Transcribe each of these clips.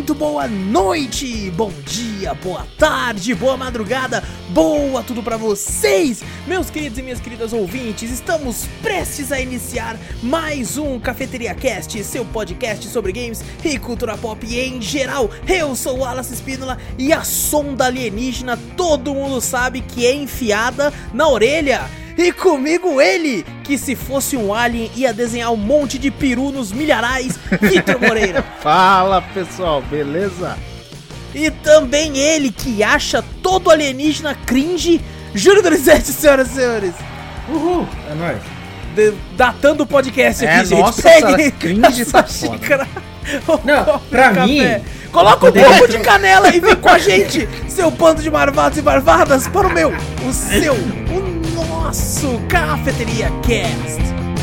muito boa noite, bom dia, boa tarde, boa madrugada, boa tudo pra vocês, meus queridos e minhas queridas ouvintes. Estamos prestes a iniciar mais um Cafeteria Cast, seu podcast sobre games e cultura pop em geral. Eu sou o Wallace Espínola e a sonda alienígena todo mundo sabe que é enfiada na orelha. E comigo ele, que se fosse um alien ia desenhar um monte de peru nos milharais, Vitor Moreira. Fala pessoal, beleza? E também ele, que acha todo alienígena cringe, Júlio Donizete, senhoras e senhores. Uhul, é nóis. Datando o podcast aqui, gente. Nossa, Pegue cringe essa tá foda. xícara. Não, pra mim... Coloca um pouco de canela e vem com a gente, seu bando de marvados e marvadas, para o nosso Cafeteria Cast.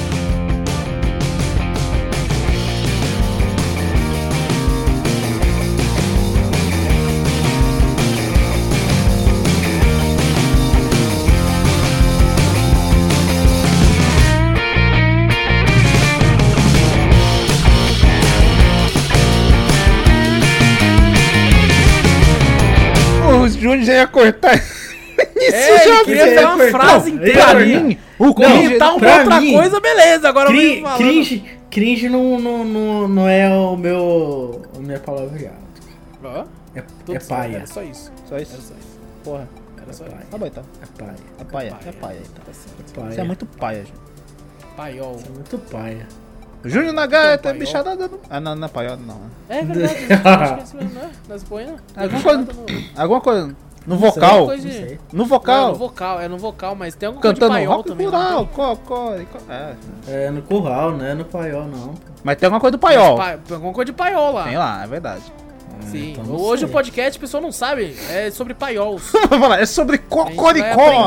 O Júnior já ia cortar. Ele queria ter uma frase inteira. Comentar uma outra coisa, beleza. Agora cringe não é a minha palavra. É paia. Era só isso. Porra. Era só isso. Tá bom então. É paia. É paia. Paia. Você é muito paia, gente. Paiol. Você é muito paia. Júnior Nagai tá bichada dando. Ah, não é paiol, não. É verdade, acho que é isso mesmo, né? Nas boinas. Alguma coisa. No vocal. Coisa de... No Não, vocal. no vocal, mas tem alguma coisa de Cantando paiol rock também. rural. É no curral, não é no paiol, não. Mas tem alguma coisa do paiol. Tem alguma coisa de paiol lá. Tem lá, é verdade. Sim, então não hoje sei. o podcast, o pessoal não sabe, é sobre paiols. Vamos falar, é sobre cocoricó.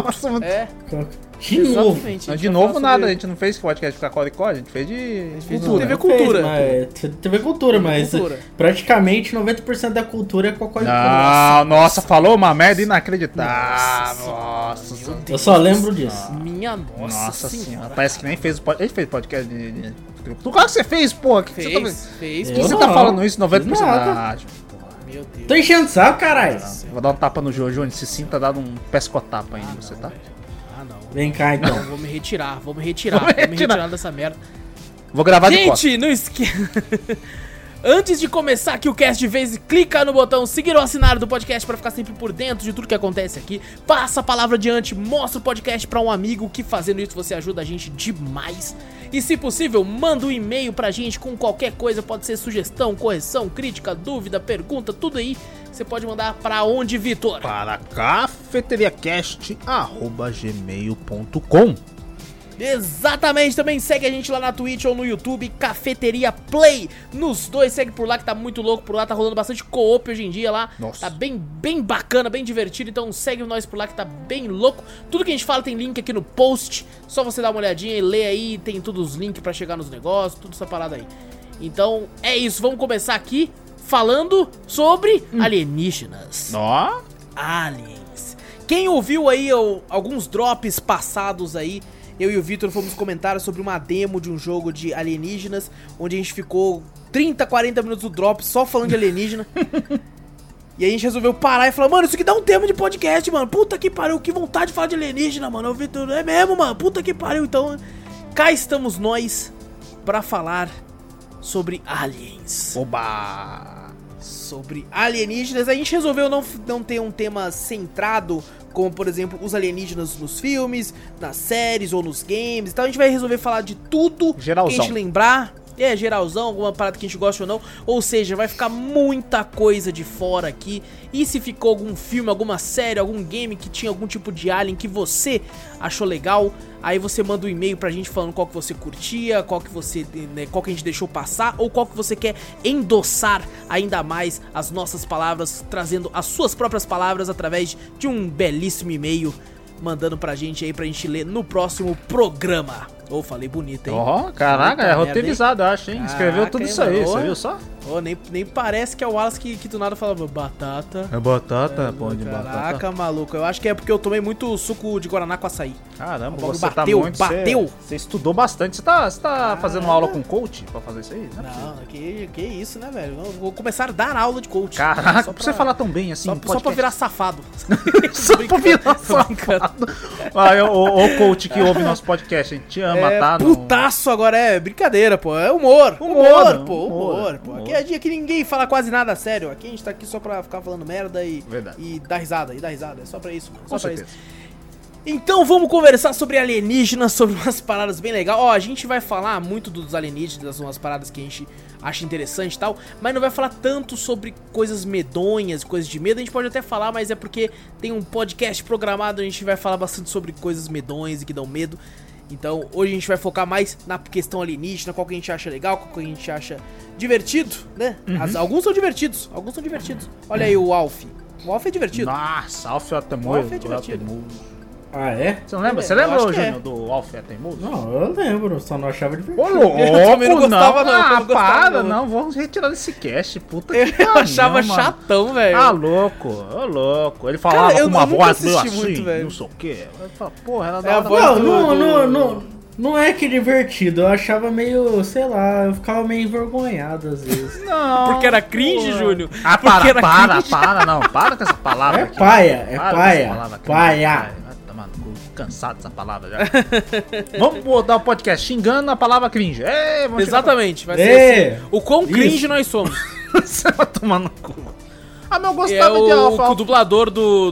De novo. Exatamente. De novo nada, a gente não fez podcast com Cocoricó, a gente fez de cultura. TV Cultura. TV Cultura, mas praticamente 90% da cultura é Cocoricó. Nossa, falou uma merda inacreditável. Nossa, eu só lembro disso. Minha nossa senhora. Parece que nem fez o podcast. Ele fez podcast de... Do que você fez, porra? Que Fez. você tá falando isso 90%? Meu Deus. Tô enchendo o saco, caralho. Vou dar um tapa no Júnior, se sinta dado um pescotapa aí, você tá? Vem cá, então. Não, vou me retirar dessa merda. Vou gravar de Gente, não esqueça. Antes de começar aqui o cast de vez, clica no botão seguir ou assinar do podcast pra ficar sempre por dentro de tudo que acontece aqui. Passa a palavra adiante, mostra o podcast pra um amigo, que fazendo isso você ajuda a gente demais. E se possível, manda um e-mail pra gente com qualquer coisa, pode ser sugestão, correção, crítica, dúvida, pergunta, tudo aí. Você pode mandar pra onde, Vitor? Para cafeteriacast@gmail.com. Exatamente, também segue a gente lá na Twitch ou no YouTube, Cafeteria Play. Nos dois, segue por lá que tá muito louco por lá, tá rolando bastante co-op hoje em dia lá. Nossa. Tá bem bacana, bem divertido, então segue nós por lá que tá bem louco. Tudo que a gente fala tem link aqui no post, só você dar uma olhadinha e ler aí, tem todos os links pra chegar nos negócios, tudo essa parada aí. Então é isso, vamos começar aqui falando sobre alienígenas. Ó. Aliens. Quem ouviu aí alguns drops passados aí, eu e o Vitor fomos comentar sobre uma demo de um jogo de alienígenas, onde a gente ficou 30, 40 minutos do drop só falando de alienígena. E a gente resolveu parar e falar, mano, isso aqui dá um tema de podcast, mano. Puta que pariu, que vontade de falar de alienígena, mano. O Vitor, é mesmo, mano, puta que pariu. Então, cá estamos nós pra falar sobre aliens. Oba! Sobre alienígenas. A gente resolveu não ter um tema centrado, como por exemplo os alienígenas nos filmes, nas séries ou nos games. Então a gente vai resolver falar de tudo geralzão. Que a gente lembrar. Geralzão, alguma parada que a gente gosta ou não. Ou seja, vai ficar muita coisa de fora aqui. E se ficou algum filme, alguma série, algum game que tinha algum tipo de alien que você achou legal, aí você manda um e-mail pra gente falando qual que você curtia, qual que a gente deixou passar, ou qual que você quer endossar ainda mais as nossas palavras, trazendo as suas próprias palavras através de um belíssimo e-mail, mandando pra gente aí, pra gente ler no próximo programa. Ô, falei bonito, hein? Ó, caraca, é roteirizado, eu acho, hein? Escreveu Caraca, tudo hein, isso aí, mano? você viu só? Ô, nem parece que é o Wallace que do nada falava batata. É batata, pão de Caraca, batata. maluco. Eu acho que é porque eu tomei muito suco de Guaraná com açaí. Caramba, O bagulho você bateu, tá muito... bateu. Você estudou bastante. Você tá fazendo aula com coach pra fazer isso aí? Não é possível. Não, que isso, né, velho? Eu vou começar a dar aula de coach. Caraca, Só pra você falar tão bem assim, Só, no só pra podcast. virar safado. Só pra virar Tô brincando. safado. O coach que ouve nosso podcast, a gente te ama, tá? Putaço agora, é brincadeira, pô. É humor. Humor, Pô. humor. Aqui é dia que ninguém fala quase nada sério. Aqui a gente tá aqui só pra ficar falando merda e dar risada. É só pra isso, mano. Com Só pra certeza. isso. Então vamos conversar sobre alienígenas, sobre umas paradas bem legais. Ó, a gente vai falar muito dos alienígenas, umas paradas que a gente acha interessante e tal, mas não vai falar tanto sobre coisas medonhas, coisas de medo. A gente pode até falar, mas é porque tem um podcast programado, a gente vai falar bastante sobre coisas medonhas e que dão medo. Então hoje a gente vai focar mais na questão alienígena, qual que a gente acha legal, qual que a gente acha divertido, né? Alguns são divertidos. Olha aí o Alf. O Alf é divertido. Nossa, Alf é O Alf é divertido. Ah, é? Você não lembra? É, Você eu lembra, acho que Júnior, é. do Alf é teimoso? Não, eu lembro, só não achava divertido. Ô, louco, Eu também não gostava, não, eu Ah, não gostava, para, não. não, vamos retirar desse cast, puta Eu que pariu, achava mano. chatão, velho. Ah, louco, ô louco. Ele falava Cara, eu com uma nunca voz meio assisti assim, muito, velho. não sei o quê. Eu falava, porra, era É da a hora. voz Não é que divertido, eu achava meio, sei lá, eu ficava meio envergonhado às vezes. Não, Porque era cringe, porra. Júnior? Ah, Porque era cringe. para com essa palavra É aqui. paia, é Para com paia, essa palavra aqui. paia. Vai tomar no cu, cansado dessa palavra já. Vamos botar o podcast xingando a palavra cringe. Ei, vamos Exatamente, vai ser É, assim. O quão cringe isso. nós somos. xingar- Você vai tomar no cu. Ah, mas eu E é gostava de Alf. o dublador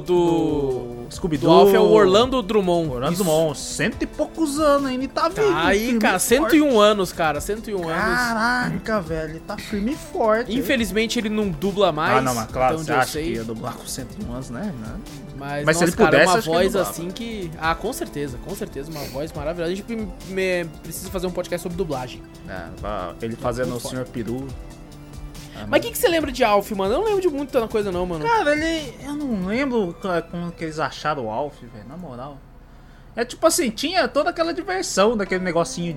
do Scooby-Doo. do Alf é o Orlando Drummond. Orlando Isso. Drummond, 100 e poucos anos ainda e tá vivo. Tá aí, firme cara, e 101 anos, cara, 101 forte. anos. Caraca, velho, ele tá firme e forte. Infelizmente ele não dubla mais. Ah, não, mas claro, então você eu acha sei. que ia dublar com 101 anos, né? Mas Mas se nossa, ele cara, pudesse, é uma acho que ele voz dublava. assim que... Ah, com certeza, uma voz maravilhosa. A gente precisa fazer um podcast sobre dublagem. Ele fazendo o muito Sr. Peru. Mas o que você lembra de Alf, mano? Eu não lembro de muita coisa não, mano. Cara, eu não lembro como que eles acharam o Alf, velho, na moral. É tipo assim, tinha toda aquela diversão daquele negocinho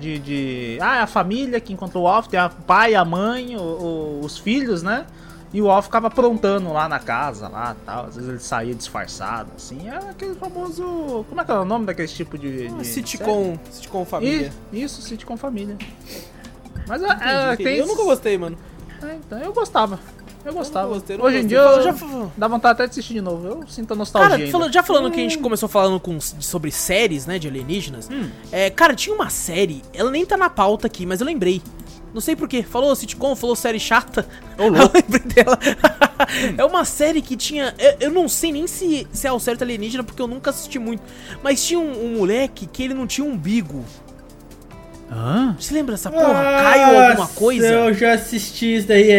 a família que encontrou o Alf, tem o pai, a mãe, os filhos, né? E o Alf ficava aprontando lá na casa, lá tal. Às vezes ele saía disfarçado, assim. Era aquele famoso... Como é que é o nome daquele tipo de Sitcom família. Isso, sitcom família. Mas Entendi. Eu nunca gostei, mano. então, eu gostava. Eu gostava. gostei, não Hoje em gostei. dia Fala, eu já- dá vontade até de assistir de novo. Eu sinto a nostalgia Cara, ainda. já falando que a gente começou falando sobre séries, né, de alienígenas. Cara, tinha uma série, ela nem tá na pauta aqui, mas eu lembrei. Não sei porquê. Falou sitcom, falou série chata. Ô, louco. Eu lembrei dela. É uma série que tinha... Eu não sei nem se é ao certo alienígena, porque eu nunca assisti muito. Mas tinha um moleque que ele não tinha umbigo. Hã? Você lembra dessa porra? Caio alguma coisa? Eu já assisti isso daí,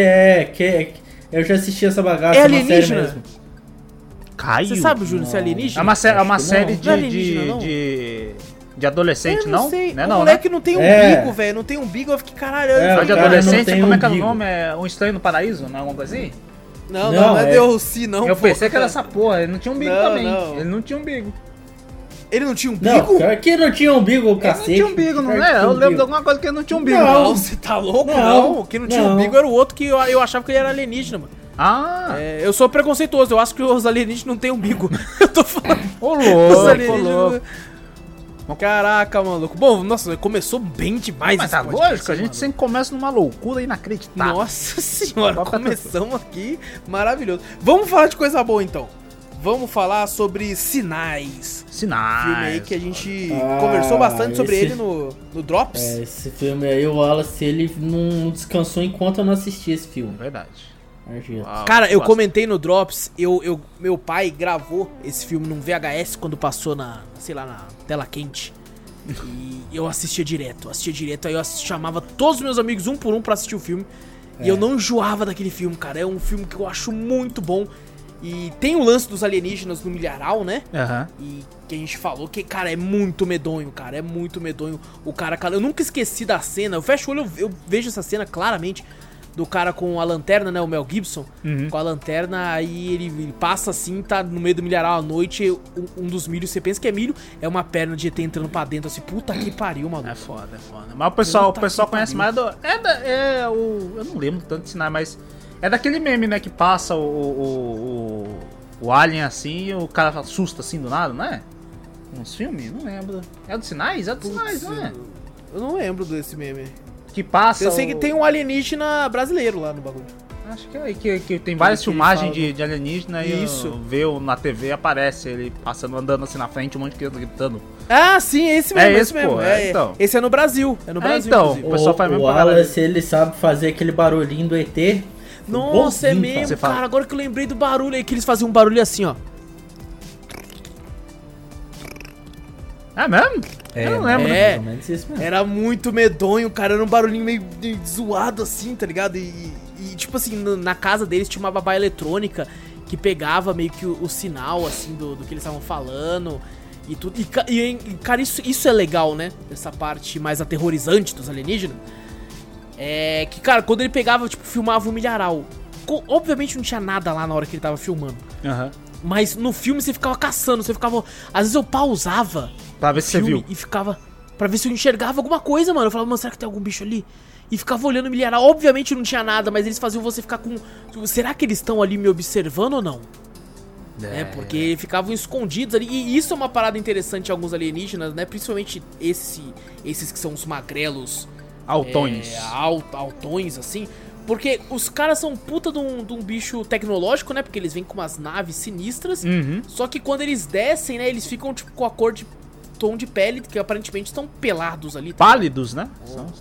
eu já assisti essa bagaça, É uma série alienígena? mesmo. Caio? Você sabe, Júnior, se é alienígena? É uma, Acho que série não. Não é alienígena, não? de adolescente, não? sei. Não é O não, moleque não tem É. umbigo, velho. Não tem umbigo. Eu fiquei, caralho. É, Só eu de o cara adolescente, não tem como é que é o umbigo. nome? É Um Estranho no Paraíso, não é alguma coisa assim? Não é é. DLC, não. eu pô. pensei que era essa porra, ele não tinha umbigo Não, também. não. Ele não tinha umbigo. Ele não tinha Não, umbigo? pior que não tinha umbigo, Ele cacete. não tinha umbigo, não Pior que é? tinha Eu lembro umbigo. de alguma coisa que ele não tinha umbigo. Não. Não, você tá louco? Não, Não. Quem não tinha não. umbigo era o outro que eu achava que ele era alienígena, mano. Ah, Eu sou preconceituoso, eu acho que os alienígenas não têm umbigo. Eu tô falando. ô Os louco, ô alienígenas. louco. Caraca, maluco. Bom, nossa, começou bem demais Mas esse tá podcast, lógico, a gente mano. sempre começa numa loucura inacreditável. Nossa senhora, Qual que é a começamos aqui maravilhoso. Vamos falar de coisa boa então. Vamos falar sobre Sinais. Sinais. Filme aí que a gente Ah, conversou bastante sobre esse- ele no Drops. Esse filme aí, o Wallace, ele não descansou enquanto eu não assisti esse filme. Verdade. Argento. Uau, Cara, eu gosto. comentei no Drops, meu pai gravou esse filme num VHS quando passou na tela quente. E eu assistia direto, aí eu chamava todos os meus amigos um por um pra assistir o filme. E eu não enjoava daquele filme, cara. É um filme que eu acho muito bom. E tem o lance dos alienígenas no milharal, né? Aham. E que a gente falou que, cara, é muito medonho, cara. É muito medonho. O cara, eu nunca esqueci da cena. Eu fecho o olho, eu vejo essa cena claramente. do cara com a lanterna, né? O Mel Gibson. Uhum. Com a lanterna, aí ele passa assim, tá no meio do milharal à noite. Um dos milhos, você pensa que é milho, é uma perna de ET entrando pra dentro, assim. Puta que pariu, maluco. É foda. Mas o pessoal conhece mais do... eu não lembro tanto de sinais, mas... É daquele meme, né? Que passa o alien assim e o cara assusta assim do nada, não é? Uns filmes? Não lembro. É dos sinais? É dos sinais, não é? Eu não lembro desse meme. Que passa. Eu sei que tem um alienígena brasileiro lá no bagulho. Acho que é que tem várias filmagens de alienígena e Isso. vê na TV, aparece ele passando, andando assim na frente, um monte de criança gritando. Ah, sim, esse mesmo. É esse mesmo. Pô, então. Esse é no Brasil. É no Brasil, então, inclusive. o pessoal faz mesmo o pra galera. Wallace, ele sabe fazer aquele barulhinho do ET. Nossa, é bonzinho, mesmo, fala. cara. Agora que eu lembrei do barulho aí, que eles faziam um barulho assim, ó. É mesmo? Eu não lembro. É. mais ou menos isso mesmo. Era muito medonho, cara. Era um barulhinho meio zoado assim, tá ligado? E tipo assim, na casa deles tinha uma babá eletrônica que pegava meio que o sinal, assim, do que eles estavam falando e tudo. E cara, isso é legal, né? Essa parte mais aterrorizante dos alienígenas. É que, cara, quando ele pegava, tipo, filmava o milharal. Obviamente não tinha nada lá na hora que ele tava filmando. Aham. Mas no filme você ficava caçando, você ficava... Às vezes eu pausava Pra ver se você viu. e ficava... Pra ver se eu enxergava alguma coisa, mano. Eu falava, mano, será que tem algum bicho ali? E ficava olhando o milharal. Obviamente não tinha nada, mas eles faziam você ficar com... Será que eles estão ali me observando ou não? É, porque ficavam escondidos ali. E isso é uma parada interessante em alguns alienígenas, né? Principalmente esses que são os magrelos... Altões. Altões, assim... Porque os caras são puta de um bicho tecnológico, né? Porque eles vêm com umas naves sinistras. Uhum. Só que quando eles descem, né? Eles ficam, tipo, com a cor de tom de pele, que aparentemente estão pelados ali. Tá? Pálidos, né?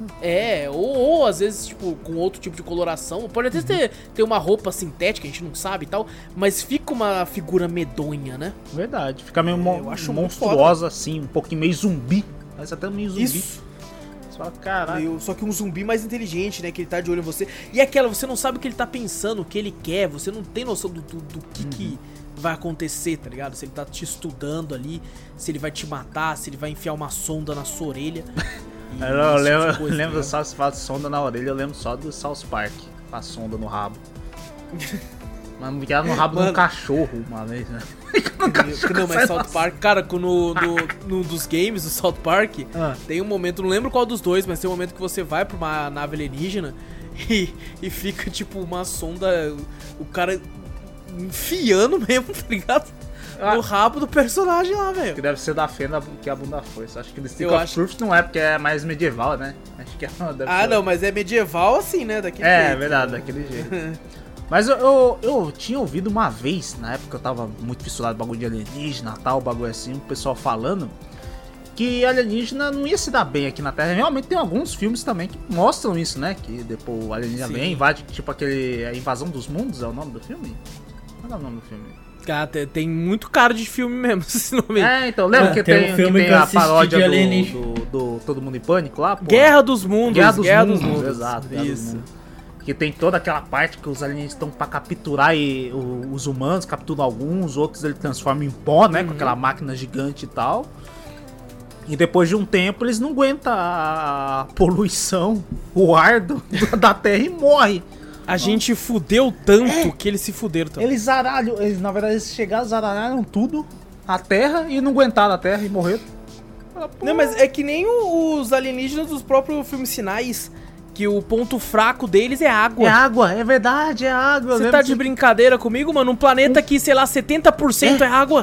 Ou às vezes, tipo, com outro tipo de coloração. Pode até ter uma roupa sintética, a gente não sabe e tal. Mas fica uma figura medonha, né? Verdade. Fica meio eu acho muito monstruosa, assim. Um pouquinho meio zumbi. Parece até meio zumbi. Isso. Caralho. Só que um zumbi mais inteligente, né? Que ele tá de olho em você. E aquela, você não sabe o que ele tá pensando, o que ele quer. Você não tem noção do que vai acontecer, tá ligado? Se ele tá te estudando ali, se ele vai te matar, se ele vai enfiar uma sonda na sua orelha. Eu lembro só se faz sonda na orelha, eu lembro só do South Park. Com a sonda no rabo. Mas me no rabo de um cachorro uma vez, né? Não, mas South Park, cara, no dos games do South Park, tem um momento, não lembro qual dos dois, mas tem um momento que você vai pra uma nave alienígena e fica tipo uma sonda, o cara enfiando mesmo, tá ligado? No rabo do personagem lá, velho. Que deve ser da fenda que a bunda foi. Acho que Stick of Truth não é, porque é mais medieval, né? Acho que não, mas é medieval assim, né? Daquele jeito. É verdade, daquele jeito. Mas eu tinha ouvido uma vez, na época eu tava muito fissurado no bagulho de alienígena, tal, bagulho assim, o pessoal falando que alienígena não ia se dar bem aqui na Terra. Realmente tem alguns filmes também que mostram isso, né? Que depois o alienígena vem, invade, tipo aquele A Invasão dos Mundos, é o nome do filme? Qual é o nome do filme? Cara, tem muito cara de filme mesmo esse nome. Então, lembra que tem um filme que que eu a assisti paródia de alienígena. do Todo Mundo em Pânico lá? Pô? Guerra dos Mundos. Guerra dos Mundos, exato. Isso. Que tem toda aquela parte que os alienígenas estão pra capturar os humanos, capturam alguns, outros ele transforma em pó, né? Com aquela máquina gigante e tal. E depois de um tempo eles não aguentam a poluição, o ar da Terra e morre. A gente fudeu tanto que eles se fuderam também. Eles zaralham, na verdade eles chegaram, zaralharam tudo, a Terra, e não aguentaram a Terra e morreram. Não, mas é que nem os alienígenas dos próprios filmes Sinais, que o ponto fraco deles é água. É água, é verdade, é água. Você tá de brincadeira comigo, mano? Um planeta que, sei lá, 70% é água.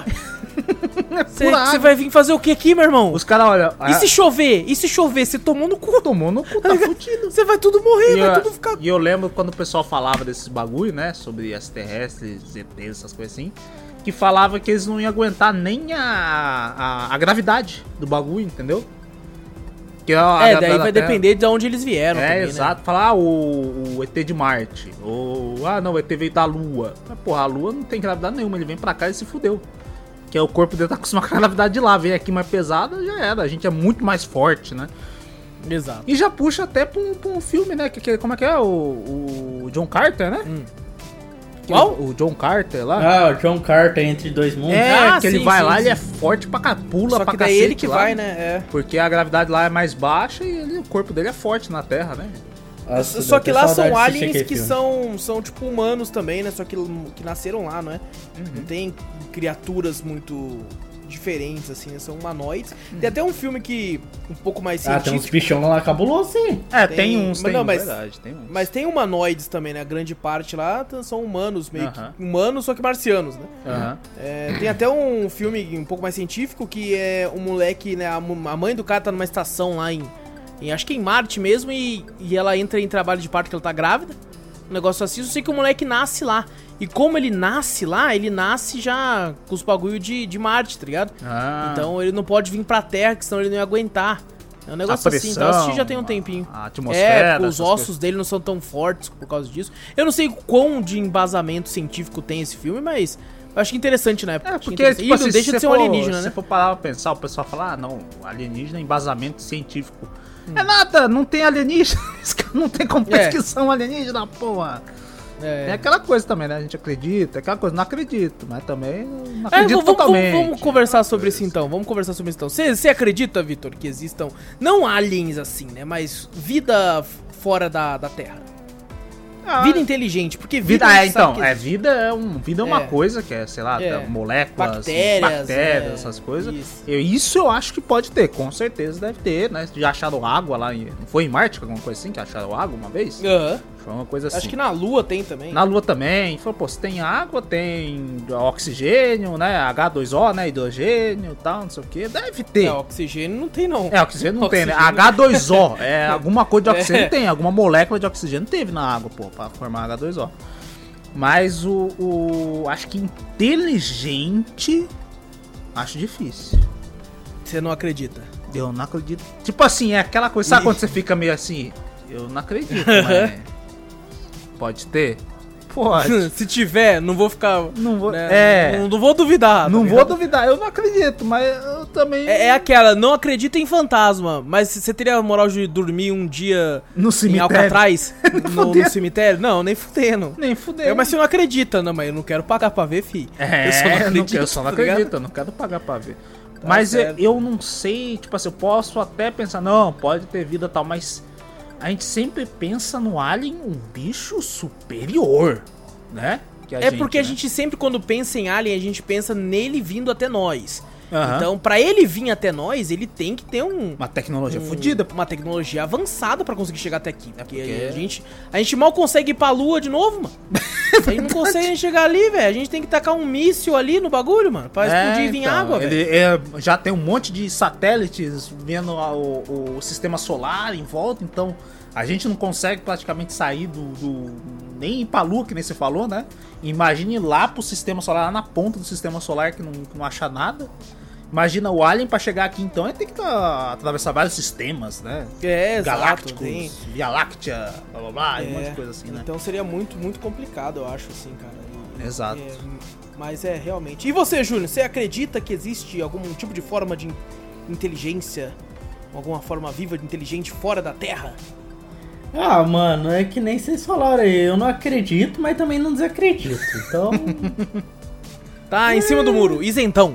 Você vai vir fazer o que aqui, meu irmão? Os caras, olha... E se chover? E se chover? Você tomou no cu. Tomou no cu, tá fudido. Você vai tudo morrer, vai tudo ficar... E eu lembro quando o pessoal falava desses bagulho, né? Sobre extraterrestres, ETs, essas coisas assim. Que falava que eles não iam aguentar nem a gravidade do bagulho, entendeu? Que daí vai depender de onde eles vieram também, exato. Né? Falar, o ET de Marte. Ou, não, o ET veio da Lua. Mas, porra, a Lua não tem gravidade nenhuma. Ele vem pra cá e se fudeu. Que é o corpo dele tá acostumado com a gravidade de lá. Vem aqui mais pesada, já era. A gente é muito mais forte, né? Exato. E já puxa até pra um filme, né? Como é que é? O John Carter, né? Qual? O John Carter lá. O John Carter Entre Dois Mundos. Que ele vai lá, ele é forte pra pula, só pra que daí cacete ele que lá, vai, né? Porque a gravidade lá é mais baixa e o corpo dele é forte na Terra, né? Nossa, Só que deu lá até são saudade de assistir aliens aquele que filme. são tipo humanos também, né? Só que nasceram lá, não é? Não tem criaturas muito diferentes, assim, né? São humanoides. Tem até um filme que um pouco mais Ah, científico. tem uns bichão lá cabuloso, sim. Tem uns, mas tem não, mas- verdade, tem uns. Mas tem humanoides também, né? A grande parte lá são humanos, meio Aham. que humanos, só que marcianos, né? Aham. Tem até um filme um pouco mais científico que é um moleque, né? A mãe do cara tá numa estação lá acho que em Marte mesmo e ela entra em trabalho de parto que ela tá grávida. Um negócio assim, eu sei que o moleque nasce lá. E como ele nasce lá, ele nasce já com os bagulho de Marte, tá ligado? Ah. Então ele não pode vir pra Terra, que senão ele não ia aguentar. É um negócio assim, então eu assisti já tem um tempinho. A atmosfera. Os essas ossos coisas. dele não são tão fortes por causa disso. Eu não sei quão de embasamento científico tem esse filme, mas eu acho que interessante na época. Achei Porque, interessante. tipo E não assim, deixa de ser um alienígena, se né? você for parar pra pensar, o pessoal fala, não, alienígena é embasamento científico. É nada, não tem alienígena, não tem como pesquisar um alienígena, porra. É aquela coisa também, né? A gente acredita, é aquela coisa, não acredito, mas também não acredito totalmente. Vamos conversar sobre isso então. Você acredita, Vitor, que existam, não aliens assim, né? Mas vida fora da Terra? Vida inteligente, porque vida. a gente sabe que vida é uma coisa que é, sei lá, moléculas, bactérias, essas coisas. Isso eu acho que pode ter, com certeza deve ter, né? Já acharam água lá, não foi em Marte, alguma coisa assim, que acharam água uma vez? Foi uma coisa assim. Acho que na Lua tem também. Na Lua também. Falou, pô, se tem água, tem oxigênio, né? H2O, né? Hidrogênio e tal, não sei o que. Deve ter. Oxigênio não tem, não. Oxigênio não tem, né? H2O. Alguma coisa de oxigênio tem. Alguma molécula de oxigênio teve na água, pô, pra formar H2O. Mas acho que inteligente, acho difícil. Você não acredita? Eu não acredito. Tipo assim, é aquela coisa, sabe quando você fica meio assim? Eu não acredito, mas... Pode ter? Pode. Se tiver, não vou ficar... Não vou, não vou duvidar. Não vou duvidar, eu não acredito, mas eu também... É aquela, não acredita em fantasma, mas você teria a moral de dormir um dia no cemitério. Em Alcatraz, no cemitério? Não, nem fudendo. Nem fudendo. Mas você não acredita, não, mas eu não quero pagar pra ver, fi. Eu só não acredito, eu não quero pagar pra ver. Tá, mas eu não sei, tipo assim, eu posso até pensar, não, pode ter vida e tal, mas... A gente sempre pensa no alien um bicho superior, né? Porque a gente sempre, quando pensa em alien, a gente pensa nele vindo até nós. Uhum. Então, pra ele vir até nós, ele tem que ter uma tecnologia fodida. Uma tecnologia avançada pra conseguir chegar até aqui. Porque a gente mal consegue ir pra Lua de novo, mano. A gente não consegue chegar ali, velho. A gente tem que tacar um míssil ali no bagulho, mano, pra explodir e vir água, velho. Já tem um monte de satélites vendo o sistema solar em volta, então a gente não consegue praticamente sair nem ir pra Lua, que nem você falou, né? Imagine ir lá pro sistema solar, lá na ponta do sistema solar que não acha nada. Imagina o alien pra chegar aqui, então, ele tem que atravessar vários sistemas, né? Galácticos, Via Láctea, blá blá blá, e um monte de coisa assim, né? Então seria muito, muito complicado, eu acho, assim, cara. Exato. Mas realmente. E você, Júnior, você acredita que existe algum tipo de forma de inteligência, alguma forma viva de inteligente fora da Terra? Ah, mano, é que nem vocês falaram aí, eu não acredito, mas também não desacredito, então... Tá em cima do muro, isentão.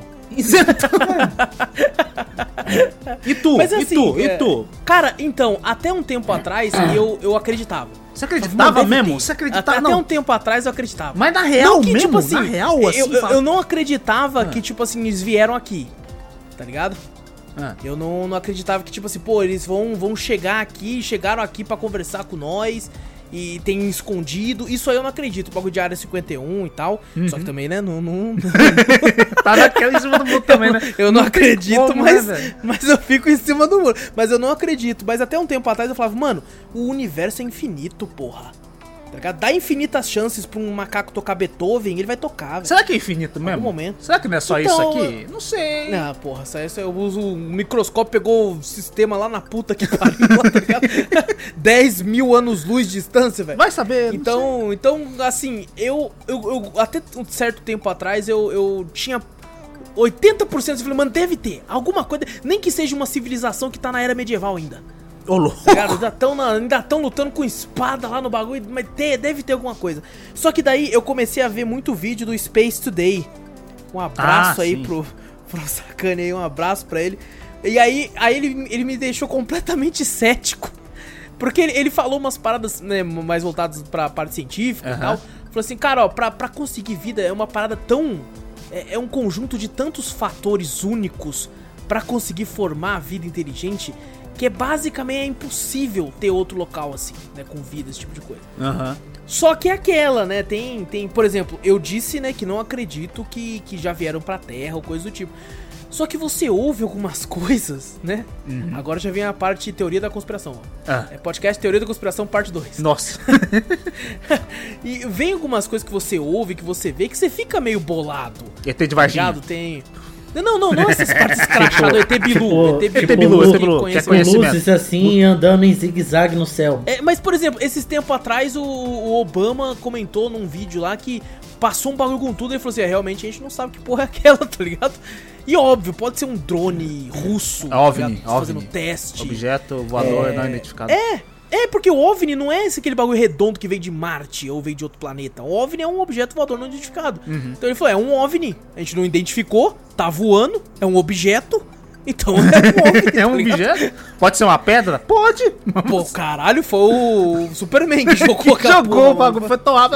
E tu? Mas, assim, E tu? Cara, então, até um tempo atrás eu acreditava. Você acreditava mesmo? Você acreditava? Até um tempo atrás eu acreditava. Mas na real que, mesmo? Tipo assim, na real, assim, eu não acreditava que, tipo assim, eles vieram aqui. Tá ligado? Eu não acreditava que, tipo assim, pô, eles vão chegar aqui, chegaram aqui pra conversar com nós e tem escondido. Isso aí eu não acredito, o bagulho de Área 51 e tal. Só que também, né, não... Tá naquela em cima do muro também, né? Eu não acredito, como, mas, né, mas eu fico em cima do muro. Mas eu não acredito. Mas até um tempo atrás eu falava, mano, o universo é infinito, porra. Tá ligado? Dá infinitas chances pra um macaco tocar Beethoven, ele vai tocar, velho. Será que é infinito mesmo? Em algum momento. Será que não é só Então, isso aqui? Não sei. Não, porra, isso eu uso o microscópio, pegou o sistema lá na puta que pariu, tá ligado? 10 mil anos-luz de distância, velho. Vai saber, Então, assim, eu até um certo tempo atrás, eu tinha 80% eu falei, mano, deve ter alguma coisa, nem que seja uma civilização que tá na era medieval ainda. Ô, louco. Ainda tão lutando com espada lá no bagulho, mas deve ter alguma coisa. Só que daí eu comecei a ver muito vídeo do Space Today. Um abraço aí pro Sacane aí, um abraço pra ele. E aí ele me deixou completamente cético. Porque ele falou umas paradas, né, mais voltadas pra parte científica e tal. Falou assim, cara, ó, pra conseguir vida é uma parada tão... É um conjunto de tantos fatores únicos pra conseguir formar a vida inteligente que basicamente impossível ter outro local assim, né, com vida, esse tipo de coisa. Só que é aquela, né, tem, por exemplo, eu disse, né, que não acredito que já vieram pra Terra ou coisa do tipo. Só que você ouve algumas coisas, né? Agora já vem a parte de teoria da conspiração, ó. É podcast Teoria da Conspiração, parte 2. Nossa. E vem algumas coisas que você ouve, que você vê, que você fica meio bolado. ET de Varginha. Tem... Não essas partes escrachadas, ET Bilu. ET Bilu, que é conhecimento. Luzes assim, andando em zigue-zague no céu. Mas, por exemplo, esses tempos atrás, o Obama comentou num vídeo lá que passou um bagulho com tudo e falou assim, realmente a gente não sabe que porra é aquela, tá ligado? E óbvio, pode ser um drone russo, OVNI, fazendo teste. Objeto voador não identificado. Porque o OVNI não é aquele bagulho redondo que vem de Marte ou vem de outro planeta. O OVNI é um objeto voador não identificado. Então ele falou, é um OVNI. A gente não identificou, tá voando, é um objeto. Então é um OVNI. É um objeto? Pode ser uma pedra? Pode. Pô, caralho, foi o Superman que jogou aquela jogou o bagulho, foi torrado.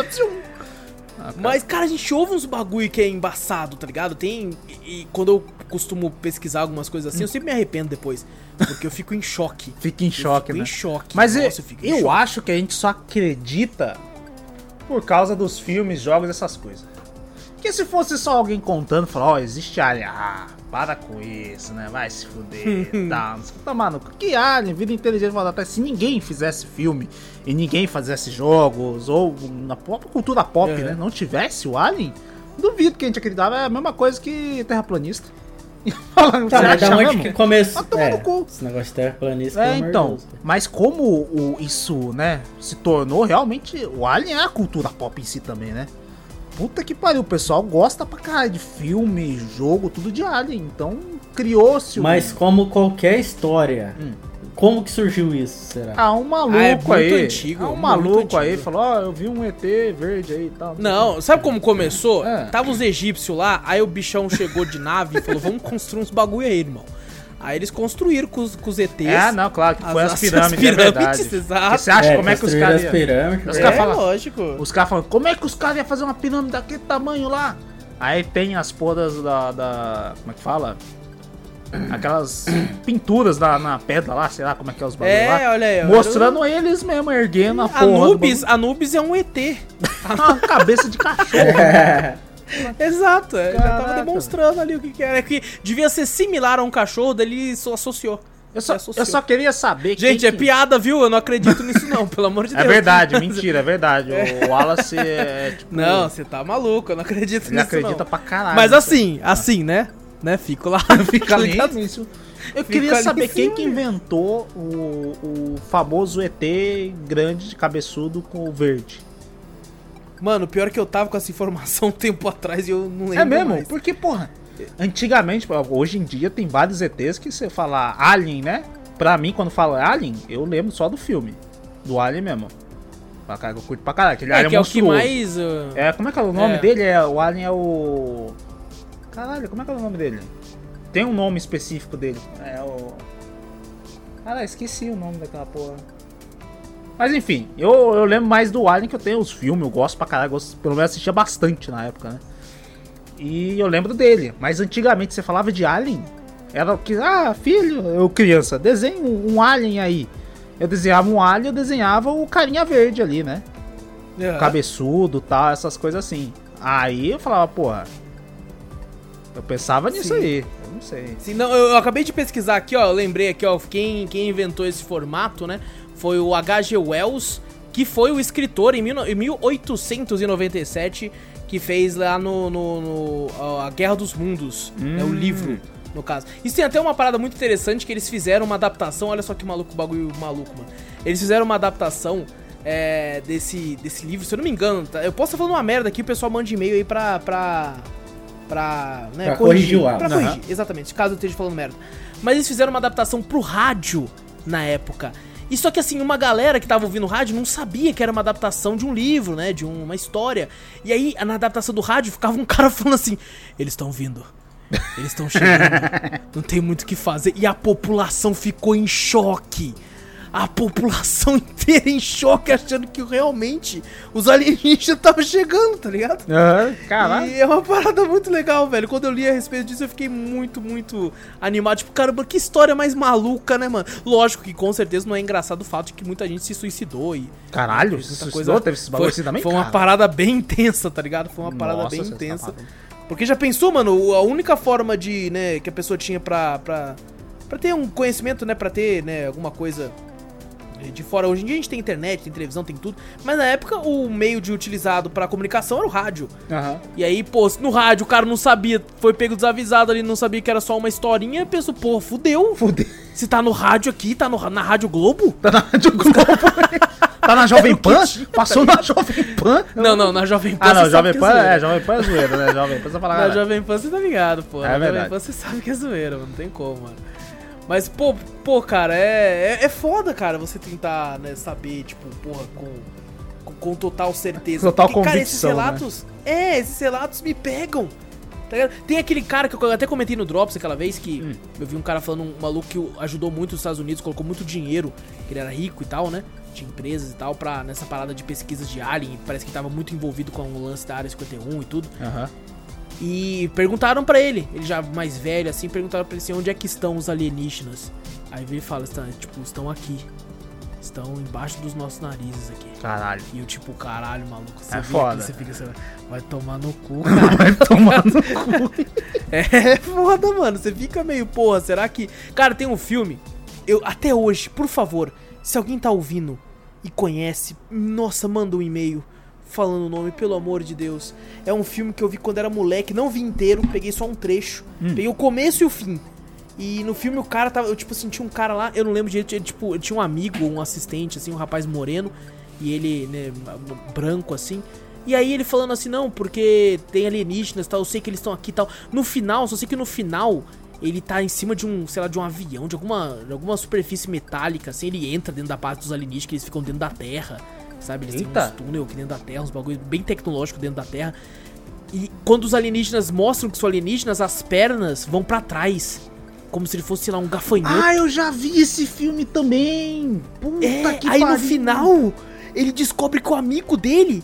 Mas, cara, a gente ouve uns bagulho que é embaçado, tá ligado? E quando eu costumo pesquisar algumas coisas assim, eu sempre me arrependo depois. Porque eu fico em choque. Fica em choque, né? Em choque. Mas nossa, eu acho que a gente só acredita por causa dos filmes, jogos, essas coisas. Porque se fosse só alguém contando, falar, ó, existe alien. Ah, para com isso, né? Vai se fuder, tá. Tá, mano, que alien, vida inteligente, se ninguém fizesse filme e ninguém fizesse jogos, ou na própria cultura pop, né, não tivesse o alien, duvido que a gente acreditava. É a mesma coisa que terraplanista. Tá, mas da onde que começou? No cu. Esse negócio de terraplanista então, mas como isso, né, se tornou realmente, o alien é a cultura pop em si também, né? Puta que pariu, o pessoal gosta pra caralho de filme, jogo, tudo de alien, então criou-se... Mas como qualquer história, como que surgiu isso, será? Um maluco antigo, um maluco aí falou, eu vi um ET verde aí e tal. Não, sabe como começou? Tava os egípcios lá, aí o bichão chegou de nave e falou, vamos construir uns bagulho aí, irmão. Aí eles construíram com os ETs. Não, claro, que foi as pirâmides, é verdade. Exato. Você acha como é que os caras... as pirâmides. Os caras falam, lógico. Os caras falam, como é que os caras iam fazer uma pirâmide daquele tamanho lá? Aí tem as podas da como é que fala? Aquelas pinturas na pedra lá, sei lá como é que é os bagulhos lá. Olha aí. Mostrando eles mesmo, erguendo a porra. Anubis é um ET. Uma cabeça de cachorro. Exato, já tava demonstrando ali o que era. Que devia ser similar a um cachorro, daí ele só associou. Eu só queria saber... Gente, piada, viu? Eu não acredito nisso não, pelo amor de Deus. É verdade, mentira, é verdade. O Wallace tipo... Não, você tá maluco, eu não acredito nisso não. Ele acredita pra caralho. Mas assim, né? Fico lá. Fica ali. Eu queria saber quem que inventou o famoso ET grande de cabeçudo com o verde. Mano, pior que eu tava com essa informação um tempo atrás e eu não lembro. É mesmo? mais. Porque, porra, antigamente, hoje em dia tem vários ETs que você fala Alien, né? Pra mim, quando fala Alien, eu lembro só do filme. Do Alien mesmo. Eu curto pra caralho. Aquele Alien que é monstruoso. O que mais... como é que é o nome dele? O Alien é o... Caralho, como é que é o nome dele? Tem um nome específico dele. Caralho, esqueci o nome daquela porra. Mas enfim, eu lembro mais do Alien, que eu tenho os filmes, eu gosto pra caralho, pelo menos assistia bastante na época, né? E eu lembro dele, mas antigamente você falava de Alien, era o que, filho, eu criança, desenha um Alien aí. Eu desenhava um Alien, eu desenhava o carinha verde ali, né? O cabeçudo, tal, essas coisas assim. Aí eu falava, porra, eu pensava nisso aí, eu não sei. Sim, não, eu acabei de pesquisar aqui, ó, eu lembrei aqui, ó, quem inventou esse formato, né? Foi o H.G. Wells, que foi o escritor em 1897, que fez lá no A Guerra dos Mundos, né, o livro, no caso. Isso tem até uma parada muito interessante, que eles fizeram uma adaptação, olha só que bagulho maluco, mano. Eles fizeram uma adaptação desse livro, se eu não me engano, tá? Eu posso estar falando uma merda aqui, o pessoal manda e-mail aí pra corrigir o Pra corrigir, exatamente, caso eu esteja falando merda. Mas eles fizeram uma adaptação pro rádio na época. E só que assim, uma galera que tava ouvindo rádio não sabia que era uma adaptação de um livro, né, de uma história. E aí, na adaptação do rádio, ficava um cara falando assim, eles estão vindo, eles estão chegando, não tem muito o que fazer. E a população ficou em choque. a população inteira em choque, achando que realmente os alienígenas estavam chegando, tá ligado? Caralho. E é uma parada muito legal, velho. Quando eu li a respeito disso, eu fiquei muito, muito animado. Tipo, caramba, que história mais maluca, né, mano? Lógico que com certeza não é engraçado o fato de que muita gente se suicidou e... Caralho, muita coisa. teve esse bagulho assim também? Foi uma parada bem intensa, tá ligado? Foi uma parada bem intensa. Porque já pensou, mano, a única forma de, né, que a pessoa tinha pra ter um conhecimento, né, pra ter, né, alguma coisa de fora. Hoje em dia a gente tem internet, tem televisão, tem tudo. Mas na época o meio de utilizado pra comunicação era o rádio. E aí, pô, no rádio o cara não sabia, foi pego desavisado ali, não sabia que era só uma historinha, pensou, pô, fudeu. Se tá no rádio aqui, tá na Rádio Globo? Tá na Rádio Globo. Tá na Jovem Pan? Passou na Jovem Pan? Não, na Jovem Pan. Ah, não, Jovem Pan Jovem Pan é zoeira, né? Jovem Pan você fala. Na Jovem Pan você tá ligado, pô. É na verdade. Jovem Pan você sabe que é zoeira, mano, não tem como, mano. Mas, pô, cara, é foda, cara, você tentar, né, saber, tipo, porra, com total certeza. Total porque, cara, convicção, esses relatos me pegam. Tá ligado? Tem aquele cara que eu até comentei no Drops aquela vez, que eu vi um cara falando, um maluco que ajudou muito os Estados Unidos, colocou muito dinheiro, que ele era rico e tal, né? Tinha empresas e tal, nessa parada de pesquisas de alien, parece que tava muito envolvido com o lance da Área 51 e tudo. E perguntaram pra ele já mais velho assim, perguntaram pra ele assim, onde é que estão os alienígenas? Aí ele fala, estão aqui. Estão embaixo dos nossos narizes aqui. Caralho. E eu tipo, caralho, maluco, você foda. Aqui, você fica assim, vai tomar no cu. Vai tomar no cu. É foda, mano, você fica meio, porra, será que... Cara, tem um filme, até hoje, por favor, se alguém tá ouvindo e conhece, nossa, manda um e-mail falando o nome, pelo amor de Deus. É um filme que eu vi quando era moleque, não vi inteiro, peguei só um trecho, peguei o começo e o fim. E no filme o cara tava, eu tipo assim, tinha um cara lá, eu não lembro direito, ele tinha um amigo, um assistente, assim, um rapaz moreno, e ele, né, branco, assim. E aí ele falando assim, não, porque tem alienígenas, tal, eu sei que eles estão aqui e tal. No final, só sei que no final, ele tá em cima de um, sei lá, de um avião, de alguma superfície metálica, assim, ele entra dentro da base dos alienígenas, que eles ficam dentro da Terra, sabe? Eles têm uns túneis aqui dentro da Terra, uns bagulho bem tecnológico dentro da Terra. E quando os alienígenas mostram que são alienígenas, as pernas vão pra trás. Como se ele fosse, sei lá, um gafanhoto. Ah, eu já vi esse filme também. Puta que aí pariu. No final, ele descobre que o amigo dele,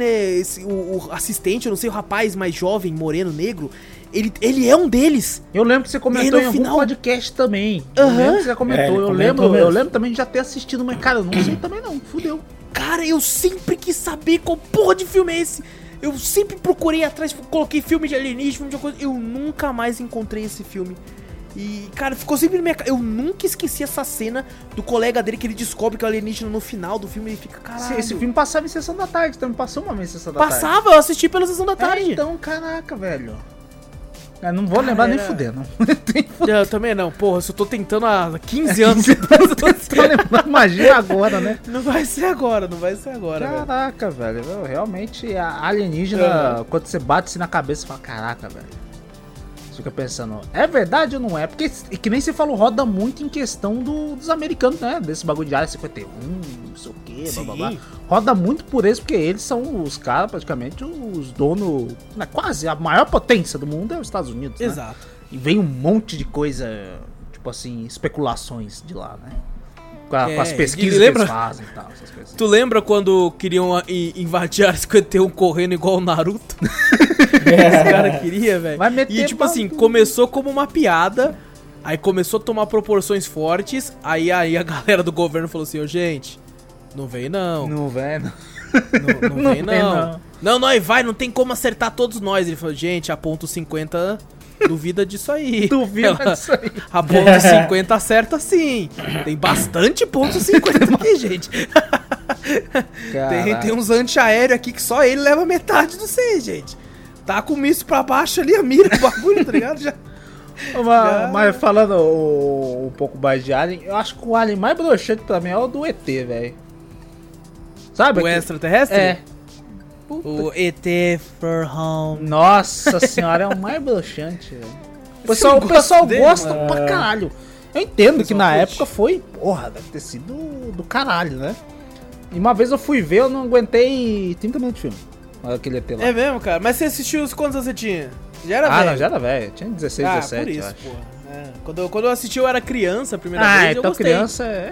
o assistente, eu não sei, o rapaz mais jovem, moreno, negro, ele é um deles. Eu lembro que você comentou em algum podcast também. Eu lembro que você comentou. Eu lembro também de já ter assistido, mas cara, eu não sei também não, fudeu. Cara, eu sempre quis saber qual porra de filme é esse. Eu sempre procurei atrás, coloquei filme de alienígena, filme de coisa. Eu nunca mais encontrei esse filme. E, cara, ficou sempre na minha cara. Eu nunca esqueci essa cena do colega dele que ele descobre que é o alienígena no final do filme e ele fica, caralho. Esse filme passava em Sessão da Tarde, também passou uma vez em Sessão da Tarde. Passava, eu assisti pela Sessão da Tarde. Então, caraca, velho. Eu não vou lembrar nem fuder, não. Eu também não, porra, se eu tô tentando há 15 anos. Tô lembrando, imagina agora, né? Não vai ser agora. Caraca, velho. Realmente, a alienígena, quando você bate assim na cabeça, você fala, caraca, velho. Fica pensando, é verdade ou não é? Porque, que nem você falou, roda muito em questão dos americanos, né? Desse bagulho de Área 51, não sei o que, blá blá blá. Roda muito por eles, porque eles são os caras, praticamente, os donos, né? Quase a maior potência do mundo é os Estados Unidos, Exato. Né? E vem um monte de coisa, tipo assim, especulações de lá, né? Com as pesquisas que eles fazem e tal, essas coisas. Tu lembra quando queriam invadir a Área 51 correndo igual o Naruto? Os caras queriam, velho. E tipo assim, começou como uma piada, aí começou a tomar proporções fortes, aí a galera do governo falou assim, gente, não vem não. Não vem não. Não, vai, não tem como acertar todos nós. Ele falou, gente, a ponto 50... Duvida disso aí. Disso aí. A ponto 50 acerta sim. Tem bastante ponto 50 aqui, gente. Tem uns antiaéreos aqui que só ele leva metade do 100, gente. Tá com isso pra baixo ali, a mira do bagulho, tá ligado? Mas falando um pouco mais de Alien, eu acho que o Alien mais broxante pra mim é o do ET, velho. Sabe? O extraterrestre? É. O ET for Home. Nossa senhora, é o mais broxante, velho. O pessoal gosta pra caralho. Eu entendo que na época foi, porra, deve ter sido do caralho, né? E uma vez eu fui ver, eu não aguentei 30 minutos de filme. Aquele ET lá. É mesmo, cara? Mas você assistiu quantos anos você tinha? Já era velho? Não, já era velho. Tinha 16, 17, por isso, eu acho. Porra. Quando eu assisti, eu era criança a primeira vez. Então criança é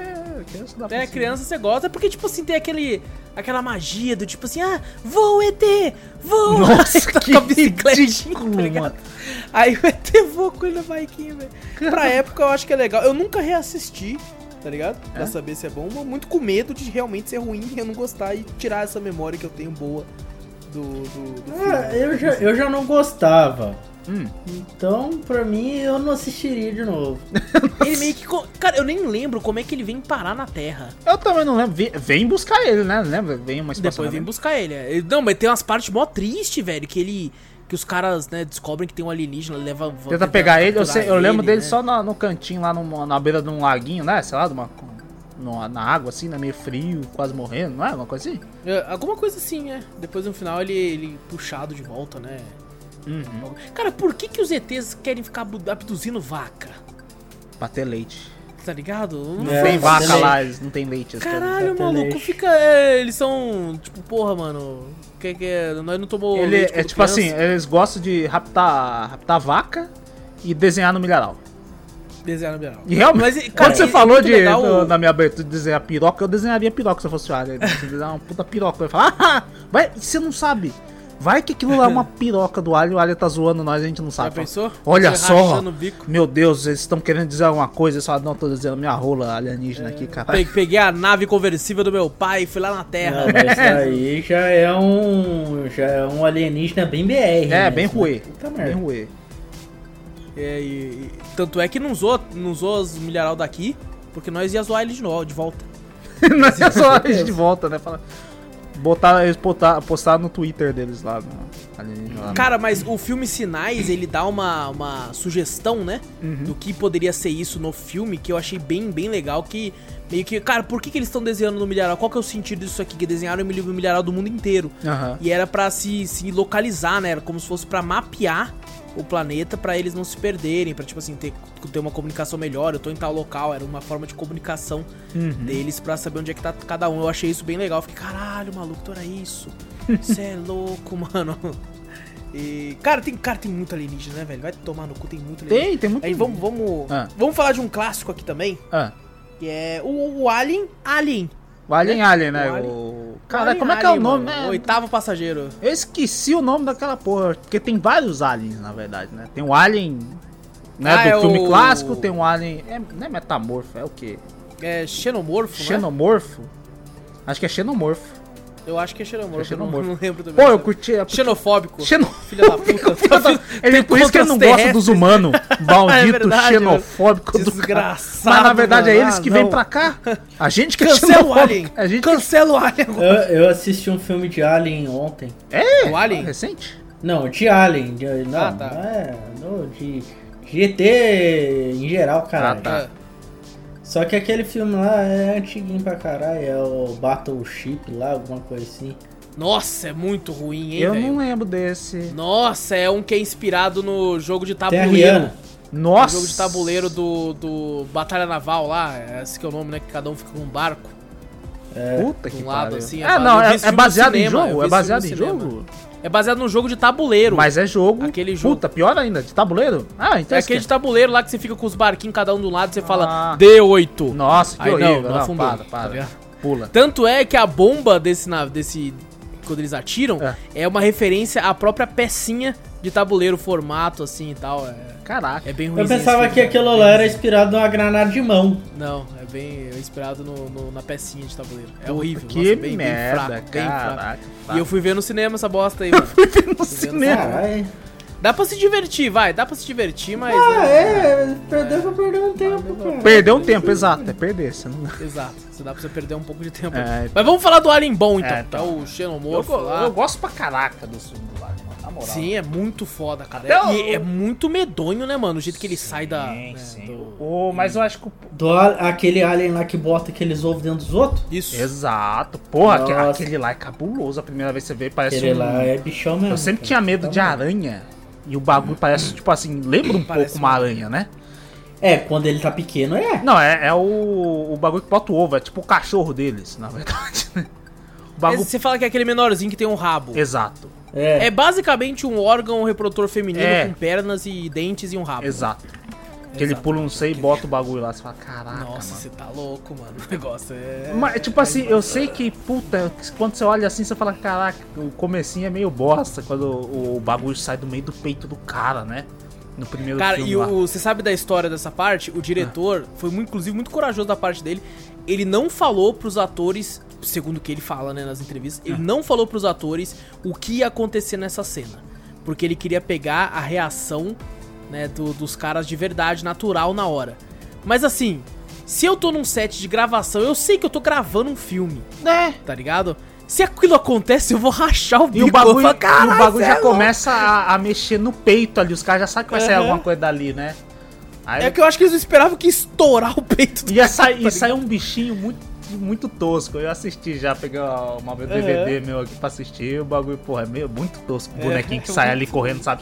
criança dá pra Criança você gosta, porque, tipo assim, tem aquela magia do tipo assim, voa, ET, voa! Nossa, Aí tá que com a bicicletinha, ridículo, tá ligado? mano. Aí o ET voa com ele na biquinha, velho. Pra época eu acho que é legal. Eu nunca reassisti, tá ligado? Pra saber se é bom, mas muito com medo de realmente ser ruim e eu não gostar e tirar essa memória que eu tenho boa do filme. Eu já não gostava. Então, pra mim, eu não assistiria de novo. Ele meio que... Cara, eu nem lembro como é que ele vem parar na Terra. Eu também não lembro. Vem buscar ele, né? Lembra? Vem uma Depois vem buscar ele. Não, mas tem umas partes mó tristes, velho, que os caras, né, descobrem que tem um alienígena, leva... Tenta pegar ele, eu lembro dele, né? só no cantinho, lá na beira de um laguinho, né? Sei lá, na água, assim, né? Meio frio, quase morrendo, não é? Alguma coisa assim? Alguma coisa assim, Depois no final ele puxado de volta, né? Cara, por que os ETs querem ficar abduzindo vaca? Pra ter leite. Tá ligado? Não tem vaca leite. lá, eles não tem leite. Caralho, ter maluco, leite. fica... eles são, tipo, porra, mano... nós não tomou Ele leite é quando tipo criança. assim, eles gostam de raptar vaca e desenhar no milharal. Desenhar no milharal. E realmente, Mas, cara, quando você é falou muito legal na minha abertura de desenhar piroca, eu desenharia piroca se eu fosse o Alien. Se desenhar uma puta piroca, eu ia falar, vai, você não sabe. Vai que aquilo lá é uma piroca do Alien, o Alien tá zoando nós, a gente não sabe. Já pensou? Olha Você só, rachando o bico. meu Deus, eles estão querendo dizer alguma coisa, eu só não tô dizendo minha rola alienígena aqui, cara. Peguei a nave conversível do meu pai e fui lá na Terra. Não, mas isso aí já é um alienígena bem BR. É, né? bem ruê, Puta bem merda. ruê. Tanto é que não usou os milharal daqui, porque nós ia zoar ele de volta. Nós ia só a gente de volta, né? Eles postaram no Twitter deles lá. Lá Cara, mas o filme Sinais, ele dá uma sugestão, né? Do que poderia ser isso no filme, que eu achei bem, bem legal, que meio que... Cara, por que eles estão desenhando no milharal? Qual que é o sentido disso aqui? Que desenharam o milharal do mundo inteiro. E era pra se localizar, né? Era como se fosse pra mapear o planeta pra eles não se perderem, pra, tipo assim, ter uma comunicação melhor. Eu tô em tal local, era uma forma de comunicação deles pra saber onde é que tá cada um. Eu achei isso bem legal, fiquei, caralho, maluco, então era isso. Cê é louco, mano. E, cara, tem muito alienígena, né, velho? Vai tomar no cu, tem muito alienígena. Tem muito. Aí vamos falar de um clássico aqui também, que é o Alien. O Alien, né? O Alien. Cara, Alien, como é que é o nome, mano, né? O oitavo passageiro. Eu esqueci o nome daquela porra, porque tem vários aliens, na verdade, né? Tem o Alien, né, do filme clássico, tem um Alien... não é metamorfo, é o quê? É xenomorfo, né? Xenomorfo? Acho que é xenomorfo. Eu acho que é xenomorfo, É xenomorfo. não lembro também. Pô, eu curti... Xenofóbico. Filha Filha da puta. Ele, por isso que ele não gosta dos humanos. Maldito, verdade, xenofóbico do cara. Desgraçado. Mas na verdade mano. é eles que vêm pra cá. A gente que é Cancela o xenofóbico. Alien. A gente Cancela o Alien agora. Eu assisti um filme de Alien ontem. É? O Alien? Recente? Não, de Alien. Não, tá. de ET em geral, caralho. tá. Só que aquele filme lá é antiguinho pra caralho. É o Battleship lá, alguma coisa assim. Nossa, é muito ruim, hein, Eu velho? não lembro desse. Nossa, é um que é inspirado no jogo de Tem a tabuleiro. Rihanna. Nossa. O jogo de tabuleiro do Batalha Naval lá. Esse que é o nome, né? Que cada um fica com um barco. Puta De que um lado, pariu. assim, Não, eu vi esse é filme no baseado em cinema, eu jogo? vi É esse baseado em filme no jogo? É baseado num jogo de tabuleiro. Mas é jogo. Aquele jogo. Puta, pior ainda, de tabuleiro? Ah, então É aquele de tabuleiro lá que você fica com os barquinhos cada um do lado e você fala D8. Nossa, que Aí horrível. não afundou, tá para. ligado? Pula. Tanto é que a bomba desse quando eles atiram, é uma referência à própria pecinha de tabuleiro, formato assim e tal. Caraca. É bem ruim. Eu pensava que aquilo lá era inspirado numa granada de mão. Não, é bem inspirado na pecinha de tabuleiro. É horrível. Que nossa, bem merda, fraco, bem caraca. fraco. E eu fui ver no cinema essa bosta aí, mano. No cinema. Caralho. Dá pra se divertir, vai. Dá pra se divertir, mas... Perdeu pra perder um tempo, cara. Perdeu um tempo, exato. É perder. Você não... Exato. Você dá pra você perder um pouco de tempo. É. Mas vamos falar do Alien bom, então. É, Que é o Xenomorfo lá. Eu gosto pra caraca do filme do Alien, mano, na moral. Sim, é muito foda, cara. Então- E é muito medonho, né, mano? O jeito que ele sai da... Sim. do- Mas eu acho que... Aquele alien lá que bota aqueles ovos dentro dos outros? Isso. Exato. Porra, Nossa. aquele lá é cabuloso. A primeira vez que você vê, parece Aquele lá é bichão mesmo. Eu sempre cara. tinha medo de aranha. E o bagulho parece, tipo assim, lembra um Parece pouco uma aranha, né? É, quando ele tá pequeno é. Não, é o bagulho que bota o ovo, é tipo o cachorro deles, na verdade, né? O bagulho... Você fala que é aquele menorzinho que tem um rabo. Exato, É basicamente um órgão reprodutor feminino É. com pernas e dentes e um rabo. exato. Que ele pula um sei e bota o bagulho lá. Você fala, caraca, nossa, mano. você tá louco, mano. O negócio é... Mas, tipo assim, eu sei que, puta, quando você olha assim, você fala, caraca, o comecinho é meio bosta quando o bagulho sai do meio do peito do cara, né? No primeiro cara, filme e lá. você sabe da história dessa parte? O diretor foi, inclusive, muito corajoso da parte dele. Ele não falou pros atores, segundo o que ele fala, né, nas entrevistas, ele não falou pros atores o que ia acontecer nessa cena. Porque ele queria pegar a reação, né, dos caras de verdade, natural na hora. Mas assim, se eu tô num set de gravação, eu sei que eu tô gravando um filme, tá ligado? Se aquilo acontece, eu vou rachar o bico. E o bagulho, eu falo, o bagulho já louco. começa a mexer no peito ali. Os caras já sabem que vai sair alguma coisa dali, né? Aí, É que eu acho que eles esperavam que ia estourar o peito do ia sair um bichinho muito tosco. Eu assisti já, peguei uma DVD meu aqui pra assistir. O bagulho, porra, é meio muito tosco. O bonequinho que sai ali correndo, sabe?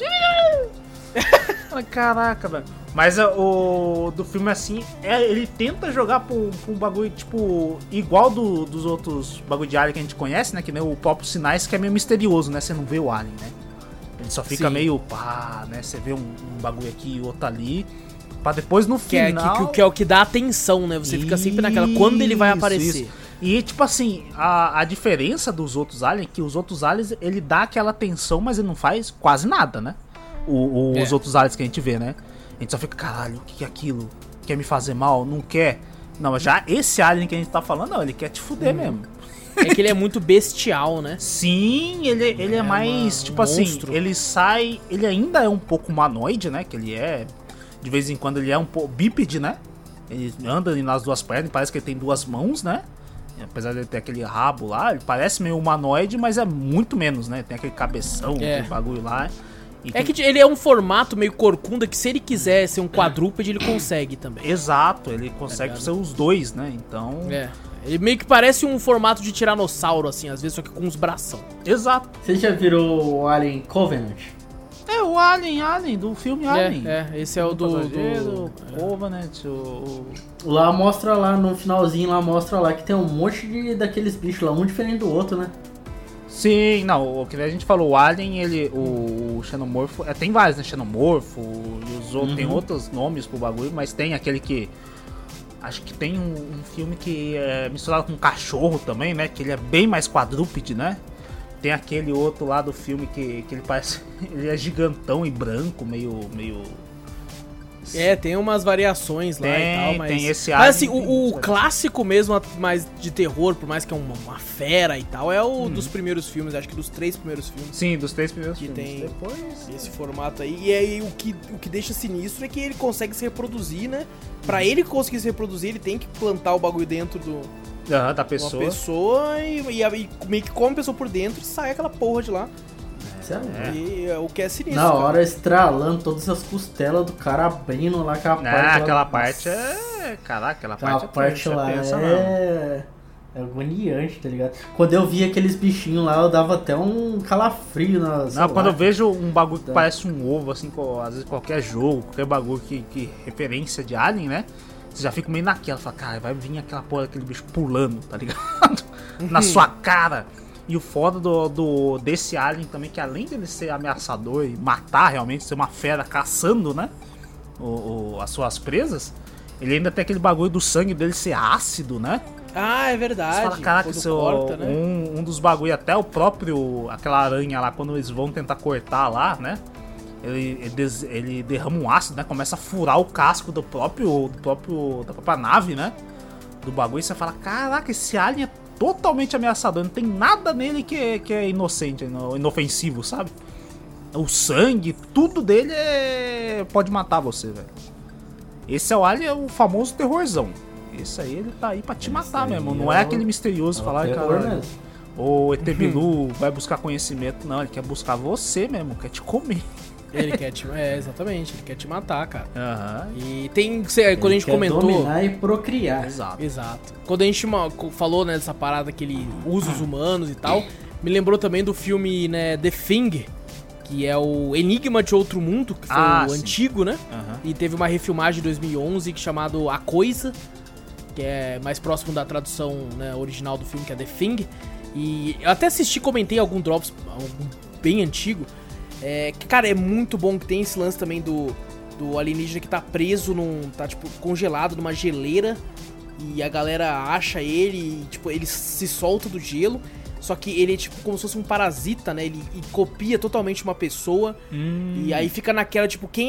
Caraca, velho. Mas o do filme, assim, ele tenta jogar pra um bagulho, tipo, igual dos outros bagulho de alien que a gente conhece, né? Que nem o próprio Sinais, que é meio misterioso, né? Você não vê o alien, né? Ele só fica meio pá, né? Você vê um bagulho aqui e outro ali. Pra depois no final... Que é o que dá atenção, né? Você fica sempre naquela, quando ele vai aparecer. Isso. E, tipo assim, a diferença dos outros aliens é que os outros aliens, ele dá aquela atenção, mas ele não faz quase nada, né? Os outros aliens que a gente vê, né? A gente só fica, caralho, o que é aquilo? Quer me fazer mal? Não quer? Não, mas já esse alien que a gente tá falando, não, ele quer te fuder mesmo. É que ele é muito bestial, né? Sim, ele é mais, tipo assim, monstro. ele sai... Ele ainda é um pouco humanoide, né? Que ele é... De vez em quando ele é um pouco bípede, né? Ele anda nas duas pernas, parece que ele tem duas mãos, né? Apesar de ele ter aquele rabo lá, ele parece meio humanoide, mas é muito menos, né? Tem aquele cabeção, aquele bagulho lá. É que ele é um formato meio corcunda que se ele quiser ser um quadrúpede, ele consegue também. Exato, ele consegue ser os dois, né? Então... Ele meio que parece um formato de tiranossauro, assim, às vezes, só que com uns bração. Exato. Você já virou o Alien Covenant? É o Alien, do filme Alien. Esse é o do Covenant, Lá mostra lá, no finalzinho lá, mostra lá que tem um monte daqueles bichos lá, um diferente do outro, né? Sim, não, o que a gente falou, o Alien, o xenomorfo, tem vários, né, xenomorfo, e os outros, tem outros nomes pro bagulho, mas tem aquele que, acho que tem um filme que é misturado com um cachorro também, né, que ele é bem mais quadrúpede, né, tem aquele outro lá do filme que ele parece, ele é gigantão e branco, meio... tem umas variações lá e tal, mas... Tem esse mas assim, Alien, o clássico mesmo, mais de terror, por mais que é uma fera e tal, é o dos primeiros filmes, acho que dos 3 primeiros filmes. Sim, dos 3 primeiros que filmes. Tem depois esse formato aí. E aí o que deixa sinistro é que ele consegue se reproduzir, né? Pra ele conseguir se reproduzir, ele tem que plantar o bagulho dentro da pessoa. Uma pessoa e meio que come a pessoa por dentro e sai aquela porra de lá. E o que é sinistro. Na hora estralando todas as costelas do cara abrindo lá aquela parte. Aquela parte é. Caraca, aquela parte lá é agoniante, tá ligado? Quando eu vi aqueles bichinhos lá, eu dava até um calafrio na. Quando eu vejo um bagulho que parece um ovo, assim, às vezes qualquer jogo, qualquer bagulho que referência de Alien, né? Você já fica meio naquela, fala, cara, vai vir aquela porra daquele bicho pulando, tá ligado? Na sua cara. E o foda desse Alien também, que além dele ser ameaçador e matar realmente, ser uma fera caçando, né? As suas presas, ele ainda tem aquele bagulho do sangue dele ser ácido, né? Ah, é verdade. Você fala, caraca, corta, né? um dos bagulho, até o próprio, aquela aranha lá, quando eles vão tentar cortar lá, né? Ele derrama um ácido, né? Começa a furar o casco da própria nave, né? Do bagulho, e você fala, caraca, esse Alien é totalmente ameaçador, não tem nada nele que é inocente, inofensivo, sabe? O sangue, tudo dele pode matar você, velho. Esse é o Alien, é o famoso terrorzão. Esse aí, ele tá aí pra te matar mesmo, não é aquele misterioso falar, cara, o ET Bilu vai buscar conhecimento, não, ele quer buscar você mesmo, quer te comer. Ele quer te... exatamente, ele quer te matar, cara. E tem... Quando a gente comentou... dominar e procriar. Exato. Quando a gente falou, né, dessa parada que ele usa os humanos e tal, me lembrou também do filme, né, The Thing, que é o Enigma de Outro Mundo, que foi o antigo, né? E teve uma refilmagem de 2011 chamado A Coisa, que é mais próximo da tradução, né, original do filme, que é The Thing. E eu até assisti, comentei algum drops bem antigo. Que, cara, é muito bom que tem esse lance também do alienígena que tá preso tá, tipo, congelado numa geleira. E a galera acha ele e, tipo, ele se solta do gelo. Só que ele é, tipo, como se fosse um parasita, né? Ele copia totalmente uma pessoa. E aí fica naquela, tipo, quem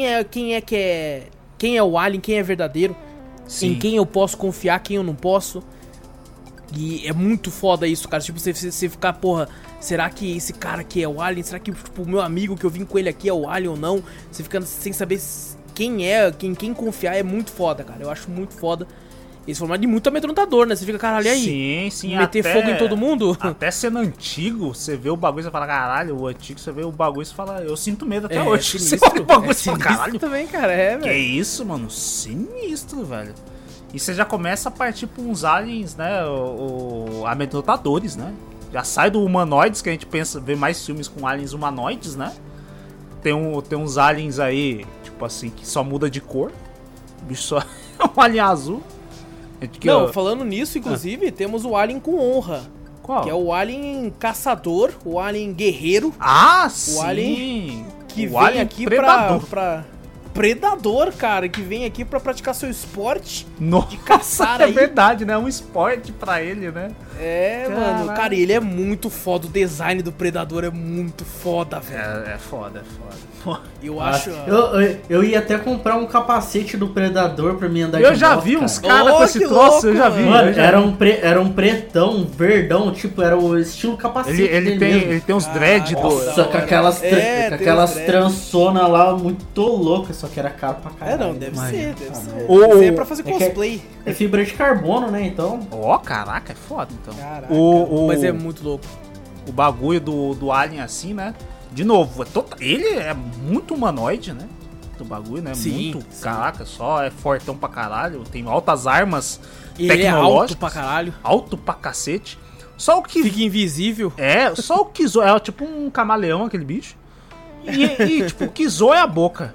é o alien, quem é verdadeiro. Sim. Em quem eu posso confiar, quem eu não posso. E é muito foda isso, cara. Tipo, você ficar, porra, será que esse cara aqui é o alien? Será que, tipo, o meu amigo que eu vim com ele aqui é o alien ou não? Você fica sem saber quem é, quem confiar. É muito foda, cara. Eu acho muito foda. Esse formato de muito amedrontador, né? Você fica, caralho, e aí? Sim. Meter fogo em todo mundo? Até sendo antigo, você vê o bagulho e você fala, caralho, o antigo, você vê o bagulho e você fala, eu sinto medo até hoje. Você olha o bagulho e fala, caralho. Também, cara, velho. Que isso, mano? Sinistro, velho. E você já começa a partir pra uns aliens, né? Amedrontadores, né? Já sai do humanoides, que a gente vê mais filmes com aliens humanoides, né? Tem uns aliens aí, tipo assim, que só muda de cor. O bicho só é um alien azul. Falando nisso, inclusive, temos o alien com honra. Qual? Que é o alien caçador, o alien guerreiro. Ah, o sim! Alien que o vem alien aqui predador. pra... Predador, cara, que vem aqui pra praticar seu esporte Nossa, de caçar é aí. verdade, né? É um esporte pra ele, né? Mano, cara, ele é muito foda. O design do Predador é muito foda, velho. É foda. Eu acho... Eu ia até comprar um capacete do Predador pra mim andar Eu de já moto, vi cara. uns caras com esse que troço, louco, eu já vi. Mano, era um pretão, verdão, tipo, era o estilo capacete Ele dele mesmo. tem uns dread do... Nossa, com aquelas dread. trançonas lá muito loucas, só que era caro pra caralho. Deve Mas- ser. O- Isso aí é pra fazer cosplay. É fibra de carbono, né, então... Ó, caraca, é foda, então. Caraca, O- mas é muito louco. O bagulho do alien assim, né? De novo, ele é muito humanoide, né? Do bagulho, né? Sim, muito, sim. caraca, só é fortão pra caralho. Tem altas armas Ele é tecnológicas. alto pra caralho. Alto pra cacete. Só o que... Fica invisível. Só o que zoa. É tipo um camaleão, aquele bicho. E tipo, o que zoa é a boca.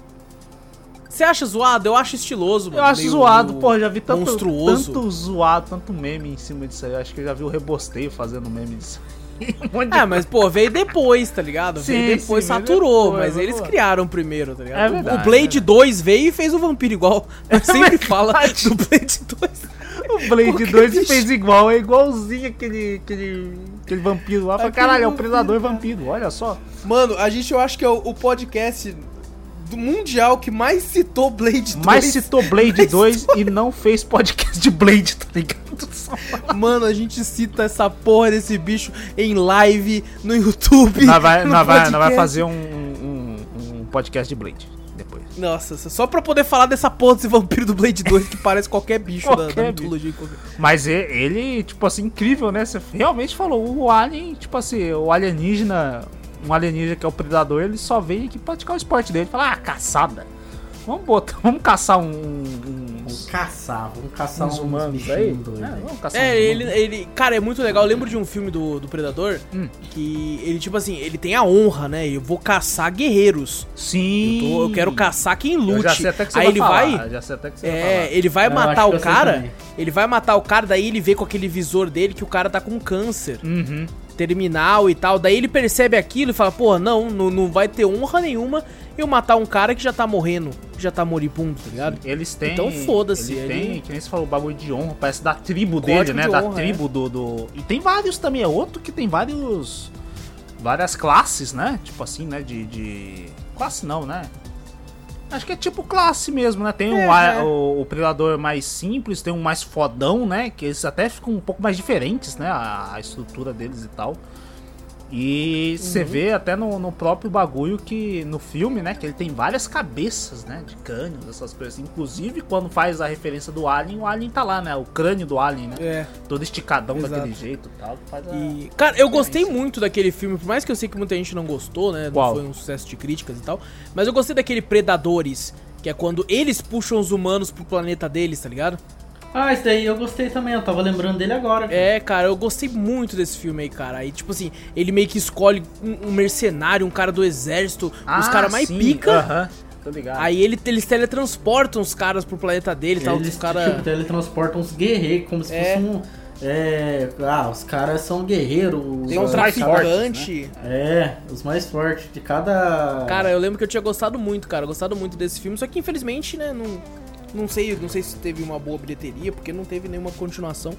Você acha zoado? Eu acho estiloso, mano. Eu acho Meio zoado, porra, já vi monstruoso. tanto zoado, tanto meme em cima disso aí. Eu acho que eu já vi o Rebosteio fazendo meme disso aí. Um monte de Mas, pô, veio depois, tá ligado? Sim, Veio depois, sim, veio saturou, depois, mas eles pô. criaram primeiro, tá ligado? É verdade, O Blade 2 veio e fez o vampiro igual. Eu sempre fala verdade. do Blade 2. O Blade Qualquer 2 bicho. fez igual, é igualzinho aquele vampiro lá. Fala, Aquele caralho, é o vampiro, predador cara. vampiro, olha só. Mano, eu acho que é o podcast do mundial que mais citou Blade 2. Mas citou Blade 2 e não fez podcast de Blade, tá ligado? Mano, a gente cita essa porra desse bicho em live, no YouTube. Nós vai podcast. fazer um podcast de Blade depois. Nossa, só pra poder falar dessa porra desse vampiro do Blade 2 que parece qualquer bicho da Qualquer mitologia. Mas ele, tipo assim, incrível, né? Você realmente falou, o alien, tipo assim, o alienígena, um alienígena que é o predador, ele só veio aqui praticar o esporte dele. Fala, caçada. Vamos caçar Vamos caçar uns humanos bichinhos aí. doidos. Vamos caçar Ele, cara, é muito legal. Eu lembro de um filme do Predador que ele, tipo assim, ele tem a honra, né? Eu vou caçar guerreiros. Sim. Eu quero caçar quem lute. Eu já sei até que você Aí vai ele falar. vai. Já sei até que você vai falar. Ele vai Eu matar acho que o eu sei cara. também. Ele vai matar o cara, daí ele vê com aquele visor dele que o cara tá com câncer Uhum. terminal e tal. Daí ele percebe aquilo e fala, porra, não vai ter honra nenhuma eu matar um cara que já tá morrendo, que já tá moribundo, tá ligado? Eles têm. Então foda-se, Ele ele- tem, que nem você falou, o bagulho de honra, parece da tribo Código dele, né? de Da honra, tribo do. E tem vários também, é outro que tem várias classes, né? Tipo assim, né? De. Classe não, né? Acho que é tipo classe mesmo, né? Tem o predador mais simples, tem um mais fodão, né? Que eles até ficam um pouco mais diferentes, né? A estrutura deles e tal. E você vê até no próprio bagulho que no filme, né, que ele tem várias cabeças, né, de crânios, essas coisas. Inclusive, quando faz a referência do Alien, o Alien tá lá, né, o crânio do Alien, né, todo esticadão Exato. daquele jeito e tal. Faz E, cara, eu gostei muito daquele filme, por mais que eu sei que muita gente não gostou, né, Qual? não foi um sucesso de críticas e tal, mas eu gostei daquele Predadores, que é quando eles puxam os humanos pro planeta deles, tá ligado? Ah, esse daí eu gostei também, eu tava lembrando dele agora. Cara, eu gostei muito desse filme aí, cara. Aí, tipo assim, ele meio que escolhe um mercenário, um cara do exército, os caras mais pica. Aham, tô ligado. Aí eles teletransportam os caras pro planeta dele e tal. Eles Os caras. tipo, teletransportam uns guerreiros, como se fosse Os caras são guerreiros. Tem um os traficante. os mais fortes de cada... Cara, eu lembro que eu tinha gostado muito, cara. Gostado muito desse filme, só que infelizmente, né, não sei se teve uma boa bilheteria, porque não teve nenhuma continuação.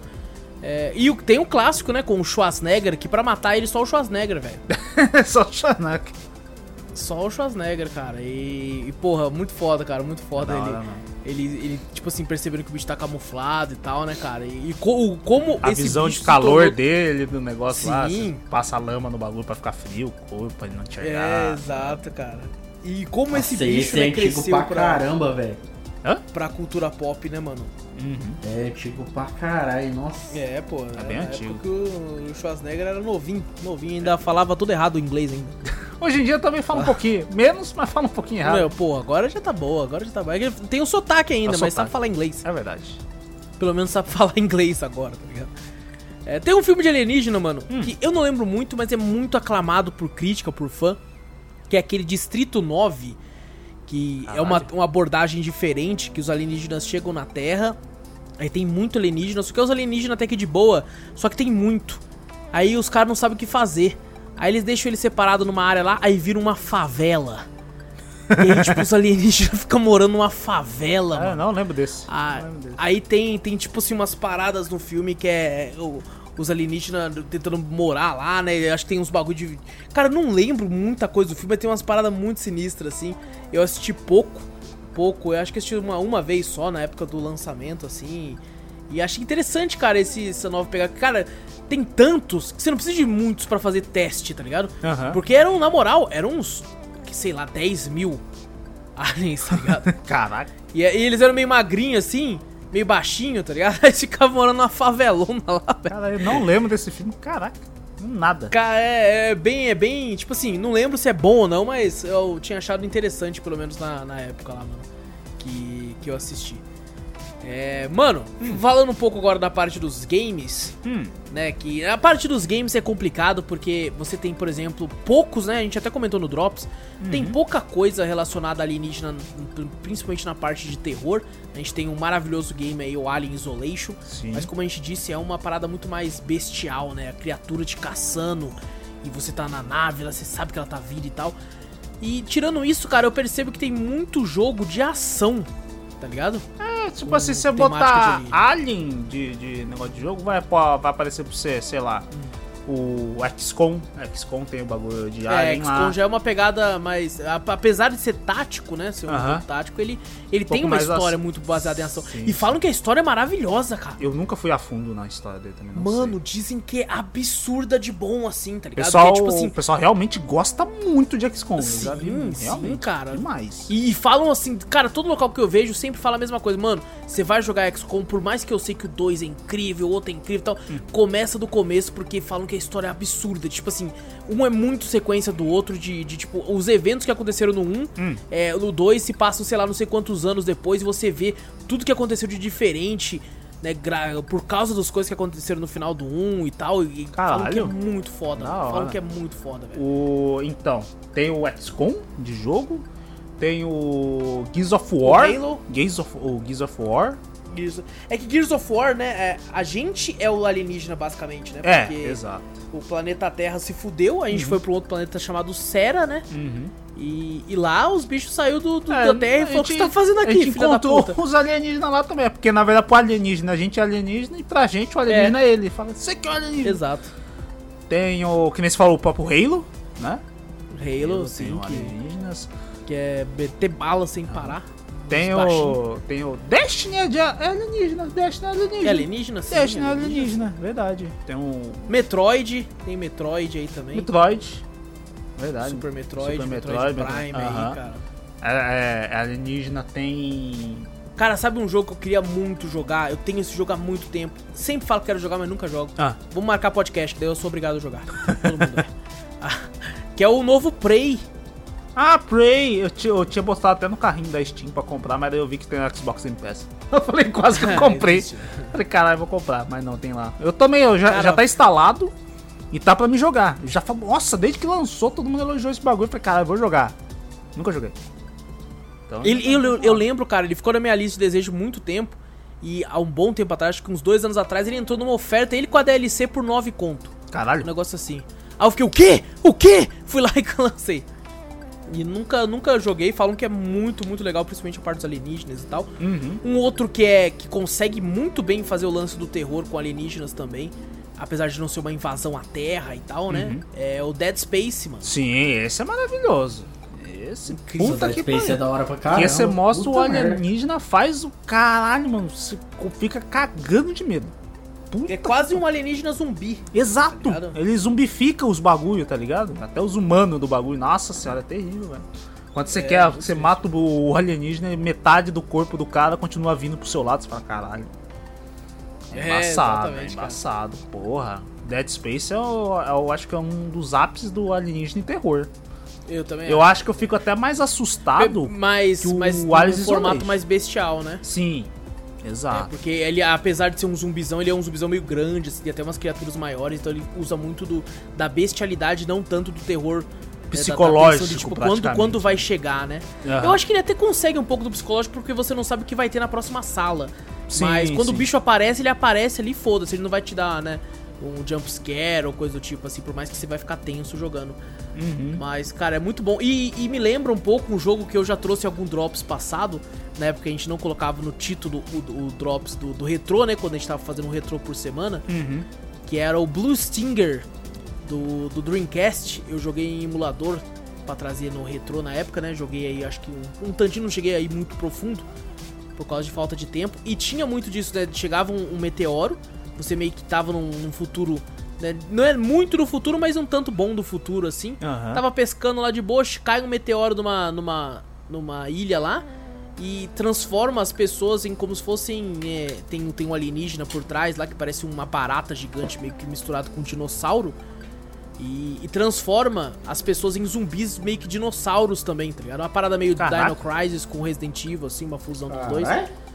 E tem um clássico, né, com o Schwarzenegger, que pra matar ele só o Schwarzenegger, velho. Só o Schwarzenegger. Só o Schwarzenegger, cara. E porra, muito foda, cara, muito foda. Ele, tipo assim, percebendo que o bicho tá camuflado e tal, né, cara? E como a esse visão bicho de calor tornou... dele, do negócio lá, Sim. passa a lama no bagulho pra ficar frio, o corpo, pra ele não enxergar. Exato, cara. E como esse Nossa, bicho, é né, antigo cresceu pra caramba, velho. pra cultura pop, né, mano? Uhum. É antigo pra caralho, nossa. Pô, É bem antigo. Porque o Schwarzenegger era novinho, ainda falava tudo errado o inglês ainda. Hoje em dia também fala um pouquinho, menos, mas fala um pouquinho errado. Meu, pô, agora já tá boa. É que tem o sotaque ainda, mas sotaque. sabe falar inglês. É verdade. Pelo menos sabe falar inglês agora, tá ligado? Tem um filme de alienígena, mano, que eu não lembro muito, mas é muito aclamado por crítica, por fã, que é aquele Distrito 9, que é uma abordagem diferente, que os alienígenas chegam na Terra, aí tem muito alienígena, só que os alienígenas até que de boa, só que tem muito. Aí os caras não sabem o que fazer. Aí eles deixam ele separado numa área lá, aí vira uma favela. E aí, tipo, os alienígenas ficam morando numa favela, mano. Não lembro desse. Aí tem, tipo assim, umas paradas no filme que é os alienígenas tentando morar lá, né? Eu acho que tem uns bagulho de... Cara, eu não lembro muita coisa do filme, mas tem umas paradas muito sinistras, assim. Eu assisti pouco. Eu acho que assisti uma vez só, na época do lançamento, assim. E achei interessante, cara, essa nova pegada. Cara, tem tantos que você não precisa de muitos pra fazer teste, tá ligado? Porque na moral, eram uns, sei lá, 10 mil aliens, tá ligado? Caraca. E eles eram meio magrinhos, assim, meio baixinho, tá ligado? Aí ficavam morando numa favelona lá, velho. Cara, eu não lembro desse filme, caraca. Nada. Cara, é bem, tipo assim, não lembro se é bom ou não, mas eu tinha achado interessante, pelo menos na época lá, mano, que eu assisti. Mano, falando um pouco agora da parte dos games, né, que a parte dos games é complicado porque você tem, por exemplo, poucos, né, a gente até comentou no Drops, tem pouca coisa relacionada a alienígena, principalmente na parte de terror. A gente tem um maravilhoso game aí, o Alien Isolation, mas como a gente disse, é uma parada muito mais bestial, né, a criatura te caçando e você tá na nave, você sabe que ela tá vindo e tal. E tirando isso, cara, eu percebo que tem muito jogo de ação, tá ligado? Tipo assim, se você botar Alien de negócio de jogo, vai aparecer pra você, sei lá, o XCOM. XCOM tem o bagulho de Alien lá. XCOM já é uma pegada mais... Apesar de ser tático, né, ser um jogo tático, ele tem uma história muito baseada em ação. E falam que a história é maravilhosa, cara. Eu nunca fui a fundo na história dele também, não Mano, sei. Dizem que é absurda de bom, assim, tá ligado? Pessoal, tipo assim, o pessoal realmente gosta muito de XCOM. Sim, cara. Demais. E falam assim, cara, todo local que eu vejo sempre fala a mesma coisa. Mano, você vai jogar XCOM, por mais que eu sei que o 2 é incrível, o outro é incrível e tal, começa do começo porque falam que a história é absurda. Tipo assim, um é muito sequência do outro, de tipo, os eventos que aconteceram no 1, no 2 se passam, sei lá, não sei quantos anos depois e você vê tudo que aconteceu de diferente, né, por causa das coisas que aconteceram no final do 1 e tal. E falam que é muito foda. Falam que é muito foda, velho. Então, tem o XCOM de jogo, tem o Gears of War. O Gears of War. É que Gears of War, né, a gente é o alienígena basicamente, né? Porque exato. O planeta Terra se fudeu, a gente foi pra um outro planeta chamado Sera, né? E lá os bichos saíram da Terra e falaram: o que você tá fazendo aqui, filha da puta? Encontrou os alienígenas lá também, porque na verdade pro alienígena a gente é alienígena e pra gente o alienígena é ele. Fala, você que é o alienígena. Exato. Tem o, que nem se falou, o próprio Halo, né? Halo, sim, alienígenas. Que é meter bala sem parar. Tem o Destiny é alienígena. Destiny é alienígena. É alienígena, sim. Destiny é alienígena, verdade. Tem um Metroid, tem Metroid aí também. Metroid, verdade. Super Metroid Prime aí, cara. Alienígena tem... Cara, sabe um jogo que eu queria muito jogar? Eu tenho esse jogo há muito tempo. Sempre falo que quero jogar, mas nunca jogo. Vamos marcar podcast, que daí eu sou obrigado a jogar. Todo mundo que é o novo Prey. Prey! Eu tinha botado até no carrinho da Steam pra comprar, mas daí eu vi que tem no Xbox Game Pass. Eu falei, quase que eu comprei. Falei, caralho, vou comprar, mas não, tem lá. Eu também, já tá instalado e tá pra me jogar. Já falei, nossa, desde que lançou, todo mundo elogiou esse bagulho. Eu falei, caralho, vou jogar. Nunca joguei. Então, eu lembro, cara, ele ficou na minha lista de desejo muito tempo. E há um bom tempo atrás, acho que uns 2 anos atrás, ele entrou numa oferta, ele com a DLC por 9 conto. Caralho. Um negócio assim. Aí eu fiquei, o quê? O quê? Fui lá e lancei. E nunca joguei, falam que é muito, muito legal, principalmente a parte dos alienígenas e tal. Um outro que consegue muito bem fazer o lance do terror com alienígenas também, apesar de não ser uma invasão à Terra e tal, né? É o Dead Space, mano. Sim, esse é maravilhoso. Esse Incrível. Puta que Space é da hora pra caramba. Porque você mostra Puta o alienígena, faz o caralho, mano. Você fica cagando de medo. Puta É quase um alienígena zumbi. Exato. Tá ligado? Ele zumbifica os bagulho, tá ligado? Até os humanos do bagulho. Nossa senhora, é terrível, velho. Quando você quer, você mata o alienígena e metade do corpo do cara continua vindo pro seu lado. Você fala, caralho. Embaçado, embaçado. Porra. Dead Space eu acho que é um dos ápices do alienígena em terror. Eu também. Eu acho que eu fico até mais assustado mas que o num Alice formato Isolation. mais bestial, né? Sim, exato. Porque ele, apesar de ser um zumbizão, ele é um zumbizão meio grande, assim, tem até umas criaturas maiores, então ele usa muito da bestialidade, não tanto do terror psicológico, da tipo, praticamente. quando vai chegar, né? Eu acho que ele até consegue um pouco do psicológico, porque você não sabe o que vai ter na próxima sala. Sim, mas quando sim. o bicho aparece, ele aparece ali, foda-se, ele não vai te dar, né, um jump scare ou coisa do tipo, assim, por mais que você vai ficar tenso jogando. Mas, cara, é muito bom. E me lembra um pouco um jogo que eu já trouxe em algum Drops passado, na época que a gente não colocava no título o Drops do retrô, né, quando a gente tava fazendo um retrô por semana, que era o Blue Stinger do Dreamcast. Eu joguei em emulador pra trazer no retrô na época, né, joguei aí, acho que um tantinho, não cheguei aí muito profundo, por causa de falta de tempo. E tinha muito disso, né, chegava um meteoro, você meio que tava num futuro, né, não é muito do futuro, mas um tanto bom do futuro, assim. Tava pescando lá de boa, cai um meteoro numa ilha lá e transforma as pessoas em como se fossem... tem um alienígena por trás lá que parece uma barata gigante, meio que misturado com um dinossauro. E transforma as pessoas em zumbis meio que dinossauros também, tá ligado? Uma parada meio Dino Crisis com Resident Evil, assim, uma fusão dos dois.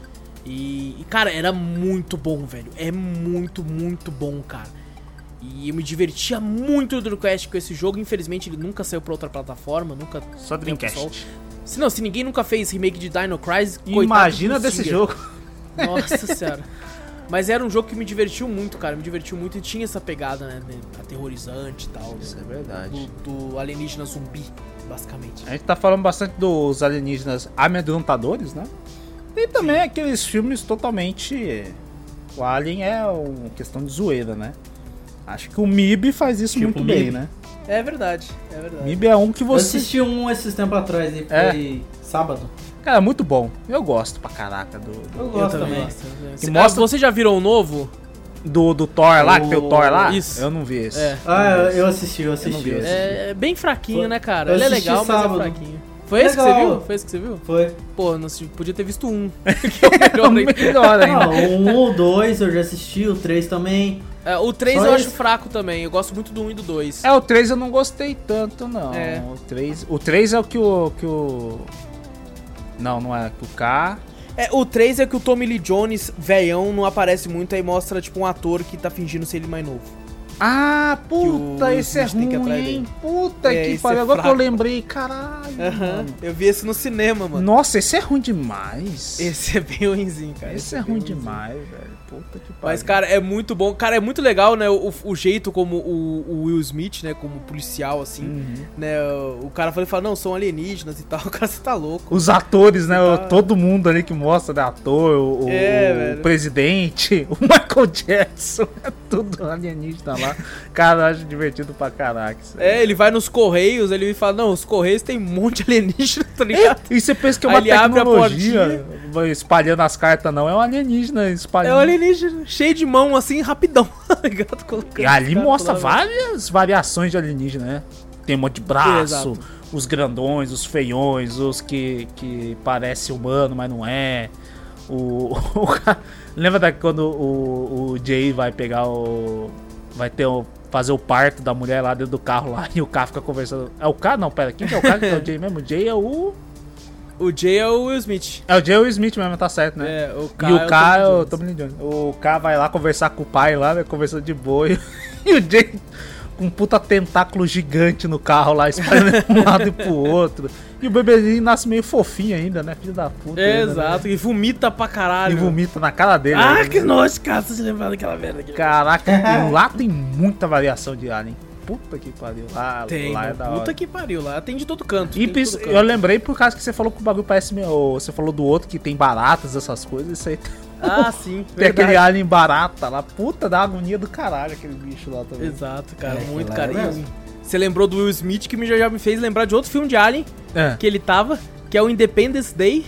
E, cara, era muito bom, velho. É muito, muito bom, cara. E eu me divertia muito no Dreamcast com esse jogo. Infelizmente, ele nunca saiu pra outra plataforma, nunca... Só Dreamcast. Se ninguém nunca fez remake de Dino Crisis, imagina desse jogo. Nossa senhora. Mas era um jogo que me divertiu muito, cara. Me divertiu muito e tinha essa pegada, né? Aterrorizante e tal. Isso é verdade. Do alienígena zumbi, basicamente. A gente tá falando bastante dos alienígenas amedrontadores, né? E também aqueles filmes totalmente... O Alien é uma questão de zoeira, né? Acho que o MIB faz isso Tipo muito MIB. bem, né? É verdade, é verdade. MIB é um que Eu você... assisti um esses tempos atrás, aí foi sábado. Cara, muito bom. Eu gosto pra caraca do... Eu Eu gosto também também. gosto. Que mostra- Você já virou o novo? Do Thor lá, que tem o Thor lá? Isso. Eu não vi esse. É. Eu assisti. Eu não vi esse. É bem fraquinho, Foi- né, cara? eu Ele é assisti legal, mas sábado. é fraquinho. Foi esse que você Legal. viu? Foi esse que você viu? Foi. Pô, não, podia ter visto um. Que é o melhor ainda. Melhor ainda. Não, o 1, o 2 eu já assisti, o 3 também. O 3 Só eu acho esse. fraco também. Eu gosto muito do 1 e do 2. O 3 eu não gostei tanto, não. É. O 3 é o que o... Não, não é. Que o K... O 3 é que o Tommy Lee Jones, velhão, não aparece muito, aí mostra, tipo, um ator que tá fingindo ser ele mais novo. Ah, Que o puta, Will esse é Smith tem que ir ruim, atrás hein? dele. Puta que esse pariu. é Agora que eu fraco. lembrei, caralho. mano. Eu vi esse no cinema, mano. Nossa, esse é ruim demais. Esse é bem ruimzinho, cara. Esse é bem ruim ruinzinho. demais, velho. Puta que pariu. Mas, cara, é muito bom. Cara, é muito legal, né? O jeito como o Will Smith, né? Como policial, assim, né? O cara fala, não, são alienígenas e tal. O cara, você tá louco. Os atores, né? Tá. Todo mundo ali que mostra, né? Ator, o velho. presidente, o Michael Jackson. É tudo alienígena lá. Cara, eu acho divertido pra caraca. Isso aí. Ele vai nos Correios, ele fala, não, os Correios tem um monte de alienígena, tá ligado? E você pensa que é uma Aí ele abre a tecnologia espalhando as cartas, não. É um alienígena espalhando. É um alienígena, cheio de mão, assim, rapidão, tá ligado? Colocando E ali os caras mostra toda hora. várias variações de alienígena, né? Tem um monte de braço, Exato. os grandões, os feiões, os que parece humano, mas não é. Lembra quando o Jay vai pegar o... Vai ter fazer o parto da mulher lá dentro do carro lá e o carro fica conversando. É o cara? Não, pera, quem que é o cara que é o Jay mesmo? O Jay é o... O Jay é o Will Smith. É o Jay ou o Smith mesmo, tá certo, né? O E o K é o Tommy Lee Tommy Lee Jones. O K vai lá conversar com o pai lá, né, conversando de boa. E o Jay com um puta tentáculo gigante no carro lá, espalhando pra um lado e pro outro. E o bebezinho nasce meio fofinho ainda, né? Filho da puta. Exato, né? e vomita pra caralho. E vomita na cara dele. Ah, né? que nojo, cara, você lembrar daquela merda aqui. Caraca, e lá tem muita variação de alien. Puta que pariu. Tem, lá é da hora. puta que pariu, lá tem de todo canto. E tem de todo canto. eu lembrei por causa que você falou que o bagulho parece meio... Você falou do outro que tem baratas, essas coisas. Isso aí Ah, sim, tem aquele alien barata lá. Puta, dá agonia do caralho aquele bicho lá também. Exato, cara, É, muito aquilo lá é carinho. mesmo. Você lembrou do Will Smith, que já me fez lembrar de outro filme de Alien É. que ele tava, que é o Independence Day.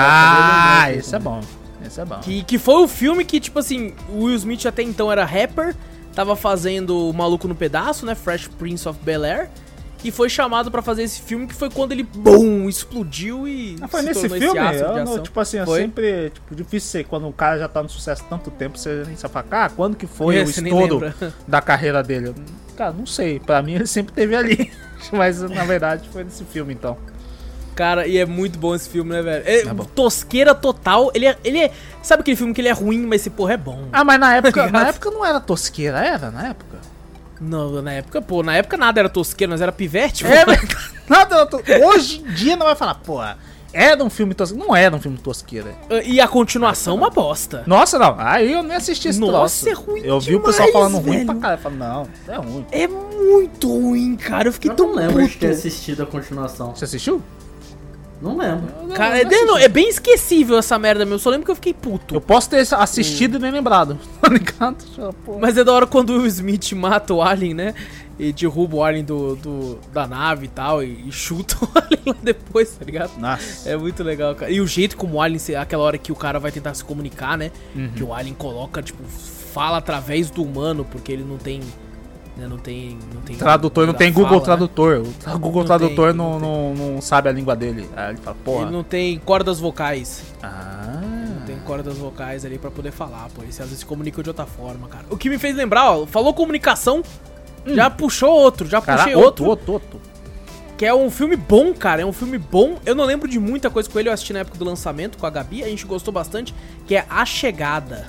Esse é bom. Esse é bom. Que foi o filme que, tipo assim, o Will Smith até então era rapper, tava fazendo o Maluco no Pedaço, né, Fresh Prince of Bel-Air, e foi chamado pra fazer esse filme, que foi quando ele, BUM, explodiu e Foi se nesse tornou filme? esse astro de Eu não, ação. tipo assim, é Foi? sempre difícil ser quando o cara já tá no sucesso há tanto tempo, você nem sabe falar, quando que foi o Você nem estouro lembra. da carreira dele? Cara, não sei, pra mim ele sempre teve ali, mas na verdade foi nesse filme então. Cara, e é muito bom esse filme, né, velho? É É bom. tosqueira total. Ele é. Sabe aquele filme que ele é ruim, mas esse porra é bom? Ah, mas na época, Obrigado. na época não era tosqueira, era na época? Não, na época nada era tosqueira, mas era pivete. É, pô. mas nada, hoje em dia não vai falar, pô, era um filme tosqueira, não era um filme tosqueira. E a continuação, uma bosta. Nossa, não, aí eu nem assisti esse Nossa, troço. é ruim Eu vi o demais, pessoal falando ruim velho. pra caralho, eu falo, não, é ruim. É muito ruim, cara. Eu fiquei Eu tão não lembro de puto. ter assistido a continuação. Você assistiu? Não lembro. Cara, Eu não assisti. é bem esquecível essa merda, meu. Eu só lembro que eu fiquei puto. Eu posso ter assistido e nem lembrado. Tá ligado? Pô. Mas é da hora quando o Will Smith mata o Alien, né? E derruba o Alien da nave e tal. E chuta o Alien lá depois, tá ligado? Nossa. É muito legal, cara. E o jeito como o Alien, aquela hora que o cara vai tentar se comunicar, né? Que o Alien coloca, tipo, fala através do humano, porque ele não tem. Né, não tem Tradutor, não da tem Google fala, né? Tradutor. O Google Não Tradutor tem, não sabe a língua dele. Aí ele fala, porra. Ele não tem cordas vocais. Ah. Não tem cordas vocais ali pra poder falar, pô. Ele às vezes se comunica de outra forma, cara. O que me fez lembrar, ó, falou comunicação, já puxou outro, já puxei Cara, outro. outro. Que é um filme bom, cara. É um filme bom. Eu não lembro de muita coisa com ele. Eu assisti na época do lançamento com a Gabi. A gente gostou bastante. Que é A Chegada.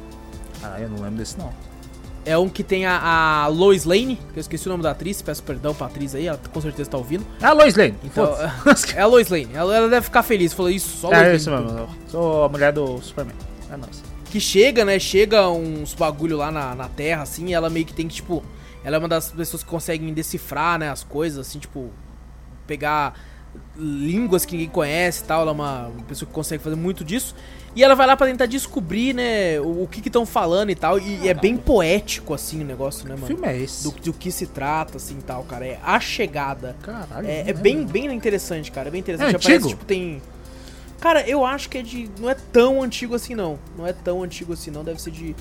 Ah, eu não lembro desse não. É um que tem a Lois Lane. Que eu esqueci o nome da atriz. Peço perdão pra atriz aí. Ela com certeza tá ouvindo. É a Lois Lane. Então, Foda-se. é a Lois Lane. Ela deve ficar feliz. Falou isso, só Lois É Lane. isso mesmo. Eu sou a mulher do Superman. É nossa. Que chega, né? Chega uns bagulho lá na Terra, assim. E ela meio que tem que, tipo... Ela é uma das pessoas que conseguem decifrar, né? As coisas, assim, tipo... Pegar línguas que ninguém conhece e tal. Ela é uma pessoa que consegue fazer muito disso. E ela vai lá pra tentar descobrir, né? O que estão falando e tal. E é bem poético, assim, o negócio, né, Que mano? filme é esse? Do que se trata, assim, e tal, cara. É A Chegada. Caralho. É não bem, lembro. bem interessante, cara. É bem interessante. É Aparece, antigo? tipo, tem... Cara, eu acho que é de... Não é tão antigo assim, não. Não é tão antigo assim, não. Deve ser de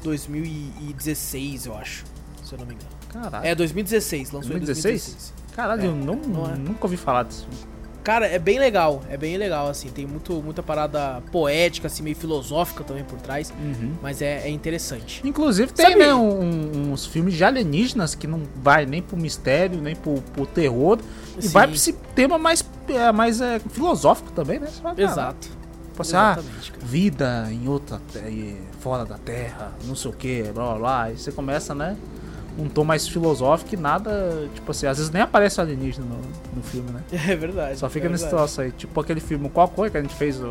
2016, eu acho. Se eu não me engano. Caralho. É, 2016. Lançou 2016? em 2016. Caralho, É, eu não é. nunca ouvi falar disso. Cara, é bem legal, assim, tem muita parada poética, assim, meio filosófica também por trás, mas é interessante. Inclusive tem, Sabe- né, uns filmes de alienígenas que não vai nem pro mistério, nem pro terror, e Sim. vai pra esse tema mais filosófico também, né? Você fala, cara, Exato. tipo assim, ah, Exatamente, cara. vida em outra, fora da Terra, não sei o que, blá blá blá, e você começa, né, um tom mais filosófico e nada, tipo assim, às vezes nem aparece o alienígena no filme, né? É verdade. Só fica é nesse verdade. troço aí, tipo aquele filme, qual foi que a gente fez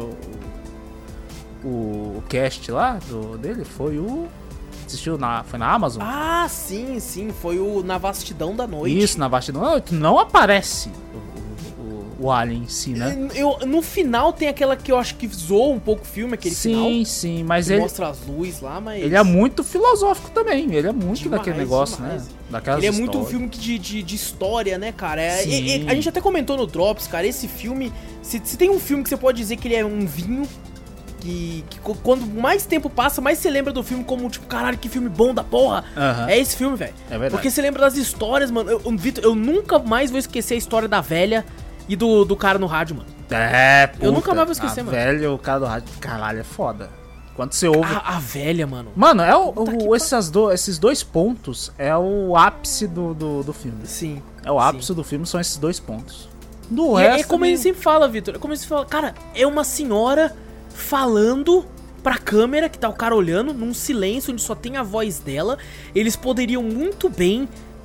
o cast lá dele? Foi assistiu foi na Amazon? Ah, sim, foi o Na Vastidão da Noite. Isso, na vastidão. Não aparece o alien em si, né? No final tem aquela que eu acho que zoou um pouco o filme, aquele final. Sim, mas Que ele, mostra as luzes lá, mas... ele é muito filosófico também. Ele é muito Demais, daquele negócio, demais. né? Daquelas Ele é muito um histórias. filme de história, né, cara? Sim. A gente até comentou no Drops, cara, esse filme... Se tem um filme que você pode dizer que ele é um vinho... Que quando mais tempo passa, mais você lembra do filme como, tipo, caralho, que filme bom da porra. Aham. É esse filme, velho. É verdade. Porque você lembra das histórias, mano. Vitor, eu nunca mais vou esquecer a história da velha e do cara no rádio, mano. É, puta, Eu nunca mais vou esquecer, mano. Velho, o cara do rádio, caralho, é foda. Quando você ouve... A velha, mano. Mano, é Puta que esses dois pontos é o ápice do filme. Sim. É o ápice sim. do filme, são esses dois pontos. Do E resto... é como também- ele sempre fala, Vitor. É como ele sempre fala, cara, é uma senhora falando pra câmera, que tá o cara olhando, num silêncio onde só tem a voz dela. Eles poderiam muito bem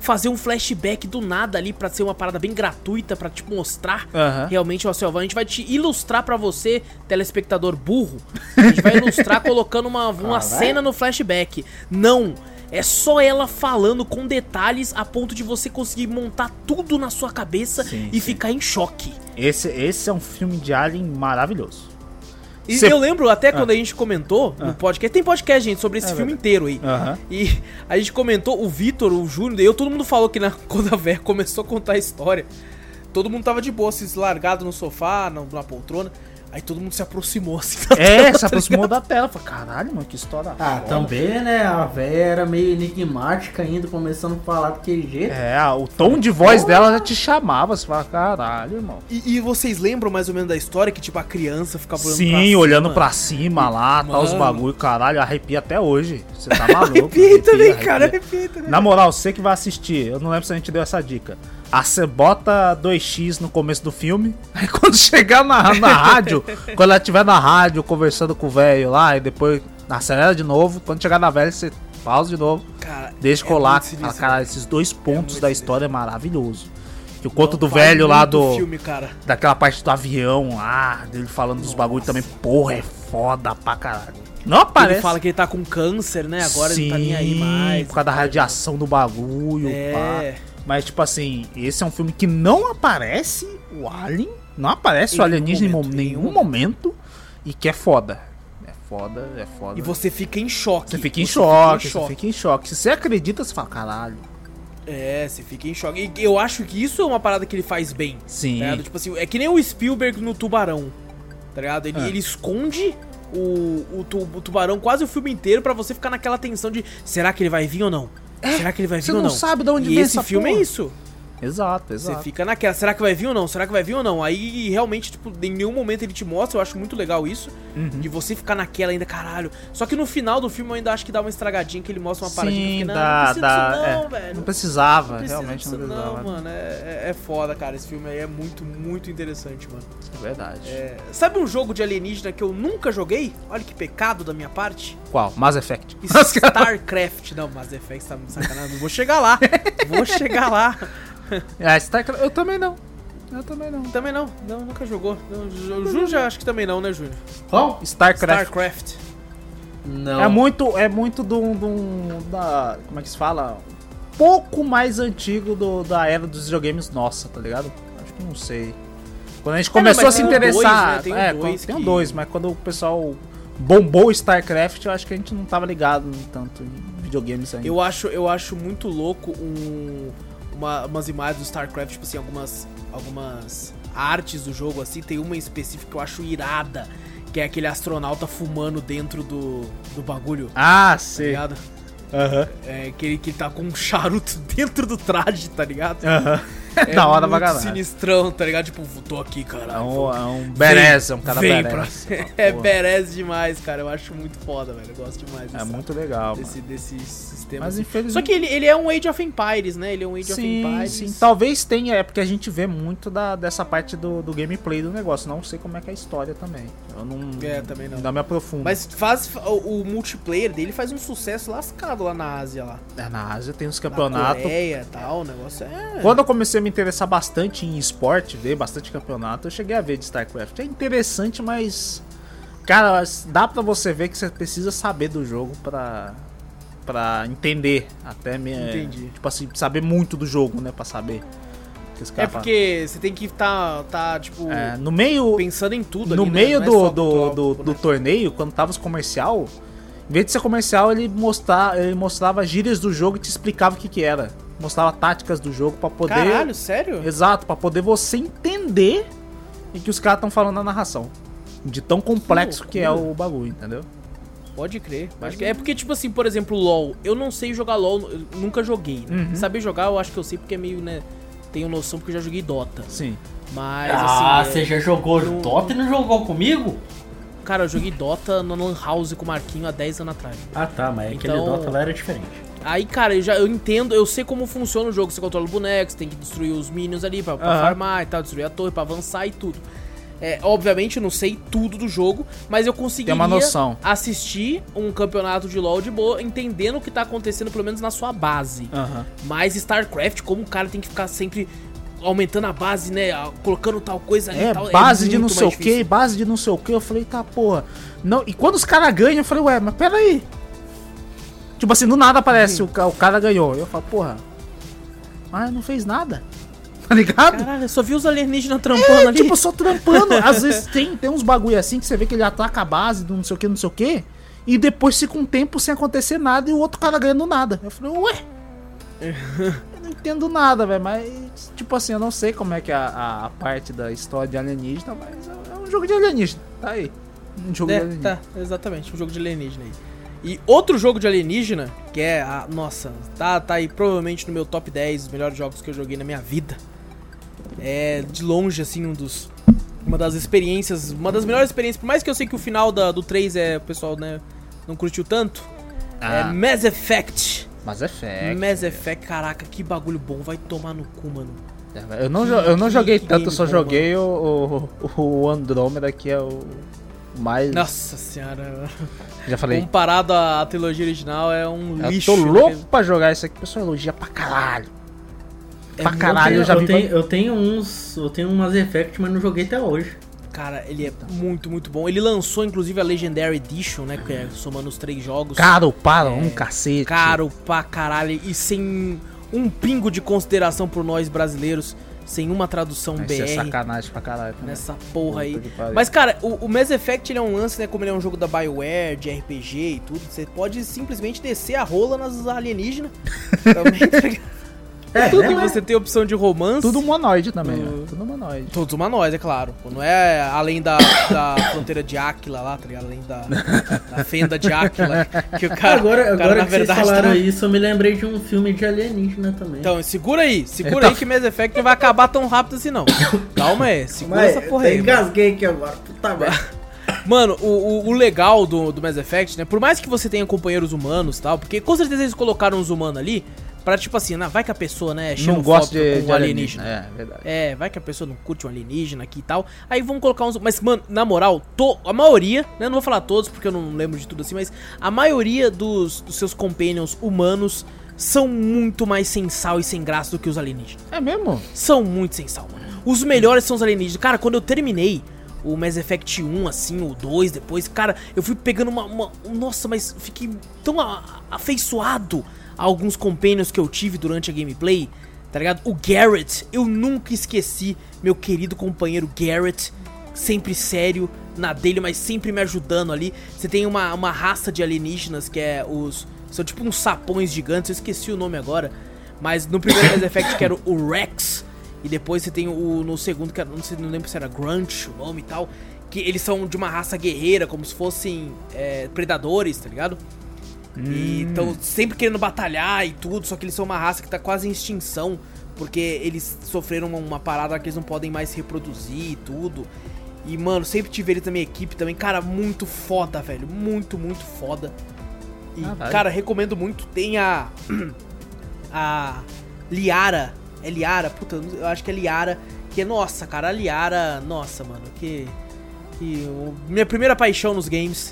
fazer um flashback do nada ali pra ser uma parada bem gratuita, pra te mostrar realmente, ó, a gente vai te ilustrar pra você, telespectador burro, a gente vai ilustrar colocando uma cena no flashback. Não, é só ela falando com detalhes a ponto de você conseguir montar tudo na sua cabeça e ficar em choque. Esse é um filme de Alien maravilhoso. E eu lembro até quando a gente comentou no podcast, tem podcast, gente, sobre esse filme inteiro aí. E a gente comentou, o Vitor, o Júnior, todo mundo falou que quando a véia começou a contar a história, todo mundo tava de boa, assim, largado no sofá, na poltrona. Aí todo mundo se aproximou, assim, da tela, se aproximou da tela. Falei, caralho, mano, que história foda. Também, né, a véia era meio enigmática ainda, começando a falar daquele jeito. O tom de voz dela já te chamava, você fala, caralho, irmão. E vocês lembram mais ou menos da história, que tipo, a criança ficava olhando pra cima? Sim, olhando pra cima lá, tá os bagulho, caralho, arrepia até hoje. Você tá maluco. Arrepia também, cara, arrepia também. Na moral, você que vai assistir, eu não lembro se a gente deu essa dica. Você bota 2x no começo do filme, aí quando chegar na rádio, quando ela estiver na rádio conversando com o velho lá, e depois acelera de novo, quando chegar na velha você pausa de novo, cara, deixa colar, fala, cara, esses 2 pontos da história é maravilhoso. Que o conto do velho lá filme, cara. Daquela parte do avião lá, dele falando dos bagulho também, porra, é foda pra caralho. Não aparece. Ele fala que ele tá com câncer, né, agora ele não tá nem aí mais. Por causa da radiação do bagulho, pá. Mas, tipo assim, esse é um filme que não aparece o Alien, não aparece o alienígena em nenhum momento, e que é foda. É foda. E você fica em choque. Você fica em choque. Se você acredita, você fala, caralho. Você fica em choque. E eu acho que isso é uma parada que ele faz bem. Sim. Tá ligado? Tipo assim, é que nem o Spielberg no Tubarão, tá ligado? Ele esconde o tubarão quase o filme inteiro pra você ficar naquela tensão de, será que ele vai vir ou não? Será que ele vai vir ou não? Você não sabe de onde vem essa filme porra. É isso. Exato. Você fica naquela, será que vai vir ou não? Será que vai vir ou não? Aí realmente, tipo, em nenhum momento ele te mostra, eu acho muito legal isso, de você ficar naquela ainda, caralho. Só que no final do filme eu ainda acho que dá uma estragadinha, que ele mostra uma paradinha. Não precisava, realmente não precisava. Não, mano, é foda, cara, esse filme aí é muito, muito interessante, mano. É verdade. Sabe um jogo de alienígena que eu nunca joguei? Olha que pecado da minha parte. Qual? Mass Effect. StarCraft. Não, Mass Effect tá me sacanagem, não vou chegar lá. StarCraft, eu também não. Também não, nunca jogou. O Júnior já acho que também não, né, Júnior? Qual? StarCraft. Não. É muito da, como é que se fala? Pouco mais antigo da era dos videogames nossa, tá ligado? Acho que não sei. Quando a gente começou a se interessar, tem dois, mas quando o pessoal bombou o StarCraft, eu acho que a gente não tava ligado tanto em videogames ainda. Eu acho muito louco umas imagens do StarCraft, tipo assim, algumas artes do jogo, assim, tem uma em específico que eu acho irada, que é aquele astronauta fumando dentro do bagulho. Sei. Tá ligado? Que ele tá com um charuto dentro do traje, tá ligado? Da hora pra caralho. Sinistrão, tá ligado? Tipo, tô aqui, caralho. É um badass, é um cara badass. Badass demais, cara. Eu acho muito foda, velho. Eu gosto demais muito legal, desse sistema. Mas assim. infelizmente... Só que ele é um Age of Empires, né? Ele é um Age of Empires. Sim, talvez tenha, porque a gente vê muito dessa parte do gameplay do negócio. Não sei como é que é a história também. Eu não... também não. Não me aprofundo. Mas o multiplayer dele faz um sucesso lascado lá na Ásia, lá. Na Ásia tem uns campeonatos. Na Coreia e tal, o negócio Quando eu comecei a me interessar bastante em esporte, ver bastante campeonato, eu cheguei a ver de StarCraft. É interessante, mas... Cara, dá pra você ver que você precisa saber do jogo pra entender. Entendi. Tipo assim, saber muito do jogo, né? Pra saber. Porque você tem que tá tipo... no meio... Pensando em tudo no ali, meio né? do torneio, quando tava os comercial... Em vez de ser comercial, ele mostrava gírias do jogo e te explicava o que era. Mostrava táticas do jogo pra poder... Caralho, sério? Exato, pra poder você entender o que os caras estão falando na narração. De tão complexo que é o bagulho, entendeu? Pode crer. É porque, tipo assim, por exemplo, LoL. Eu não sei jogar LoL, eu nunca joguei. Né? Saber jogar, eu acho que eu sei porque é meio, né... Tenho noção porque eu já joguei Dota. Sim. Mas, você já jogou Dota e não jogou comigo? Cara, eu joguei Dota no Lan House com o Marquinho há 10 anos atrás. Tá, mas aquele Dota lá era diferente. Aí, cara, eu entendo, eu sei como funciona o jogo. Você controla o boneco, você tem que destruir os minions ali pra farmar e tal, destruir a torre, pra avançar e tudo. Obviamente eu não sei tudo do jogo, mas eu conseguiria uma noção. assistir um campeonato de LoL de boa, entendendo o que tá acontecendo, pelo menos na sua base. Mas StarCraft, como o cara tem que ficar sempre aumentando a base, né? Colocando tal coisa ali e tal. Base de não sei o que, base de não sei o que. Eu falei, tá, porra. Não, e quando os caras ganham, eu falei, ué, mas pera aí. Tipo assim, do nada aparece o cara ganhou. Eu falo, porra, mas não fez nada. Tá ligado? Caralho, eu só vi os alienígenas trampando ali. Tipo, só trampando. Às vezes tem uns bagulho assim que você vê que ele ataca a base do não sei o que. E depois fica um tempo sem acontecer nada e o outro cara ganhando nada. Eu falei, ué. Eu não entendo nada, velho. Mas, tipo assim, eu não sei como é que é a parte da história de alienígena, mas é um jogo de alienígena. Tá aí. Um jogo de alienígena. Tá, exatamente. Um jogo de alienígena aí. E outro jogo de alienígena, que é nossa, tá aí provavelmente no meu top 10 dos melhores jogos que eu joguei na minha vida. É de longe, assim, uma das melhores experiências, por mais que eu sei que o final do 3 o pessoal, né, não curtiu tanto. É Mass Effect. Mass Effect, caraca, que bagulho bom, vai tomar no cu, mano. Eu não joguei tanto, eu só joguei o Andrômeda, que é o mais... Nossa senhora. Já falei. Comparado à trilogia original, é um lixo. Eu tô louco pra jogar isso aqui, o pessoal elogia pra caralho. Pra caralho, eu tenho um Mass Effect, mas não joguei até hoje. Cara, ele é muito, muito bom. Ele lançou, inclusive, a Legendary Edition, né? Que é somando os 3 jogos. Caro para um cacete. Caro pra caralho. E sem um pingo de consideração por nós brasileiros. Sem uma tradução BR. Isso é sacanagem pra caralho. Nessa porra aí. Mas, cara, o Mass Effect, ele é um lance, né? Como ele é um jogo da BioWare, de RPG e tudo. Você pode simplesmente descer a rola nas alienígenas. Também, tá ligado? Tudo que você tem opção de romance. Tudo humanoide também, Tudo humanoide. Todos humanoides, é claro. Não é além da fronteira de Áquila lá, tá ligado? Além da fenda de Áquila. Que o cara, agora na que verdade, vocês falaram isso, eu me lembrei de um filme de alienígena também. Então, segura aí que Mass Effect não vai acabar tão rápido assim, não. Calma aí, segura essa porra aí. Eu engasguei aqui agora, puta merda. Mano, o legal do Mass Effect, né? Por mais que você tenha companheiros humanos e tal, porque com certeza eles colocaram os humanos ali pra, tipo assim, vai que a pessoa, né, não gosta de alienígena. É, verdade. Vai que a pessoa não curte um alienígena aqui e tal. Aí vamos colocar uns... Mas, mano, na moral, a maioria, né, não vou falar todos porque eu não lembro de tudo assim, mas a maioria dos seus companions humanos são muito mais sem sal e sem graça do que os alienígenas. É mesmo? São muito sem sal, mano. Os melhores são os alienígenas. Cara, quando eu terminei o Mass Effect 1, assim, o 2 depois, cara, eu fui pegando Nossa, mas fiquei tão afeiçoado a alguns companions que eu tive durante a gameplay, tá ligado? O Garrett, eu nunca esqueci meu querido companheiro Garrett, sempre sério na dele, mas sempre me ajudando ali. Você tem uma raça de alienígenas que são tipo uns sapões gigantes, eu esqueci o nome agora, mas no primeiro Mass Effect que era o Rex, e depois você tem no segundo, que não lembro se era Grunt o nome e tal, que eles são de uma raça guerreira, como se fossem predadores, tá ligado? E estão sempre querendo batalhar e tudo, só que eles são uma raça que tá quase em extinção, porque eles sofreram uma parada que eles não podem mais se reproduzir e tudo. E, mano, sempre tive eles na minha equipe também, cara, muito foda, velho, muito, muito foda. E, cara, recomendo muito. Tem a Liara, puta, eu acho que é Liara, que é, nossa, cara, a Liara, nossa, mano, minha primeira paixão nos games.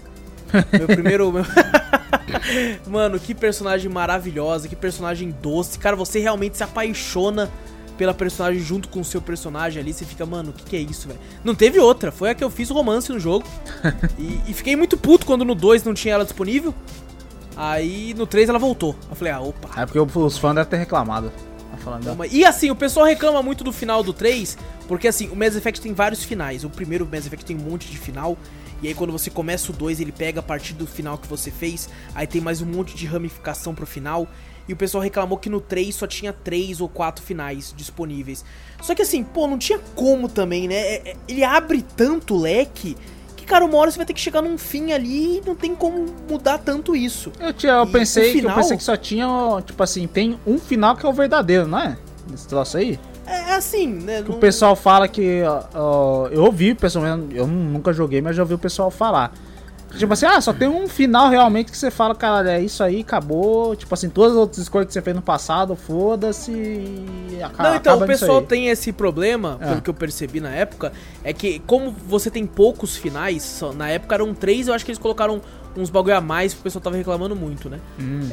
Mano, que personagem maravilhosa, que personagem doce. Cara, você realmente se apaixona pela personagem junto com o seu personagem ali. Você fica, mano, o que é isso, velho? Não teve outra, foi a que eu fiz romance no jogo. E fiquei muito puto quando no 2 não tinha ela disponível. Aí no 3 ela voltou. Eu falei, opa. É porque os fãs devem ter reclamado. E assim, o pessoal reclama muito do final do 3, porque assim, o Mass Effect tem vários finais. O primeiro Mass Effect tem um monte de final. E aí quando você começa o 2, ele pega a partir do final que você fez. Aí tem mais um monte de ramificação pro final. E o pessoal reclamou que no 3 só tinha 3 ou 4 finais disponíveis. Só que assim, não tinha como também, né? Ele abre tanto leque que, cara, uma hora você vai ter que chegar num fim ali e não tem como mudar tanto isso. Eu pensei que só tinha, tipo assim, tem um final que é o verdadeiro, não é? Esse troço aí? É assim, né? O pessoal fala que... eu ouvi, pessoalmente, eu nunca joguei, mas já ouvi o pessoal falar Tipo assim, só tem um final realmente que você fala, cara, é isso aí, acabou. Tipo assim, todas as outras escolhas que você fez no passado, foda-se e Não, então, o pessoal tem esse problema, pelo que eu percebi na época, é que como você tem poucos finais, na época eram 3, eu acho que eles colocaram uns bagulho a mais, porque o pessoal tava reclamando muito, né?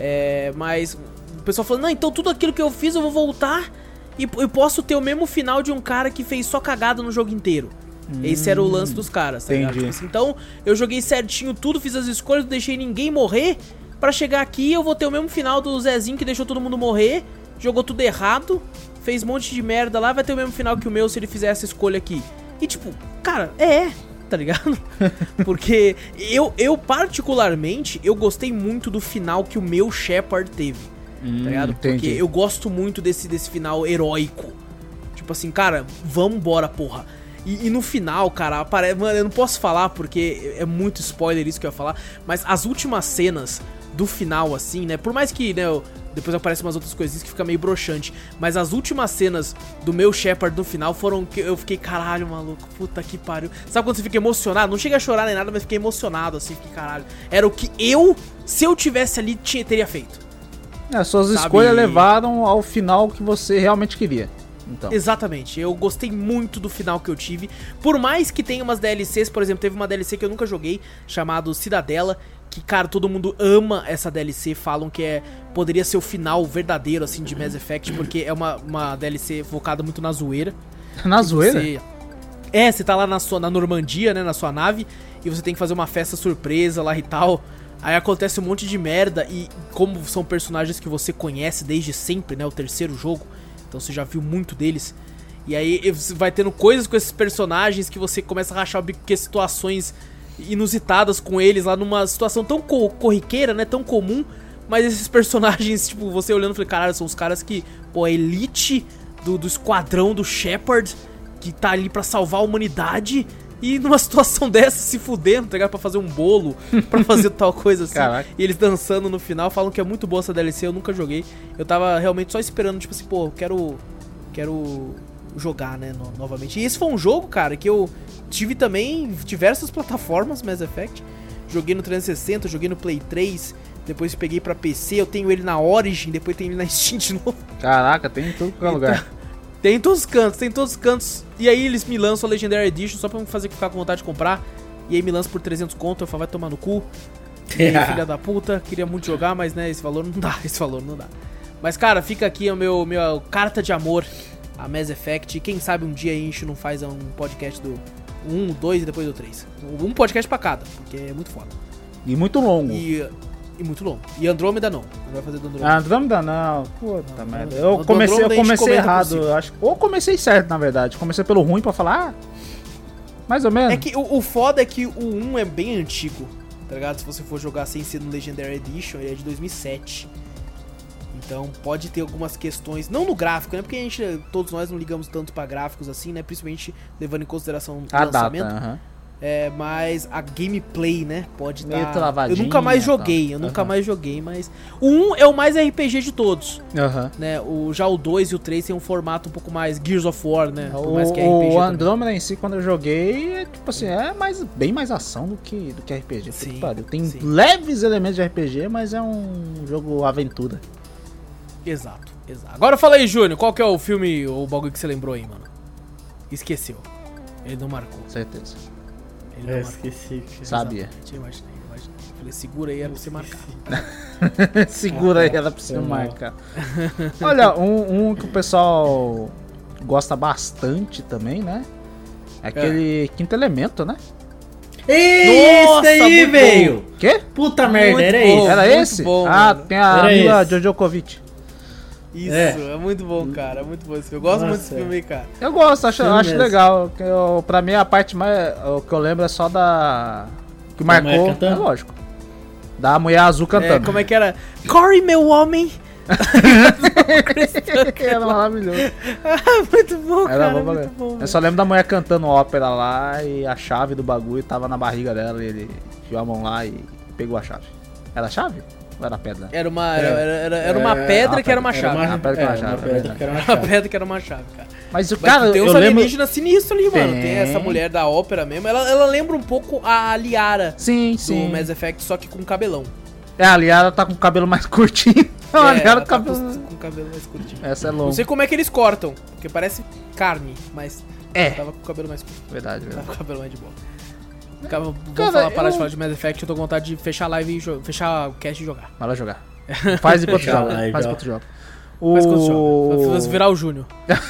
Mas o pessoal falou, não, então tudo aquilo que eu fiz eu vou voltar e eu posso ter o mesmo final de um cara que fez só cagada no jogo inteiro. Esse era o lance dos caras, tá ligado? Tipo assim, então, eu joguei certinho tudo, fiz as escolhas, não deixei ninguém morrer. Pra chegar aqui, eu vou ter o mesmo final do Zezinho que deixou todo mundo morrer. Jogou tudo errado, fez um monte de merda lá, vai ter o mesmo final que o meu se ele fizer essa escolha aqui. E tipo, cara, tá ligado? Porque eu particularmente, eu gostei muito do final que o meu Shepard teve, tá ligado? Porque eu gosto muito desse final heróico. Tipo assim, cara, vambora, porra. E no final, cara, mano, eu não posso falar porque é muito spoiler isso que eu ia falar, mas as últimas cenas do final, assim, né, por mais que, né, depois aparecem umas outras coisinhas que fica meio broxante, mas as últimas cenas do meu Shepard no final foram que eu fiquei, caralho, maluco, puta que pariu. Sabe quando você fica emocionado? Não chega a chorar nem nada, mas fiquei emocionado, assim, fiquei, caralho. Era o que se eu tivesse ali, teria feito. Suas escolhas levaram ao final que você realmente queria. Então. Exatamente, eu gostei muito do final que eu tive. Por mais que tenha umas DLCs, por exemplo, teve uma DLC que eu nunca joguei, chamado Cidadela, que, cara, todo mundo ama essa DLC, falam que poderia ser o final verdadeiro, assim, de Mass Effect, porque é uma DLC focada muito na zoeira. Na zoeira? Você tá lá na Normandia, né, na sua nave, e você tem que fazer uma festa surpresa lá e tal. Aí acontece um monte de merda, e como são personagens que você conhece desde sempre, né, o terceiro jogo, então você já viu muito deles. E aí você vai tendo coisas com esses personagens que você começa a rachar o bico, porque situações inusitadas com eles lá numa situação tão corriqueira, né, tão comum. Mas esses personagens, tipo, você olhando, eu falei, caralho, são os caras que, pô, a elite do esquadrão do Shepard, que tá ali pra salvar a humanidade. E numa situação dessa, se fudendo, tá ligado? Pra fazer um bolo, pra fazer tal coisa assim. Caraca. E eles dançando no final, falam que é muito boa essa DLC, eu nunca joguei. Eu tava realmente só esperando, tipo assim, pô, quero jogar, né, novamente. E esse foi um jogo, cara, que eu tive também diversas plataformas, Mass Effect. Joguei no 360, joguei no Play 3, depois peguei pra PC, eu tenho ele na Origin, depois tenho ele na Steam de novo. Caraca, tem em todo lugar. Tem em todos os cantos, E aí eles me lançam a Legendary Edition só pra me fazer ficar com vontade de comprar. E aí me lançam por 300 conto, eu falo, vai tomar no cu. Filha da puta, queria muito jogar, mas né, esse valor não dá. Mas cara, fica aqui a minha carta de amor a Mass Effect. E quem sabe um dia a gente não faz um podcast do 1, 2 e depois do 3. Um podcast pra cada, porque é muito foda. E muito longo. E muito longo. E Andrômeda não vai fazer do Andrômeda. Andrômeda não. Puta merda. Eu comecei errado, eu acho. Ou comecei certo, na verdade. Comecei pelo ruim pra falar, mais ou menos. É que o foda é que o 1 é bem antigo, tá ligado? Se você for jogar sem ser no Legendary Edition, ele é de 2007. Então pode ter algumas questões, não no gráfico, né? Porque todos nós não ligamos tanto pra gráficos assim, né? Principalmente levando em consideração o lançamento. Data, mas a gameplay, né? Pode meio estar. travadinha. Eu nunca mais joguei, mas o 1 é o mais RPG de todos. Né? Já o 2 e o 3 tem um formato um pouco mais Gears of War, né? Por mais que é RPG o Andrômeda em si, quando eu joguei, tipo assim, bem mais ação do que RPG. Sim, tem leves elementos de RPG, mas é um jogo aventura. Exato. Agora fala aí, Júnior, qual que é o filme ou o bagulho que você lembrou aí, mano? Esqueceu. Ele não marcou. Certeza. Ele não esqueci. Sabia. Eu imaginei. Falei, segura aí, era pra você marcar. Segura aí, era pra você marcar. Olha, um que o pessoal gosta bastante também, né? É aquele Quinto Elemento, né? Esse aí, velho! Quê? Puta merda, Muito era bom. esse. Era esse? Bom, tem a Mila Djokovic. Isso, é muito bom, cara. É muito bom esse filme. Eu gosto muito desse filme aí, cara. Eu gosto, acho legal. Pra mim, a parte mais. O que eu lembro é só da. Que marcou. É lógico. Da mulher azul cantando. Como é que era? Corre, meu homem! Era maravilhoso. Muito bom, era cara. Bom, muito bom. Eu só lembro da mulher cantando ópera lá e a chave do bagulho tava na barriga dela. E ele enfiou a mão lá e pegou a chave. Era a chave? Ou era pedra? Era uma pedra que era uma chave. Uma pedra que era uma chave. Uma pedra que era uma Uma chave. pedra que era uma chave, cara. Mas, Mas cara, tem uns eu lembro... alienígenas sinistros ali, mano. Tem Tem. essa mulher da ópera mesmo. Ela lembra um pouco a Liara Sim, do sim. Mass Effect, só que com cabelão. A Liara tá com o cabelo mais curtinho. Não, a Liara ela com tá cabelo... com o cabelo mais curtinho. Essa é Não longa. sei como é que eles cortam, porque parece carne, mas É. tava com o cabelo mais curto. Verdade, Tava verdade. com o cabelo mais de boa. Cara, Parar de falar de Mass Effect, eu tô com vontade de fechar a live e fechar o cast e jogar. Vai lá jogar. Faz enquanto Deixa joga. lá, Faz já. enquanto joga. Mas quando joga, vai virar o Júnior.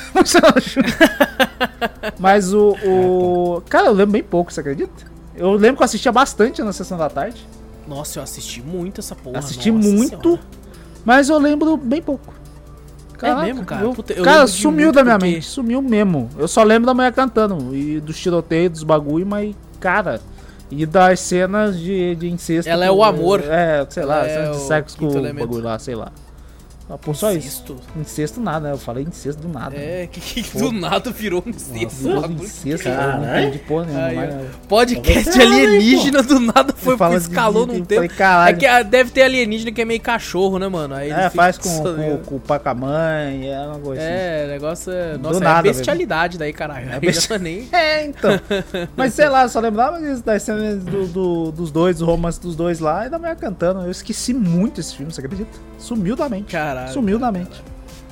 Mas Cara, eu lembro bem pouco, você acredita? Eu lembro que eu assistia bastante na sessão da tarde. Nossa, eu assisti muito essa porra. Assisti nossa muito, senhora. mas eu lembro bem pouco. mesmo, cara? Puta, eu Cara, lembro de sumiu muito da minha porque- mente, sumiu mesmo. Eu só lembro da mulher cantando e dos tiroteios, dos bagulho, mas, cara, e das cenas de incesto. Ela é o amor. Sei lá, Ela é cenas de o sexo com quinto o elemento. bagulho lá, sei lá. Ah, pô, só isso. Incesto? Incesto nada, né? Eu falei incesto do nada. É, que do nada virou um incesto. Virou bagulho. incesto, eu não Caralho. entendi porra nenhuma. Aí, mas- Podcast Caralho, alienígena do nada foi Fala pro de- escalou de- num eu tempo. falei, caralho. É que deve ter alienígena que é meio cachorro, né, mano? Aí ele fica faz com o pai com a mãe, é uma coisa assim. É, negócio é. Do Nossa, nada, é bestialidade daí, caralho. É Aí besti- já tá nem. É, então. Mas sei lá, só lembrava disso, das cenas dos dois, do romance dos dois lá e da mulher cantando. Eu esqueci muito esse filme, você acredita? Sumiu da mente. Caralho. Sumiu da mente.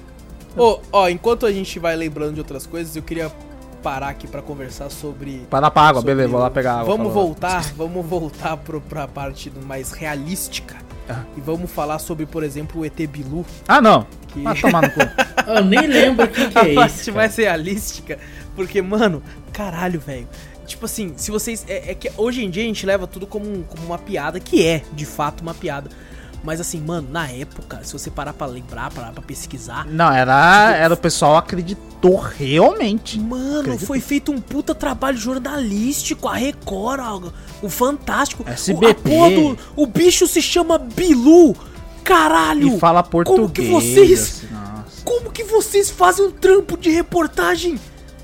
Ó, enquanto a gente vai lembrando de outras coisas, eu queria parar aqui pra conversar sobre. Para dar pra água, sobre beleza, vou lá pegar água. Vamos falou. voltar pra parte mais realística. Ah. E vamos falar sobre, por exemplo, o ET Bilu. Ah, não. Que Vai tomar no cu. Eu nem lembro o que é a isso. parte cara. mais realística. Porque, mano, caralho, velho. Tipo assim, se vocês. É que hoje em dia a gente leva tudo como uma piada, que é, de fato, uma piada. Mas assim, mano, na época, se você parar pra lembrar, parar pra pesquisar. Não, era o pessoal acreditou realmente. Mano, Acredito. foi feito um puta trabalho jornalístico, a Record, o Fantástico. SBT. O bicho se chama Bilu. Caralho! E fala português. Como que vocês. assim, nossa. Como que vocês fazem um trampo de reportagem?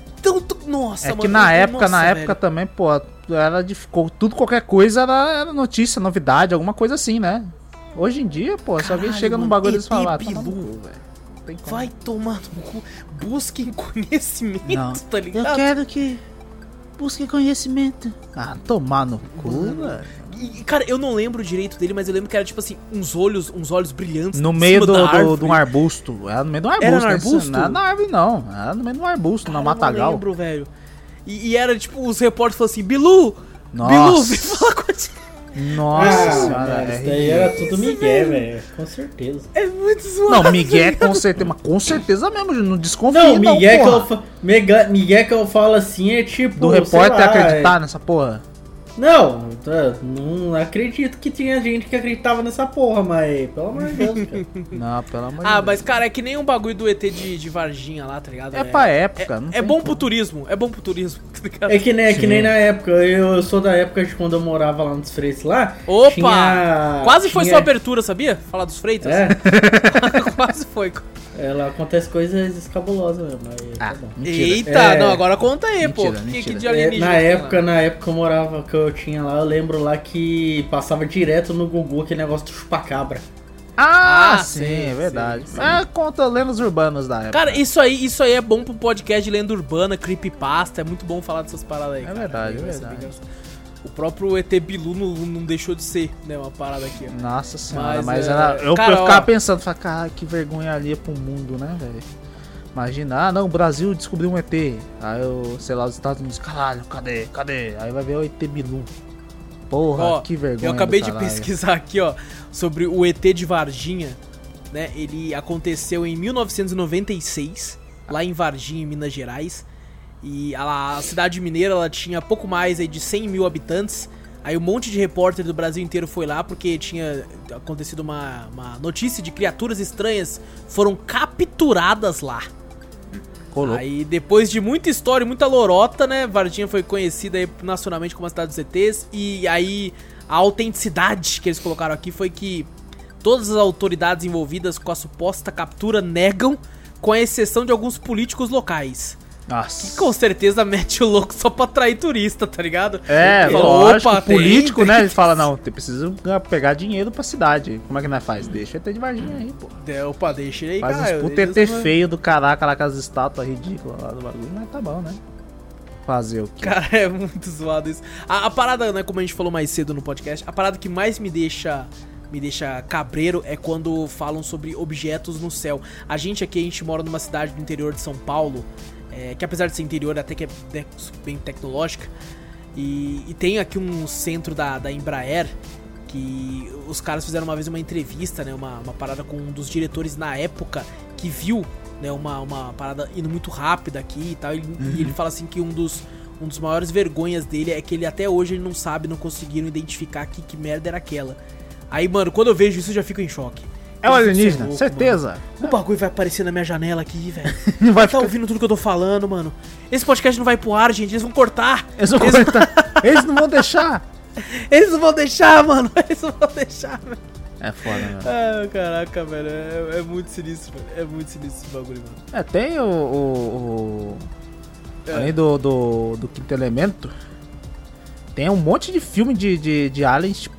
Nossa, É mano. que na época velho. também, pô, era de tudo, qualquer coisa era notícia, novidade, alguma coisa assim, né? Hoje em dia, pô, se alguém Caralho, chega num mano, bagulho e eles ET falam, Bilu. velho. Não tem como. Vai tomar no cu. Busquem conhecimento, Não. tá ligado? Eu quero que busque conhecimento. Ah, tomar no cu, velho. E, cara, eu não lembro direito dele, mas eu lembro que era tipo assim, uns olhos brilhantes No em meio cima da árvore. de um arbusto. Era no meio de um arbusto. Era no né? arbusto? Não era na árvore, não. Era no meio de um arbusto, Cara, na eu matagal. não lembro, velho. E era tipo, os repórteres falaram assim, Bilu! Nossa. Bilu, vem falar com a gente. Nossa senhora. Mano, é isso daí era tudo migué, velho. Com certeza. É muito zoado. Não, Miguel com certeza, mas com certeza mesmo, não desconfia Não, não, migué porra. migué que eu falo assim é tipo. Do sei repórter lá, acreditar nessa porra. Não, não acredito que tinha gente que acreditava nessa porra, mas pelo amor de Deus, cara. Não, pelo amor de Ah, Deus. mas cara, é que nem um bagulho do ET de Varginha lá, tá ligado? É pra época, não É tem bom como. pro turismo, tá ligado? É que Sim. nem na época, eu sou da época de quando eu morava lá nos Freitas lá. Opa! tinha- Quase foi tinha- sua abertura, sabia? Falar dos Freitas. É, Quase foi. ela acontece coisas escabulosas mesmo. Aí, Ah, tá bom. mentira. Eita, É. não, agora conta aí, pô. Mentira, Que mentira. de É, alienígena na tem época, lá? na época eu morava, que eu tinha lá, eu lembro lá que passava direto no Gugu aquele negócio do chupacabra. Ah, Ah, sim, sim, é verdade. sim. É, conta lendas urbanas da época. Cara, isso aí é bom pro podcast de lenda urbana, creepypasta, é muito bom falar dessas paradas aí, É cara. verdade, é Vai ser verdade. bem engraçado. O próprio ET Bilu não deixou de ser, né, uma parada aqui, ó. Nossa senhora, Mas, mas é, era, eu cara, ficava ó. pensando, falava, cara, que vergonha ali é pro mundo, né, velho? Imagina, ah não, o Brasil descobriu um ET. Aí eu, sei lá, os Estados Unidos, caralho, cadê? Aí vai ver o ET Bilu. Porra, Ó, que vergonha. Eu acabei do de caralho. pesquisar aqui, ó, sobre o ET de Varginha, né? Ele aconteceu em 1996, lá em Varginha, em Minas Gerais. E a cidade mineira, ela tinha pouco mais aí de 100 mil habitantes. Aí um monte de repórter do Brasil inteiro foi lá porque tinha acontecido uma notícia de criaturas estranhas foram capturadas lá. Colou. Aí depois de muita história e muita lorota, né, Varginha foi conhecida aí nacionalmente como a cidade dos ETs. E aí a autenticidade que eles colocaram aqui foi que todas as autoridades envolvidas com a suposta captura negam, com a exceção de alguns políticos locais. Nossa. Com certeza mete o louco só pra atrair turista, tá ligado? É, Fala, lógico, opa, político, tem. né? Ele fala, não, você precisa pegar dinheiro pra cidade. Como é que nós faz? Deixa ET de Varginha aí, pô. Opa, deixa ele aí, Faz cara. uns puta ET feio do caraca lá com as estátuas ridículas lá do bagulho. Mas tá bom, né? Fazer o quê? Cara, é muito zoado isso. A parada, né, como a gente falou mais cedo no podcast, a parada que mais me deixa cabreiro é quando falam sobre objetos no céu. A gente mora numa cidade do interior de São Paulo, que apesar de ser interior até que é bem tecnológica, e tem aqui um centro da Embraer, que os caras fizeram uma vez uma entrevista, né, uma parada com um dos diretores na época, que viu, né, uma parada indo muito rápida aqui e tal, e ele fala assim que um dos maiores vergonhas dele é que ele até hoje ele não conseguiram identificar que merda era aquela. Aí, mano, quando eu vejo isso eu já fico em choque. É o alienígena, certeza. Mano. O bagulho vai aparecer na minha janela aqui, velho. Não vai ficar ouvindo tudo que eu tô falando, mano. Esse podcast não vai pro ar, gente. Eles vão cortar. Eles não vão deixar. Eles não vão deixar, mano. Eles não vão deixar, velho. É foda, né? Ah, caraca, velho. É muito sinistro, velho. É muito sinistro esse bagulho, mano. Tem além do Quinto Elemento, tem um monte de filme de aliens, tipo,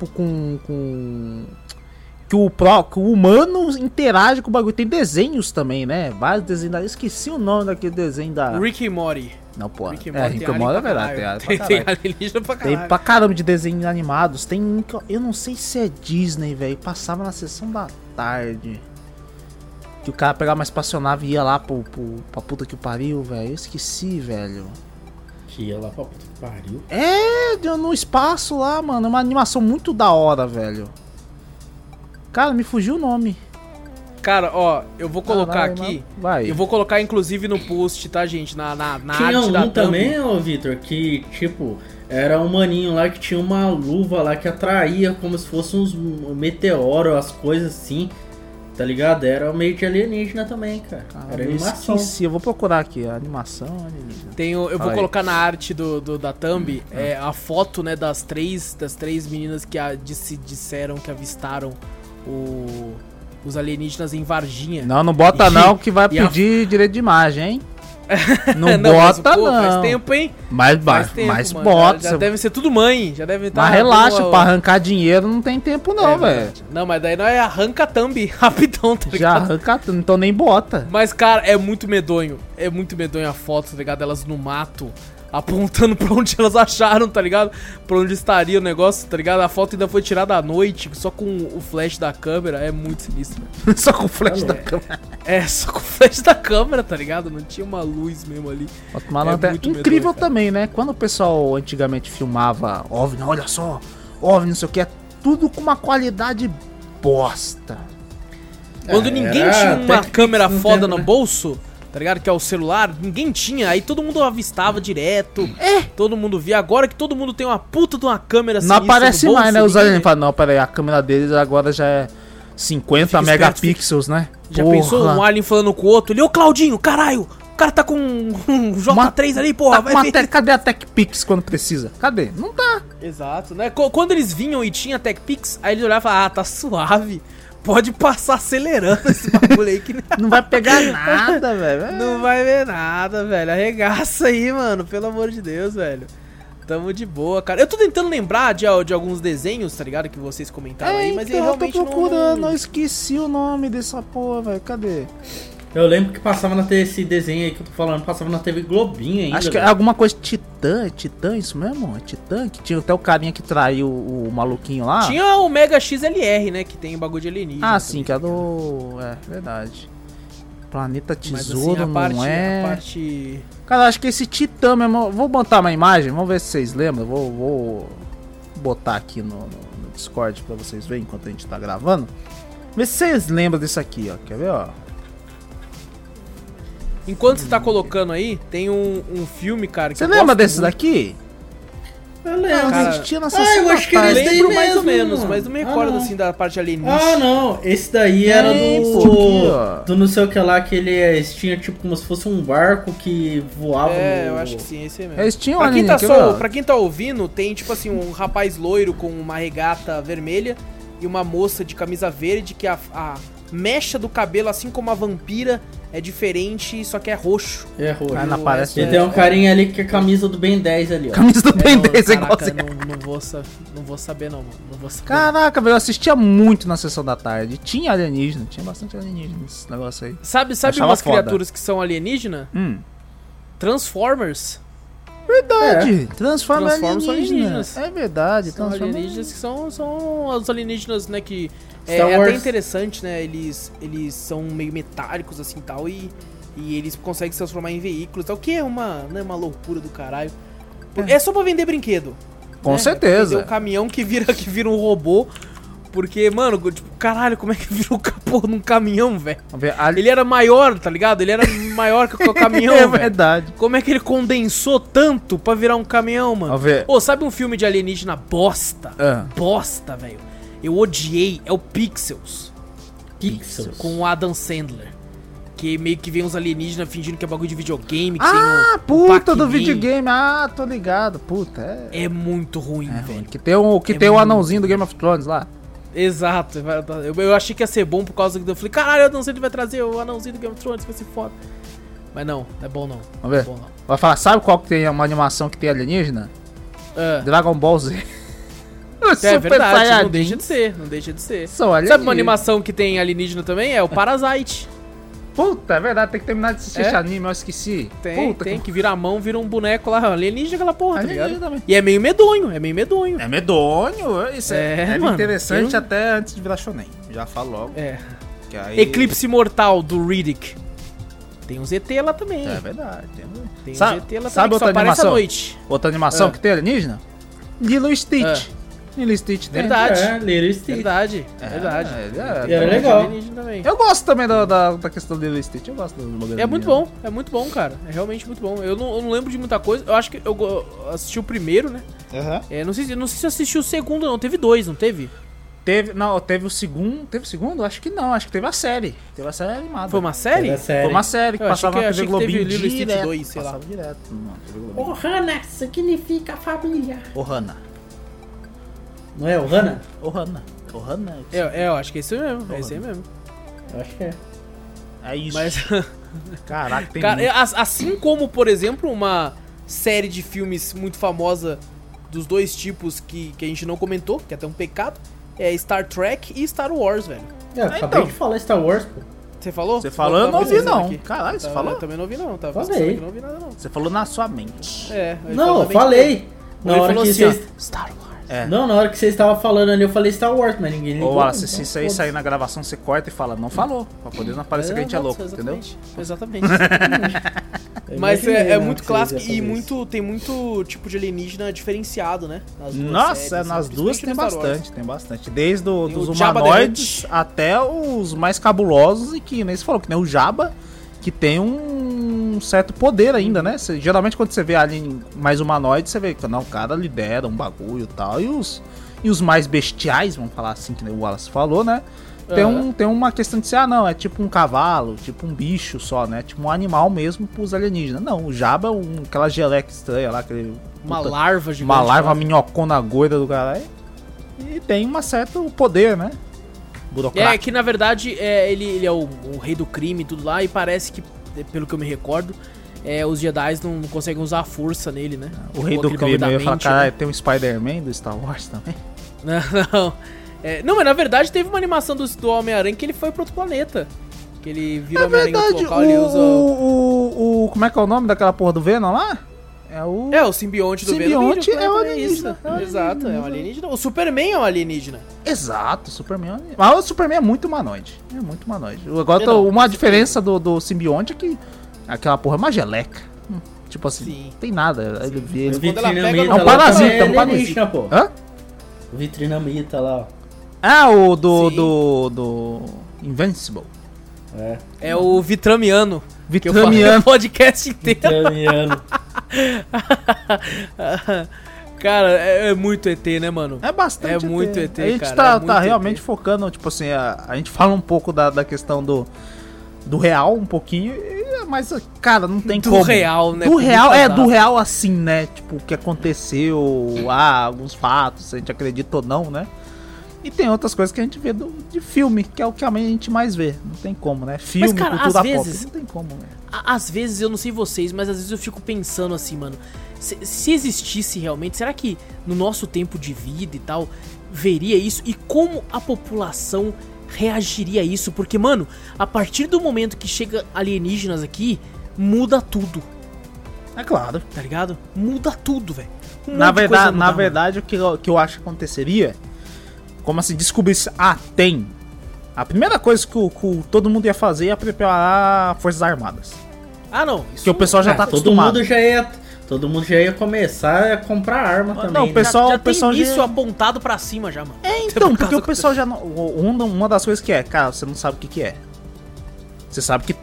que o humano interage com o bagulho. Tem desenhos também, né? Vários desenhos. Eu esqueci o nome daquele desenho da... Rick e Morty. Não, pô. Rick e Morty é verdade. Tem alienígena pra caralho. Tem pra caramba de desenhos animados. Tem um que eu não sei se é Disney, velho. Passava na sessão da tarde. Que o cara pegava uma espaçonave e ia lá pra puta que pariu, velho. Eu esqueci, velho. Que ia lá pra puta que pariu. No espaço lá, mano. É uma animação muito da hora, velho. Cara, me fugiu o nome. Cara, ó, eu vou colocar aqui. Vai. Eu vou colocar inclusive no post, tá, gente? Na tinha arte da um também, ô Vitor, que tipo, era um maninho lá que tinha uma luva lá que atraía como se fosse uns meteoros, as coisas assim. Tá ligado? Era meio de alienígena também, cara. Era animação. Esqueci, eu vou procurar aqui, a animação alienígena. Eu vou colocar na arte da thumb a foto, né, das três meninas que disseram que avistaram os alienígenas em Varginha. Não bota não, que vai pedir direito de imagem, hein? Não, mas, bota pô, não. Faz tempo, hein? Mas bota. Já deve ser tudo mãe, já deve estar... Mas relaxa, pra arrancar dinheiro não tem tempo não, velho. Não, mas daí nós arranca a thumb rapidão, tá ligado? Já arranca, então nem bota. Mas, cara, é muito medonho a foto, tá ligado? Elas no mato, apontando pra onde elas acharam, tá ligado? Pra onde estaria o negócio, tá ligado? A foto ainda foi tirada à noite, só com o flash da câmera, é muito sinistro, velho. Só com o flash da câmera. Só com o flash da câmera, tá ligado? Não tinha uma luz mesmo ali. Incrível também, né? Quando o pessoal antigamente filmava OVNI, olha só, OVNI, não sei o que, é tudo com uma qualidade bosta. Quando ninguém tinha uma câmera foda no bolso, tá ligado? Que é o celular, ninguém tinha, aí todo mundo avistava direto, todo mundo via. Agora que todo mundo tem uma puta de uma câmera não aparece mais, né? Os aliens falam, não, peraí, a câmera deles agora já é 50 megapixels, né? Já pensou um alien falando com o outro? Ele, ô Claudinho, caralho, o cara tá com um J3 ali, porra, vai ver. Cadê a TechPix quando precisa? Cadê? Não tá. Exato, né? Quando eles vinham e tinha TechPix, aí eles olhavam e falavam, tá suave. Pode passar acelerando esse bagulho aí que não vai pegar nada, velho. Não vai ver nada, velho. Arregaça aí, mano. Pelo amor de Deus, velho. Tamo de boa, cara. Eu tô tentando lembrar de alguns desenhos, tá ligado? Que vocês comentaram aí, mas então, eu realmente tô procurando, eu esqueci o nome dessa porra, velho. Cadê? Eu lembro que passava na TV, esse desenho aí que eu tô falando, passava na TV Globinho ainda. Acho que é alguma coisa Titã, isso mesmo? É Titã? Que tinha até o carinha que traiu o maluquinho lá. Tinha o Mega XLR, né? Que tem bagulho de alienígena. Ah, sim, que é do... verdade. Planeta Tesouro, mas, assim, não é... A parte... Cara, acho que esse Titã mesmo... Vou botar uma imagem, vamos ver se vocês lembram. Vou botar aqui no Discord pra vocês verem enquanto a gente tá gravando. Vê se vocês lembram disso aqui, ó. Quer ver, ó? Enquanto você tá colocando aí, tem um filme, cara, que você lembra desse daqui? Eu lembro. Cara, existia na sessão eu acho que eu era lembro mesmo, mais ou menos, mano. mas não me recordo assim da parte alienígena. Ah, não. Esse daí era do não sei o que lá, que eles tinham tipo como se fosse um barco que voava. Eu acho que sim, esse aí mesmo. Eles tinham pra quem tá ouvindo, tem tipo assim um rapaz loiro com uma regata vermelha e uma moça de camisa verde que a mecha do cabelo, assim como a vampira, é diferente, só que é roxo. É roxo. Ah, não aparece. E tem um carinha ali que é a camisa do Ben 10 ali, ó. Camisa do Ben 10 é caraca, igualzinho. não vou saber não, mano. Não vou saber. Caraca, velho, eu assistia muito na sessão da tarde. Tinha alienígena, tinha bastante alienígena nesse negócio aí. Sabe Achava umas foda. criaturas que são alienígena? Hum. Transformers. Verdade. Transforma Transformers são alienígenas. alienígenas. É verdade. São Transforma alienígenas que são os alienígenas, né, que é Star até Wars. interessante, né, eles são meio metálicos assim tal e eles conseguem se transformar em veículos, tal, que é uma loucura do caralho. É só pra vender brinquedo. Com né? certeza. Vender um caminhão que vira um robô. Porque, mano, tipo, caralho, como é que virou capô num caminhão, velho? Vamos ver. Ele era maior, tá ligado? Ele era maior que o caminhão, É velho. verdade. Como é que ele condensou tanto pra virar um caminhão, mano? Vamos ver. Ô, sabe um filme de alienígena bosta? Ah. Bosta, velho. Eu odiei. É o Pixels. Pixels. Com o Adam Sandler. Que meio que vem uns alienígenas fingindo que é bagulho de videogame. Que Ah, tem o puta do Pac-Man. videogame. Ah, tô ligado. Puta, é. É muito ruim, É, velho. que tem o, que É tem o muito anãozinho do Game of Thrones lá. Exato. Eu achei que ia ser bom por causa que eu falei, caralho, o Adam Sandler vai trazer o anãozinho do Game of Thrones, vai ser foda. Mas não é bom não. Vamos ver. É bom não. Vai falar, sabe qual que tem uma animação que tem alienígena? Ah, Dragon Ball Z. é verdade, não Saiyajin. deixa de ser, não deixa de ser. São alienígenas. Sabe uma animação que tem alienígena também? É o Parasite. Puta, é verdade, tem que terminar de assistir É? esse anime, eu esqueci. Tem, Puta, tem, que vira a mão, vira um boneco lá, alienígena aquela porra, tá Alienígena ligado? também. E é meio medonho, é meio medonho. É medonho, isso é mano, interessante eu- até antes de virar shonen. Já falo logo. É. Que aí... Eclipse Mortal, do Riddick. Tem uns ET lá também. É verdade. Tem uns Sabe- ET lá também, sabe que só outra aparece à animação? noite. Outra animação Ah. que tem alienígena? Lilo e Stitch. Lilo e Stitch tem. Verdade. É, Little Stitch. Verdade, É, verdade. é, E era legal. Alienígena também. Eu gosto também da questão do Lilo e Stitch. Eu gosto do bagulho. É muito bom, cara. É realmente muito bom. Eu não lembro de muita coisa. Eu acho que eu assisti o primeiro, né? Aham. Não sei se eu assisti o segundo, não. Teve dois, não teve? Teve o segundo. Teve o segundo? Acho que não. Acho que teve a série. Teve a série animada. Foi uma série? Era série. Foi uma série que Eu achei passava na que- TV achei que teve Globinho Lilo e Stitch direto. 2, sei lá. Passava direto. Não, TV Globinho. Ohana significa família. Ohana. Não é Ohana? Ohana. Ohana. Eu acho que é isso mesmo. É isso aí mesmo. Eu acho que é. É isso. Mas, Caraca, tem cara, muito. assim como, por exemplo, uma série de filmes muito famosa dos dois tipos que a gente não comentou, que é até um pecado, é Star Trek e Star Wars, velho. Eu acabei de falar Star Wars, pô. Você falou? Você falou, eu Tava não ouvi pesquisando não. aqui. Caralho, você Eu falou? também não ouvi não, tava Falei. pesquisando aqui, não ouvi nada não. Você falou na sua mente. Ele Não, falou eu falei. Na Ele hora falou que assim, ó, vocês... Star Wars. É. Não, na hora que vocês estavam falando ali, eu falei Star Wars, mas ninguém ligou. Ou Wallace, então se isso aí foda-se. sair na gravação, você corta e fala, não falou. Pra poder não parecer que a gente é louco, entendeu? Exatamente. Eu Mas imaginei, é né, muito que vocês clássico iam e fazer muito, tem muito tipo de alienígena diferenciado, né? Nas duas Nossa, séries, nas assim, duas tem principalmente no Star Wars. bastante, tem bastante. Desde os o Jabba the humanoides Hutt. até os mais cabulosos e que nem você falou, que nem o Jabba, que tem um certo poder ainda, né? Geralmente quando você vê alien mais humanoide, você vê que não, o cara lidera um bagulho e tal. E os mais bestiais, vamos falar assim, que nem o Wallace falou, né? Tem uma questão de ser, é tipo um cavalo, tipo um bicho só, né? Tipo um animal mesmo pros alienígenas. Não, o Jabba é aquela geleca estranha lá, aquele... Uma puta- larva gigante. uma larva, lá. uma minhocona gorda do caralho. E tem um certo poder, né? Burocrático. É que na verdade ele é o rei do crime e tudo lá, e parece que, pelo que eu me recordo, os Jedi não conseguem usar a força nele, né? O rei do Aquele crime, bagulho eu da ia falar, mente, caralho, né? tem um Spider-Man do Star Wars também. Não. Não, mas na verdade teve uma animação do Homem-Aranha que ele foi pro outro planeta. Que ele vira Homem-Aranha em outro local, ele usa... Como é que é o nome daquela porra do Venom lá? É o... o simbionte do Simbionte Venom. é o isso. alienígena. É o Exato, é um alienígena. O Superman é um alienígena. Exato, o Superman. Mas o Superman é muito humanoide. É muito humanoide. Agora, Não, uma diferença do simbionte é que aquela porra é uma geleca. Tipo assim, Sim. tem nada. Ele vê ele... Quando ela pega Vitrinamita no- É um lá parasita, também é um parasita. alienígena, pô. Hã? O Vitrinamita lá, ó. Ah, o do... Sim. do Invincible. É. É o Vitramiano. Que eu Vitramiano. falei o podcast inteiro. Vitrinamiano. Cara, é muito ET, né, mano? É bastante. É muito ET, A gente cara, tá, é muito realmente ET. focando, tipo assim, a gente fala um pouco da questão do real, um pouquinho, mas, cara, não tem Do como. real, né? Do Com real, muitas do aspas. real assim, né? Tipo, o que aconteceu, alguns fatos, se a gente acredita ou não, né? E tem outras coisas que a gente vê de filme, que é o que a gente mais vê. Não tem como, né? Filme, Mas, cara, cultura às vezes, pop. Não tem como, velho. Às vezes, eu não sei vocês, mas às vezes eu fico pensando assim, mano. Se existisse realmente, será que no nosso tempo de vida e tal, veria isso? E como a população reagiria a isso? Porque, mano, a partir do momento que chega alienígenas aqui, muda tudo. É claro. Tá ligado? Muda tudo, velho. Na verdade, o que eu acho que aconteceria, como assim, descobrisse, tem. A primeira coisa que todo mundo ia fazer é preparar Forças Armadas. Ah, não. Isso Porque o pessoal já tá acostumado. Todo mundo já ia começar a comprar arma também. Não, o pessoal já o pessoal tem isso apontado pra cima já, mano. Então, porque o pessoal já não... Uma das coisas que cara, você não sabe o que é. Você sabe que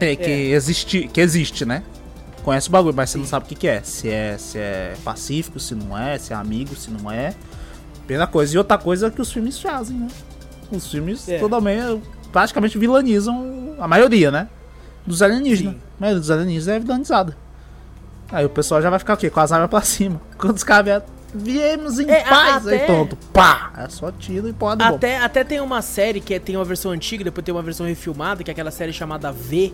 existe, né? Conhece o bagulho, mas você não sabe o que é. Se é pacífico, se não é, se é amigo, se não é. Primeira coisa. E outra coisa é que os filmes fazem, né? Os filmes totalmente, praticamente vilanizam a maioria, né? Dos alienígenas. Sim. A maioria dos alienígenas é vilanizada. Aí o pessoal já vai ficar o quê? Com as armas pra cima. Quando os caras viemos em paz, aí pronto. Pá! É só tiro e porra de bomba. Até tem uma série que tem uma versão antiga, depois tem uma versão refilmada, que é aquela série chamada V,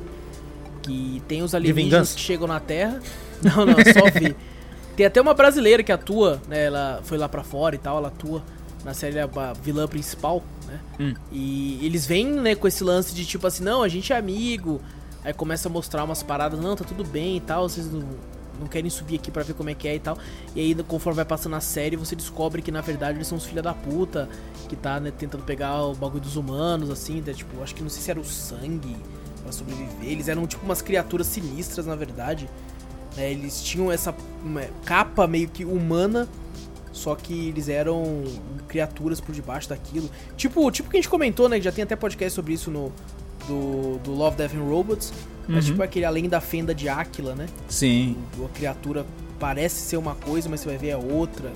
que tem os alienígenas que chegam na Terra. Não, é só V. Tem até uma brasileira que atua, né? Ela foi lá pra fora e tal, ela atua na série, a vilã principal, né? E eles vêm, né, com esse lance de tipo assim, não, a gente é amigo. Aí começa a mostrar umas paradas, não, tá tudo bem e tal, vocês não querem subir aqui pra ver como é que é e tal. E aí, conforme vai passando a série, você descobre que na verdade eles são os filha da puta, que tá, né, tentando pegar o bagulho dos humanos, assim, né, tipo, acho que não sei se era o sangue pra sobreviver. Eles eram tipo umas criaturas sinistras, na verdade. Eles tinham essa capa meio que humana, só que eles eram criaturas por debaixo daquilo. Tipo que a gente comentou, né, que já tem até podcast sobre isso do Love, Death and Robots. É tipo aquele além da fenda de Áquila, né? Sim. A criatura parece ser uma coisa, mas você vai ver é outra.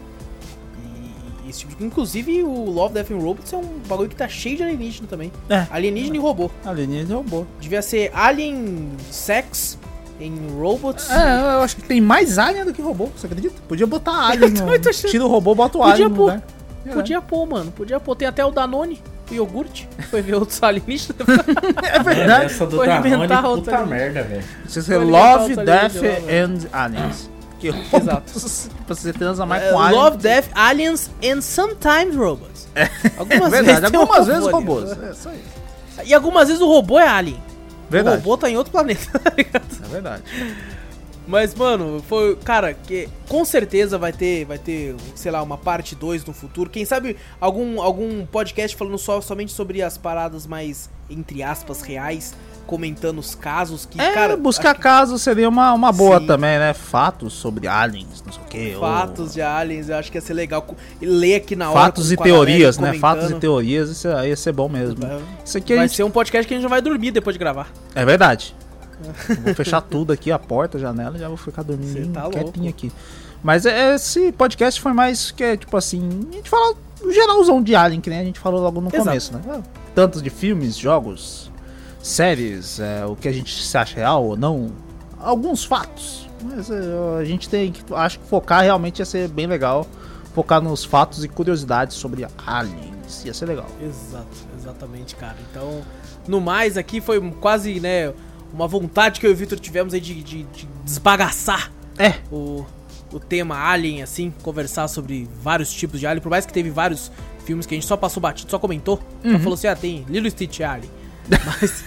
E esse tipo de... Inclusive o Love, Death and Robots é um bagulho que tá cheio de alienígena também. Alienígena e robô. Alienígena e robô. Devia ser Alien Sex em Robots. Eu acho que tem mais alien do que robô, você acredita? Podia botar alien tira o robô, bota o alien no lugar. Podia pôr, mano. Podia pôr. Tem até o Danone, o iogurte. Foi ver outros alienígenas. É verdade. Essa do Danone, puta merda, velho. Você Love, Death and Aliens. Exato. Você transa mais com aliens. Love, Death, Aliens and sometimes Robots. Algumas vezes robôs. É só isso. E algumas vezes o robô é alien. Verdade. O robô tá em outro planeta, tá ligado? É verdade. Mas, mano, foi... Cara, que com certeza vai ter, sei lá, uma parte 2 no futuro. Quem sabe algum podcast falando somente sobre as paradas mais, entre aspas, reais, comentando os casos que, cara... buscar casos seria uma boa também, né? Fatos sobre aliens, não sei o quê. Fatos de aliens, eu acho que ia ser legal ler aqui na hora. Fatos e teorias, né? Fatos e teorias, isso aí ia ser bom mesmo. Isso aqui vai ser um podcast que a gente não vai dormir depois de gravar. É verdade. Vou fechar tudo aqui, a porta, a janela, e já vou ficar dormindo quietinho aqui. Mas esse podcast foi mais que, tipo assim, a gente fala o geralzão de Alien, que nem a gente falou logo no começo, né? Tantos de filmes, jogos, séries, o que a gente se acha real ou não, alguns fatos. Mas a gente tem que, acho que focar realmente ia ser bem legal, focar nos fatos e curiosidades sobre aliens, ia ser legal. Exatamente, cara. Então, no mais aqui foi quase, né, uma vontade que eu e o Victor tivemos aí de desbagaçar o tema Alien, assim, conversar sobre vários tipos de Alien, por mais que teve vários filmes que a gente só passou batido, só comentou, só falou assim, tem Lilo e Stitch Alien. Mas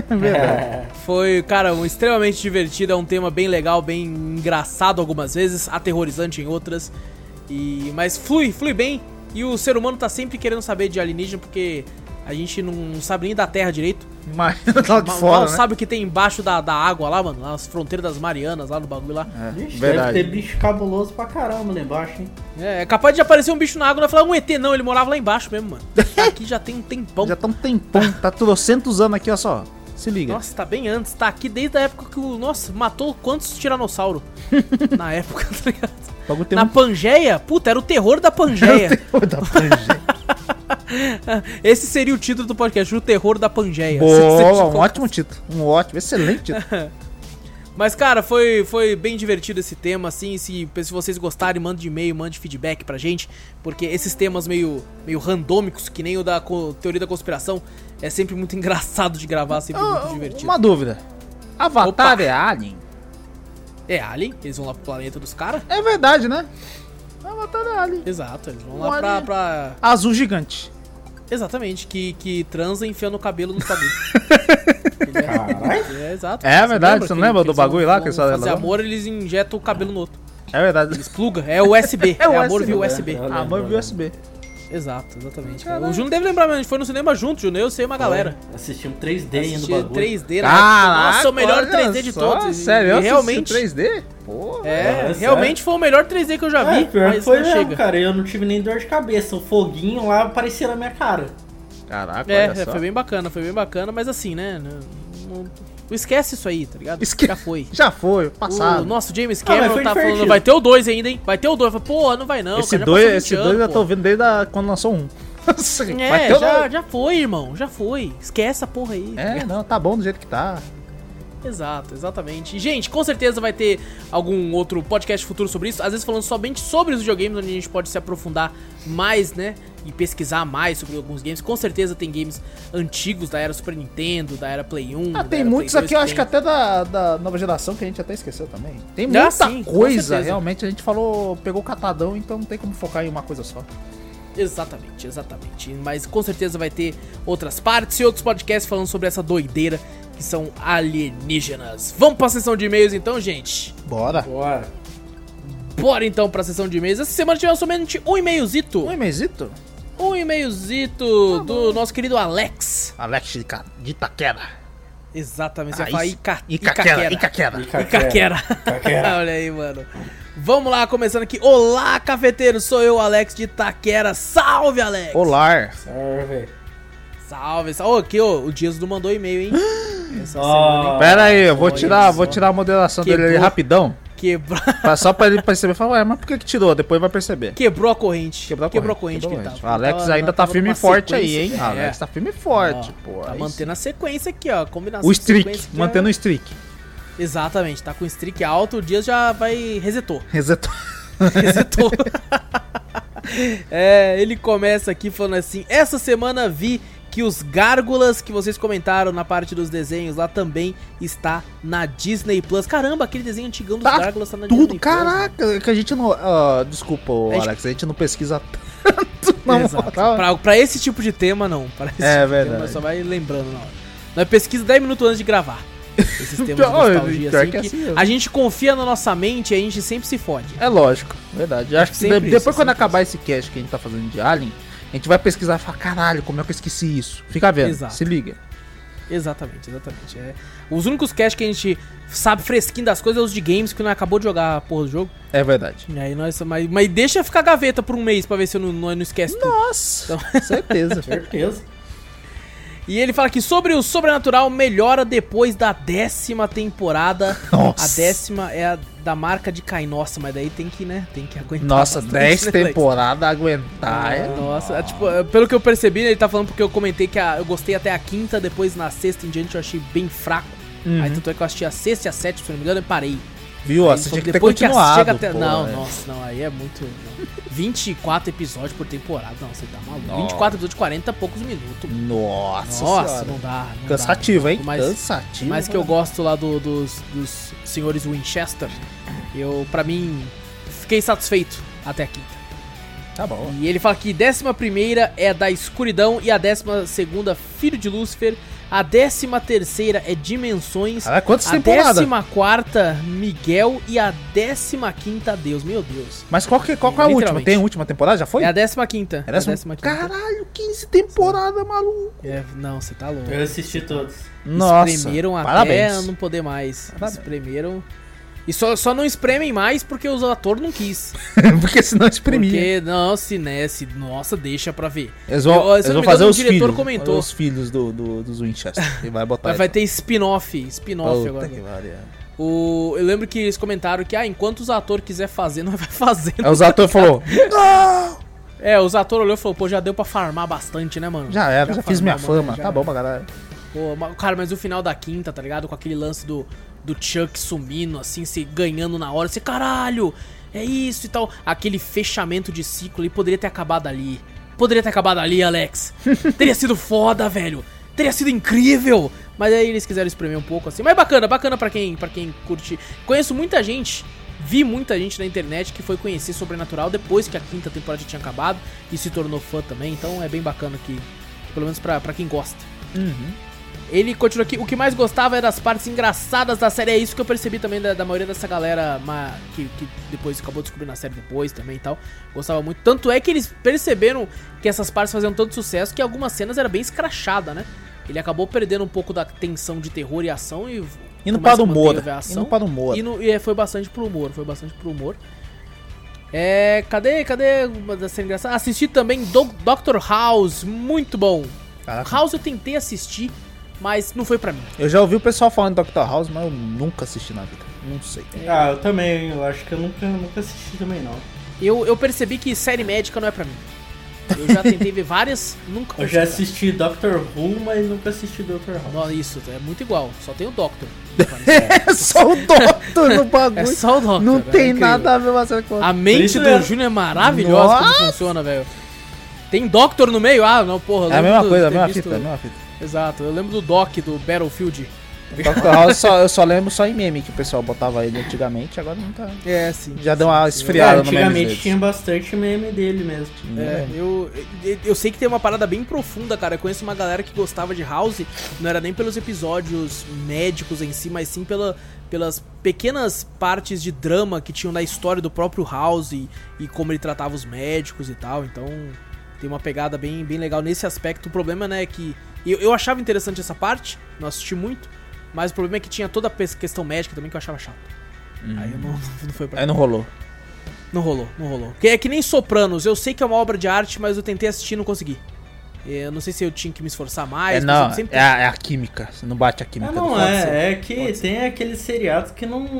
foi, cara, extremamente divertido, é um tema bem legal, bem engraçado algumas vezes, aterrorizante em outras, mas flui bem, e o ser humano tá sempre querendo saber de alienígena, porque a gente não sabe nem da Terra direito. Mas lá de fora, né? Sabe o que tem embaixo da água lá, mano? Nas fronteiras das Marianas, lá no bagulho lá. Deve ter bicho cabuloso pra caramba lá embaixo, hein? É capaz de aparecer um bicho na água e falar um ET, não, ele morava lá embaixo mesmo, mano. Aqui já tem um tempão. Já tá um tempão, tá trocentos anos aqui, ó só. Se liga. Nossa, tá bem antes, tá aqui desde a época que o... Nossa, matou quantos tiranossauros na época, tá ligado? Na Pangeia? Puta, era o terror da Pangeia. Era o terror da Pangeia. Esse seria o título do podcast, o terror da Pangeia. Boa, um ótimo título. Um ótimo, excelente título. Mas, cara, foi bem divertido esse tema, assim, se vocês gostarem, mande e-mail, mande feedback pra gente, porque esses temas meio randômicos, que nem o da teoria da conspiração, é sempre muito engraçado de gravar, sempre muito divertido. Uma dúvida. Avatar Opa. é Alien? É Alien, eles vão lá pro planeta dos caras. É verdade, né? Avatar é Alien. Exato, eles vão Um lá alien. pra... Azul gigante. Exatamente, que transa enfiando o cabelo nos bagulhos. Caralho. É, exato. É verdade, você não que lembra do eles bagulho lá vão que eles fazem fazer lá? amor, eles injetam o cabelo no outro. É verdade. Eles plugam, é USB, é amor via USB. Amor via USB. Exato, exatamente. Caralho. O Júnior deve lembrar, mas a gente foi no cinema junto, Júnior, eu sei uma galera. Assistimos 3D ainda no Assistia bagulho. 3D, né? Caraca, Nossa, o melhor olha 3D de só, todos. Sério, e eu realmente, assisti 3D? Porra. É, realmente foi o melhor 3D que eu já vi, Pior que mas foi não mesmo, chega. cara. Eu não tive nem dor de cabeça. O foguinho lá aparecia na minha cara. Caraca, É, olha só. foi bem bacana, mas assim, né? Não esquece isso aí, tá ligado? Já foi. Já foi, passado. O nosso James mas Cameron foi tá falando, divertido. vai ter o 2 ainda, hein? Vai ter o 2. Pô, não vai não. Esse cara, já 2 passou 20 esse anos, dois eu pô. tô ouvindo desde quando lançou um. Vai É, ter o dois. já foi, irmão, já foi. Esquece essa porra aí. tá É, ligado? não, tá bom do jeito que tá. Exato, exatamente. E, gente, com certeza vai ter algum outro podcast futuro sobre isso. Às vezes falando somente sobre os videogames, onde a gente pode se aprofundar mais, né? E pesquisar mais sobre alguns games. Com certeza tem games antigos da era Super Nintendo, da era Play 1. Ah, da tem era muitos Play aqui, eu 2 acho que até da nova geração, que a gente até esqueceu também. Tem Ah, muita sim, com coisa, certeza. realmente. A gente falou, pegou o catadão, então não tem como focar em uma coisa só. Exatamente, exatamente. Mas com certeza vai ter outras partes e outros podcasts falando sobre essa doideira que são alienígenas. Vamos pra sessão de e-mails então, gente? Bora. Bora. Bora então pra sessão de e-mails. Essa semana tivemos somente um e-mailzito. Um e-mailzito? Um e-mailzito do nosso querido Alex. Alex de Itaquera. Exatamente, você Ah, vai falar isso. Icaquera. Icaquera. Icaquera. Icaquera. Olha aí, mano. Vamos lá, começando aqui. Olá, cafeteiro. Sou eu, Alex de Itaquera. Salve, Alex. Olá. Serve. Salve, salve. Ô, aqui, ó, o Dias não mandou e-mail, hein? Essa Ó. semana, hein? Pera aí, eu vou Olha tirar só. a moderação dele ali Quebrou. rapidão. Quebrou, Só pra ele perceber. Falar, ué, mas por que tirou? Depois vai perceber. quebrou a corrente. Quebrou a corrente que que tava. O Alex Tava- ainda tá tava firme e numa forte aí, sequência. hein? É. Alex tá firme e forte, Ó, pô. Tá aí mantendo a sequência aqui, ó. Combinação o de streak, sequência aqui, mantendo ó. o streak. Exatamente, tá com o streak alto, o Dias já vai... Resetou. Resetou. Resetou. Ele começa aqui falando assim: essa semana vi que os Gárgulas que vocês comentaram na parte dos desenhos lá também está na Disney Plus. Caramba, aquele desenho antigão dos Tá Gárgulas tá na Tudo, Disney Plus. caraca, que a gente não. Desculpa, A gente- Alex, a gente não pesquisa tanto, não. Exato. Pra esse tipo de tema, não. Pra esse É tipo de verdade. tema, só vai lembrando na hora. Nós pesquisa 10 minutos antes de gravar. Esses temas de Pior, nostalgia, pior assim, que é que assim mesmo. a gente confia na nossa mente e a gente sempre se fode. É lógico, verdade. Acho que Sempre isso, depois quando sempre acabar esse cast que a gente tá fazendo de Alien, a gente vai pesquisar e falar, caralho, como é que eu esqueci isso? Fica vendo, Exato. se liga. Exatamente. Os únicos casts que a gente sabe fresquinho das coisas é os de games, que não acabou de jogar a porra do jogo. É verdade. E aí mas deixa ficar gaveta por um mês pra ver se eu não esquece tudo. Nossa, certeza. Certeza. E ele fala que sobre o sobrenatural melhora depois da 10ª temporada. Nossa. A 10ª é a da marca de Caim. Nossa, mas daí tem que aguentar. Nossa, bastante, 10 né, Lex? temporadas aguentar. Nossa, tipo, pelo que eu percebi, ele tá falando porque eu comentei que eu gostei até a 5ª, depois na 6ª em diante eu achei bem fraco. Uhum. Aí tanto é que eu assisti a 6ª e a 7ª, se não me engano, e parei. Viu? Ó, Aí, você só tinha que que ter depois que continuado. chega até... pô, Não, é. nossa, não, aí é muito... Não. 24 episódios por temporada, não, você tá maluco. Nossa. 24 episódios de 40 e poucos minutos. Nossa, Nossa, senhora. não dá. Cansativo, hein? Mas, Cansativo. mais que eu gosto lá dos senhores Winchester, pra mim, fiquei satisfeito até a 5ª. Tá bom. E ele fala que 11ª é da escuridão e a 12ª Filho de Lúcifer. A 13ª é Dimensões. Caraca, quantas a temporadas? 14ª Miguel e a 15ª Deus. Meu Deus. Mas qual que é a última? Literalmente. Tem a última temporada? Já foi? É a 15ª. É a décima- Caralho, 15 temporadas, maluco. Não, você tá louco. Eu assisti todos. Nossa, Espremeram até parabéns. não poder mais. Parabéns. Espremeram. E só não espremem mais porque os atores não quis. Porque senão exprimia. Porque, não, nossa, deixa pra ver. Eles vão, Se eles não vão me fazer engano, os o diretor filhos. comentou. Os filhos dos Winchester. E vai botar. Mas vai ter spin-off Puta agora. que pariu. Eu lembro que eles comentaram que, enquanto os atores quiser fazer, não vai fazer. Aí os atores falaram, Os atores olhou e falou, pô, já deu pra farmar bastante, né, mano? já era, já fiz minha farmou, fama, já tá bom pra galera. Pô, cara, mas o final da 5ª, tá ligado? Com aquele lance do Chuck sumindo, assim, se ganhando na hora, você, caralho, é isso e tal. Aquele fechamento de ciclo, ele poderia ter acabado ali. Poderia ter acabado ali, Alex. Teria sido foda, velho. Teria sido incrível. Mas aí eles quiseram espremer um pouco, assim. Mas bacana pra quem curte. Conheço muita gente, vi muita gente na internet que foi conhecer Sobrenatural depois que a 5ª temporada já tinha acabado e se tornou fã também. Então é bem bacana que pelo menos pra quem gosta. Ele continua aqui. O que mais gostava era das partes engraçadas da série. É isso que eu percebi também da maioria dessa galera que depois acabou descobrindo a série depois também e tal. Gostava muito. Tanto é que eles perceberam que essas partes faziam tanto sucesso que algumas cenas eram bem escrachada, né? Ele acabou perdendo um pouco da tensão de terror e ação e... Indo para o humor. Foi bastante pro humor. Cadê da série engraçada? Assisti também Dr. House. Muito bom. Caraca. House eu tentei assistir, mas não foi pra mim. Eu já ouvi o pessoal falando de Dr. House, mas eu nunca assisti na vida. Não sei. Eu também. Eu acho que eu nunca assisti também, não. Eu percebi que série médica não é pra mim. Eu já tentei ver várias, nunca consegui. Eu já assisti Doctor Who, mas nunca assisti Dr. House. Não, isso, é muito igual. Só tem o Doctor. É só o Doctor no bagulho. É só o Doctor. Não tem incrível. nada a ver uma série com outra. A mente do Júnior é maravilhosa como funciona, velho. Tem Doctor no meio? Ah, não, porra. É a mesma coisa, a mesma fita. Exato, eu lembro do Doc do Battlefield. Dr. House eu só lembro só em meme que o pessoal botava ele antigamente, agora não tá. É, sim. Já deu uma esfriada no meme. Antigamente tinha bastante meme dele mesmo. Eu sei que tem uma parada bem profunda, cara. Eu conheço uma galera que gostava de House, não era nem pelos episódios médicos em si, mas sim pelas pequenas partes de drama que tinham na história do próprio House e como ele tratava os médicos e tal. Então tem uma pegada bem legal nesse aspecto. O problema, né, é que eu achava interessante essa parte, não assisti muito. Mas o problema é que tinha toda a questão médica também que eu achava chato. Aí eu não foi pra mim. Aí não rolou. Não rolou. É que nem Sopranos, eu sei que é uma obra de arte, mas eu tentei assistir e não consegui. Eu não sei se eu tinha que me esforçar mais. É a química. Você não bate a química do É que tem aqueles seriados que não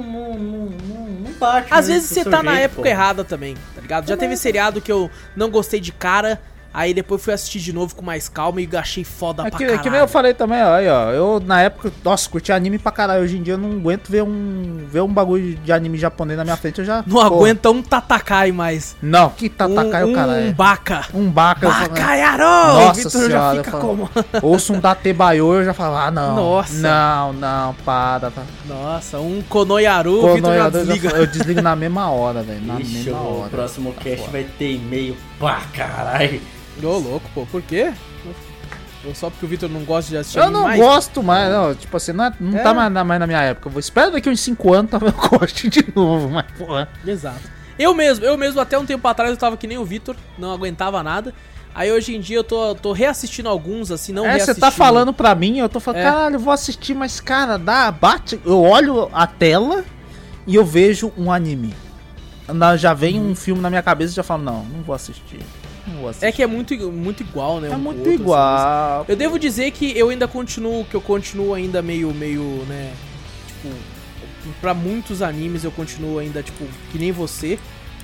bate. Às vezes você tá na época errada também, tá ligado? Já teve seriado que eu não gostei de cara. Aí depois fui assistir de novo com mais calma e achei foda pra caralho. Que nem eu falei também, ó, eu na época, nossa, curti anime pra caralho. Hoje em dia eu não aguento ver um bagulho de anime japonês na minha frente, eu já... Não aguenta um Tatakai mais. Não, que Tatakai o caralho. Um Baka. Baka, Yaro! Nossa Vitor senhora, já fica como? Ouço um Datebayo, eu já falo, não. Nossa. Não, para. Nossa, um Konoyaru, o Vitor já desliga. Eu desligo na mesma hora, velho, na Ixi, mesma hora. O próximo cast vai ter e-mail pra caralho. Ô, louco, pô, por quê? Só porque o Vitor não gosta de assistir Eu não mais? Gosto mais, não, tipo assim, não tá mais na minha época. Eu espero daqui uns 5 anos eu goste de novo, mas porra. Exato. Eu mesmo, até um tempo atrás eu tava que nem o Vitor, não aguentava nada. Aí hoje em dia eu tô reassistindo alguns, assim, não reassistindo. Você tá falando pra mim, eu tô falando, caralho, eu vou assistir, mas cara, eu olho a tela e eu vejo um anime. Já vem um filme na minha cabeça e já falo, não vou assistir. É que é muito igual, né? É muito igual. Assim, eu devo dizer que eu ainda continuo ainda meio, né? Tipo, pra muitos animes eu continuo ainda, tipo, que nem você.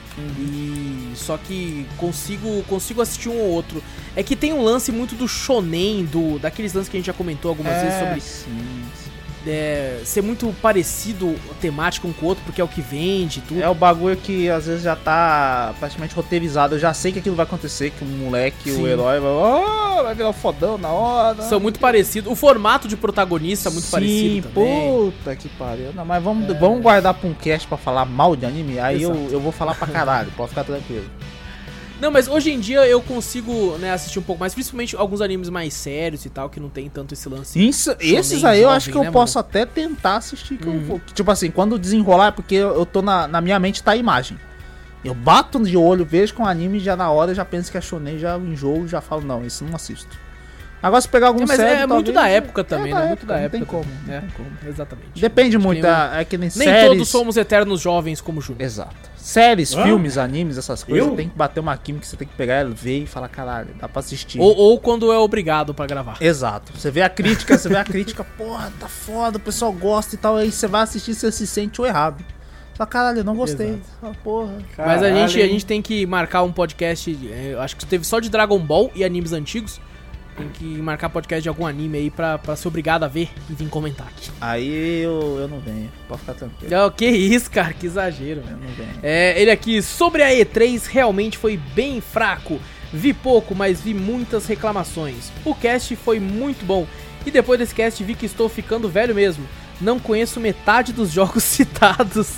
E só que consigo assistir um ou outro. É que tem um lance muito do shonen, daqueles lances que a gente já comentou algumas vezes sobre... Sim. Ser muito parecido temático um com o outro, porque é o que vende tudo. É o bagulho que às vezes já tá praticamente roteirizado. Eu já sei que aquilo vai acontecer, que o moleque, o herói vai virar um fodão na hora. São muito parecidos. O formato de protagonista é muito parecido também. Puta que pariu. Não, mas vamos guardar pra um cast pra falar mal de anime. Aí eu vou falar pra caralho, pode ficar tranquilo. Não, mas hoje em dia eu consigo, né, assistir um pouco mais, principalmente alguns animes mais sérios e tal, que não tem tanto esse lance. Esses aí eu acho que eu posso até tentar assistir. Tipo assim, quando desenrolar, porque eu tô na minha mente tá a imagem. Eu bato de olho, vejo com o anime, já na hora eu já penso que é shonen, já enjoo, já falo, não, isso não assisto. Agora se pegar algum série, é muito da época também, né? Muito da época. Não tem como. Exatamente. Depende muito, é que nem séries... Nem todos somos eternos jovens como Júnior. Exato. Séries, filmes, animes, essas coisas, tem que bater uma química, você tem que pegar ela, ver e falar, caralho, dá pra assistir. Ou quando é obrigado pra gravar. Exato. Você vê a crítica, porra, tá foda, o pessoal gosta e tal, aí você vai assistir e você se sente o errado. Só, caralho, eu não gostei. Porra. Mas a gente tem que marcar um podcast, acho que teve só de Dragon Ball e animes antigos, Tem que marcar podcast de algum anime aí pra ser obrigado a ver e vir comentar aqui. Aí eu não venho, pode ficar tranquilo. Oh, que isso, cara, que exagero. Eu não venho. Ele aqui, sobre a E3, realmente foi bem fraco. Vi pouco, mas vi muitas reclamações. O cast foi muito bom. E depois desse cast vi que estou ficando velho mesmo. Não conheço metade dos jogos citados.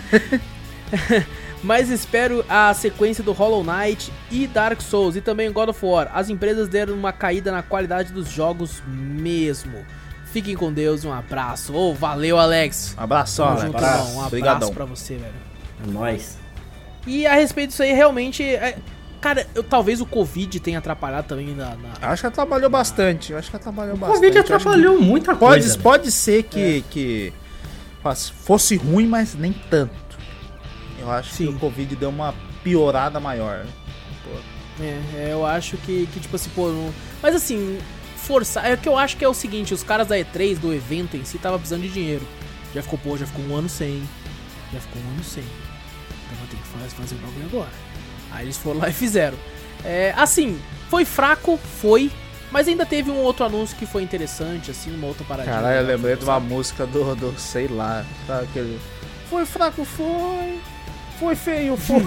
Mas espero a sequência do Hollow Knight e Dark Souls e também God of War. As empresas deram uma caída na qualidade dos jogos mesmo. Fiquem com Deus e um abraço. Valeu, Alex. Um abraço, Tamo Alex. junto, irmão. Um abraço Obrigadão. pra você, velho. É nóis. E a respeito disso aí, realmente... Cara, talvez o Covid tenha atrapalhado também Acho que atrapalhou bastante. O Covid atrapalhou muita coisa. Pode ser que fosse ruim, mas nem tanto. Eu acho que o Covid deu uma piorada maior. Eu acho que tipo assim, mas assim, forçar... É que eu acho que é o seguinte, os caras da E3, do evento em si, tava precisando de dinheiro. Já ficou um ano sem. Então vai ter que fazer o bagulho agora. Aí eles foram lá e fizeram. Assim, foi fraco, mas ainda teve um outro anúncio que foi interessante, assim, uma outra paradinha. Caralho, eu lembrei de uma música do sei lá, sabe aquele... Foi fraco, foi feio, foi.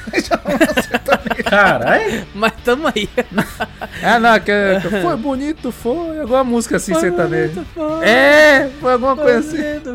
Caralho. Mas tamo aí. Foi bonito, foi. Alguma música assim, sertaneja. Foi alguma coisa assim.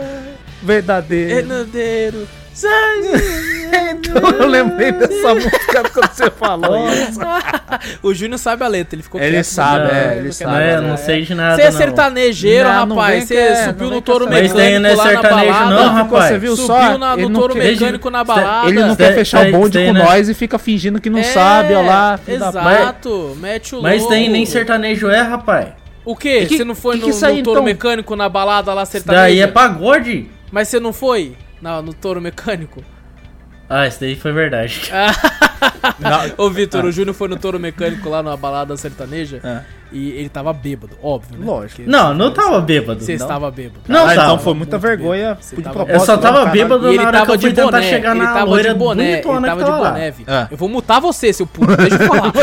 Verdadeiro. Então eu lembrei dessa música quando você falou isso. O Júnior sabe a letra, ele ficou Ele quieto, sabe, ele sabe. Não sei de nada. Você é sertanejeiro, rapaz. Você subiu no touro mecânico lá na balada. Não, rapaz. Você viu subiu só? no touro mecânico na balada. Ele não quer fechar o bonde com nós e fica fingindo que não sabe, olha lá. Exato, mete o louco. Mas nem sertanejo rapaz. O quê? Você não foi no touro mecânico na balada lá sertaneja? Daí é pagode. Mas você não foi no touro mecânico? Isso daí foi verdade. Ô, Vitor, o Júnior foi no touro mecânico lá na balada sertaneja e ele tava bêbado, óbvio, né? Lógico. Não tava bêbado. Você estava bêbado. Não, então foi muita vergonha. Eu só tava bêbado na hora que eu fui tentar chegar na loira Ele bonitona tava que de tava lá. boné, Vitor. Eu vou mutar você, seu puto, deixa eu falar.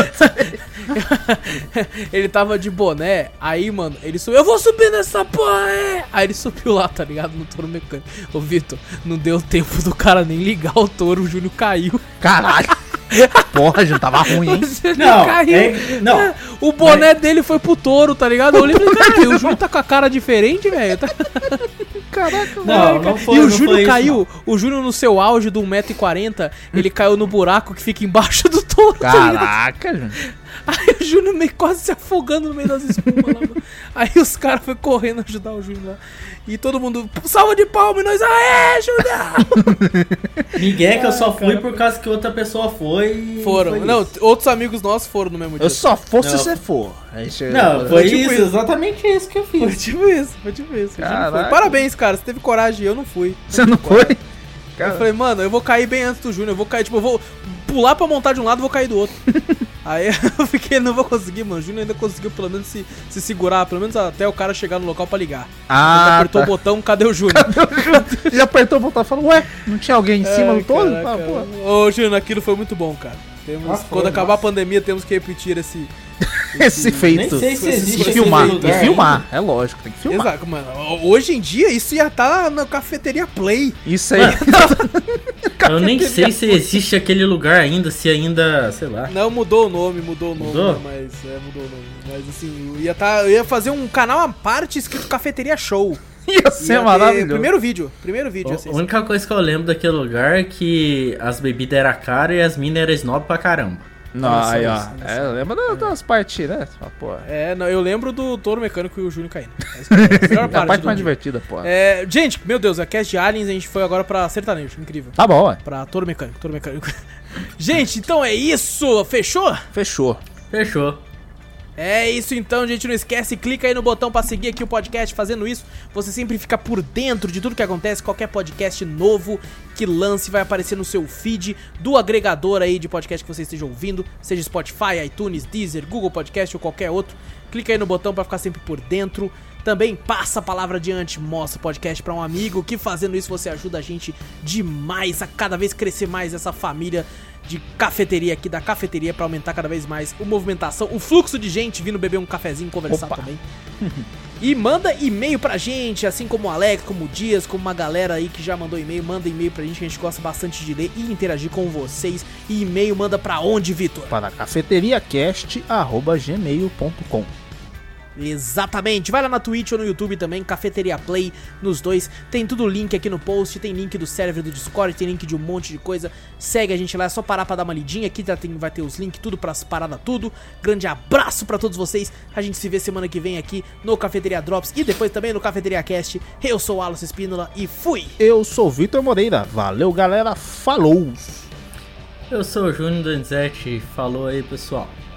Ele tava de boné, aí, mano, ele subiu. Eu vou subir nessa porra, Aí ele subiu lá, tá ligado? No touro mecânico. Ô, Vitor, não deu tempo do cara nem ligar o touro, o Júnior caiu. Caralho. Porra, já tava ruim, hein? Não, caiu. Não. O boné dele foi pro touro, tá ligado? Eu olhei e falei, cara, o Júnior tá com a cara diferente, velho. Caraca, não foi. E o Júnior caiu, o Júnior no seu auge do 1,40m, ele caiu no buraco que fica embaixo do touro. Caraca, Júnior. Aí o Júnior meio quase se afogando no meio das espumas lá, mano. Aí os caras foram correndo ajudar o Júnior lá. E todo mundo, salva de palma, e nós, Júnior! Ninguém que eu só fui por causa que outra pessoa foi. Foram. Foi não, isso. outros amigos nossos foram no mesmo dia. Eu só fosse Não. se você for. Não, foi tipo isso, isso. exatamente isso que eu fiz. Foi tipo isso. O Júnior foi. Caraca. Parabéns, cara, você teve coragem, eu não fui. Você não foi? Eu falei, mano, eu vou cair bem antes do Júnior, eu vou cair, tipo, eu vou pular pra montar de um lado e vou cair do outro. Aí eu fiquei, não vou conseguir, mano. O Júnior ainda conseguiu pelo menos se segurar, pelo menos até o cara chegar no local pra ligar. Ele apertou o botão, cadê o Júnior? Ele apertou o botão e falou, ué, não tinha alguém em cima do todo? Ô, Júnior, aquilo foi muito bom, cara. Quando acabar a pandemia, temos que repetir esse feito. Nem sei se existe E filmar, esse lugar, e filmar. É lógico, tem que filmar. Exato, mano. Hoje em dia, isso ia estar na cafeteria Play. Isso aí. Eu nem sei se existe aquele lugar ainda, se ainda, sei lá. Não, mudou o nome, né, Mudou? mas mudou o nome. Mas assim, eu ia fazer um canal à parte escrito Cafeteria Show. Ia ser maravilhoso. Primeiro vídeo assim. A única coisa que eu lembro daquele lugar é que as bebidas eram caras e as minas eram snob pra caramba. Não, aí ó. Lembra das partes, né? Pô. Não, eu lembro do touro mecânico e o Júnior caindo. É a parte mais divertida, pô. Gente, meu Deus, a cast de Aliens, a gente foi agora pra sertanejo, incrível. Tá bom, ué. Pra touro mecânico. Gente, então é isso, fechou? Fechou. É isso então, gente, não esquece, clica aí no botão pra seguir aqui o podcast. Fazendo isso, você sempre fica por dentro de tudo que acontece. Qualquer podcast novo que lance vai aparecer no seu feed do agregador aí de podcast que você esteja ouvindo, seja Spotify, iTunes, Deezer, Google Podcast ou qualquer outro. Clica aí no botão pra ficar sempre por dentro. Também passa a palavra adiante, mostra o podcast pra um amigo, que fazendo isso você ajuda a gente demais a cada vez crescer mais essa família de cafeteria aqui, da cafeteria, pra aumentar cada vez mais a movimentação, o fluxo de gente vindo beber um cafezinho, conversar também. E manda e-mail pra gente, assim como o Alex, como o Dias, como uma galera aí que já mandou e-mail, manda e-mail pra gente, que a gente gosta bastante de ler e interagir com vocês. E e-mail manda pra onde, Vitor? Para cafeteriacast@gmail.com. Exatamente, vai lá na Twitch ou no YouTube também, Cafeteria Play, nos dois, tem tudo link aqui no post, tem link do server do Discord, tem link de um monte de coisa, segue a gente lá, é só parar pra dar uma lidinha, aqui vai ter os links, tudo pras paradas, tudo, grande abraço pra todos vocês, a gente se vê semana que vem aqui no Cafeteria Drops e depois também no Cafeteria Cast, eu sou o Wallace Espínola e fui! Eu sou o Vitor Moreira, valeu galera, falou! Eu sou o Júnior Donizete, falou aí pessoal.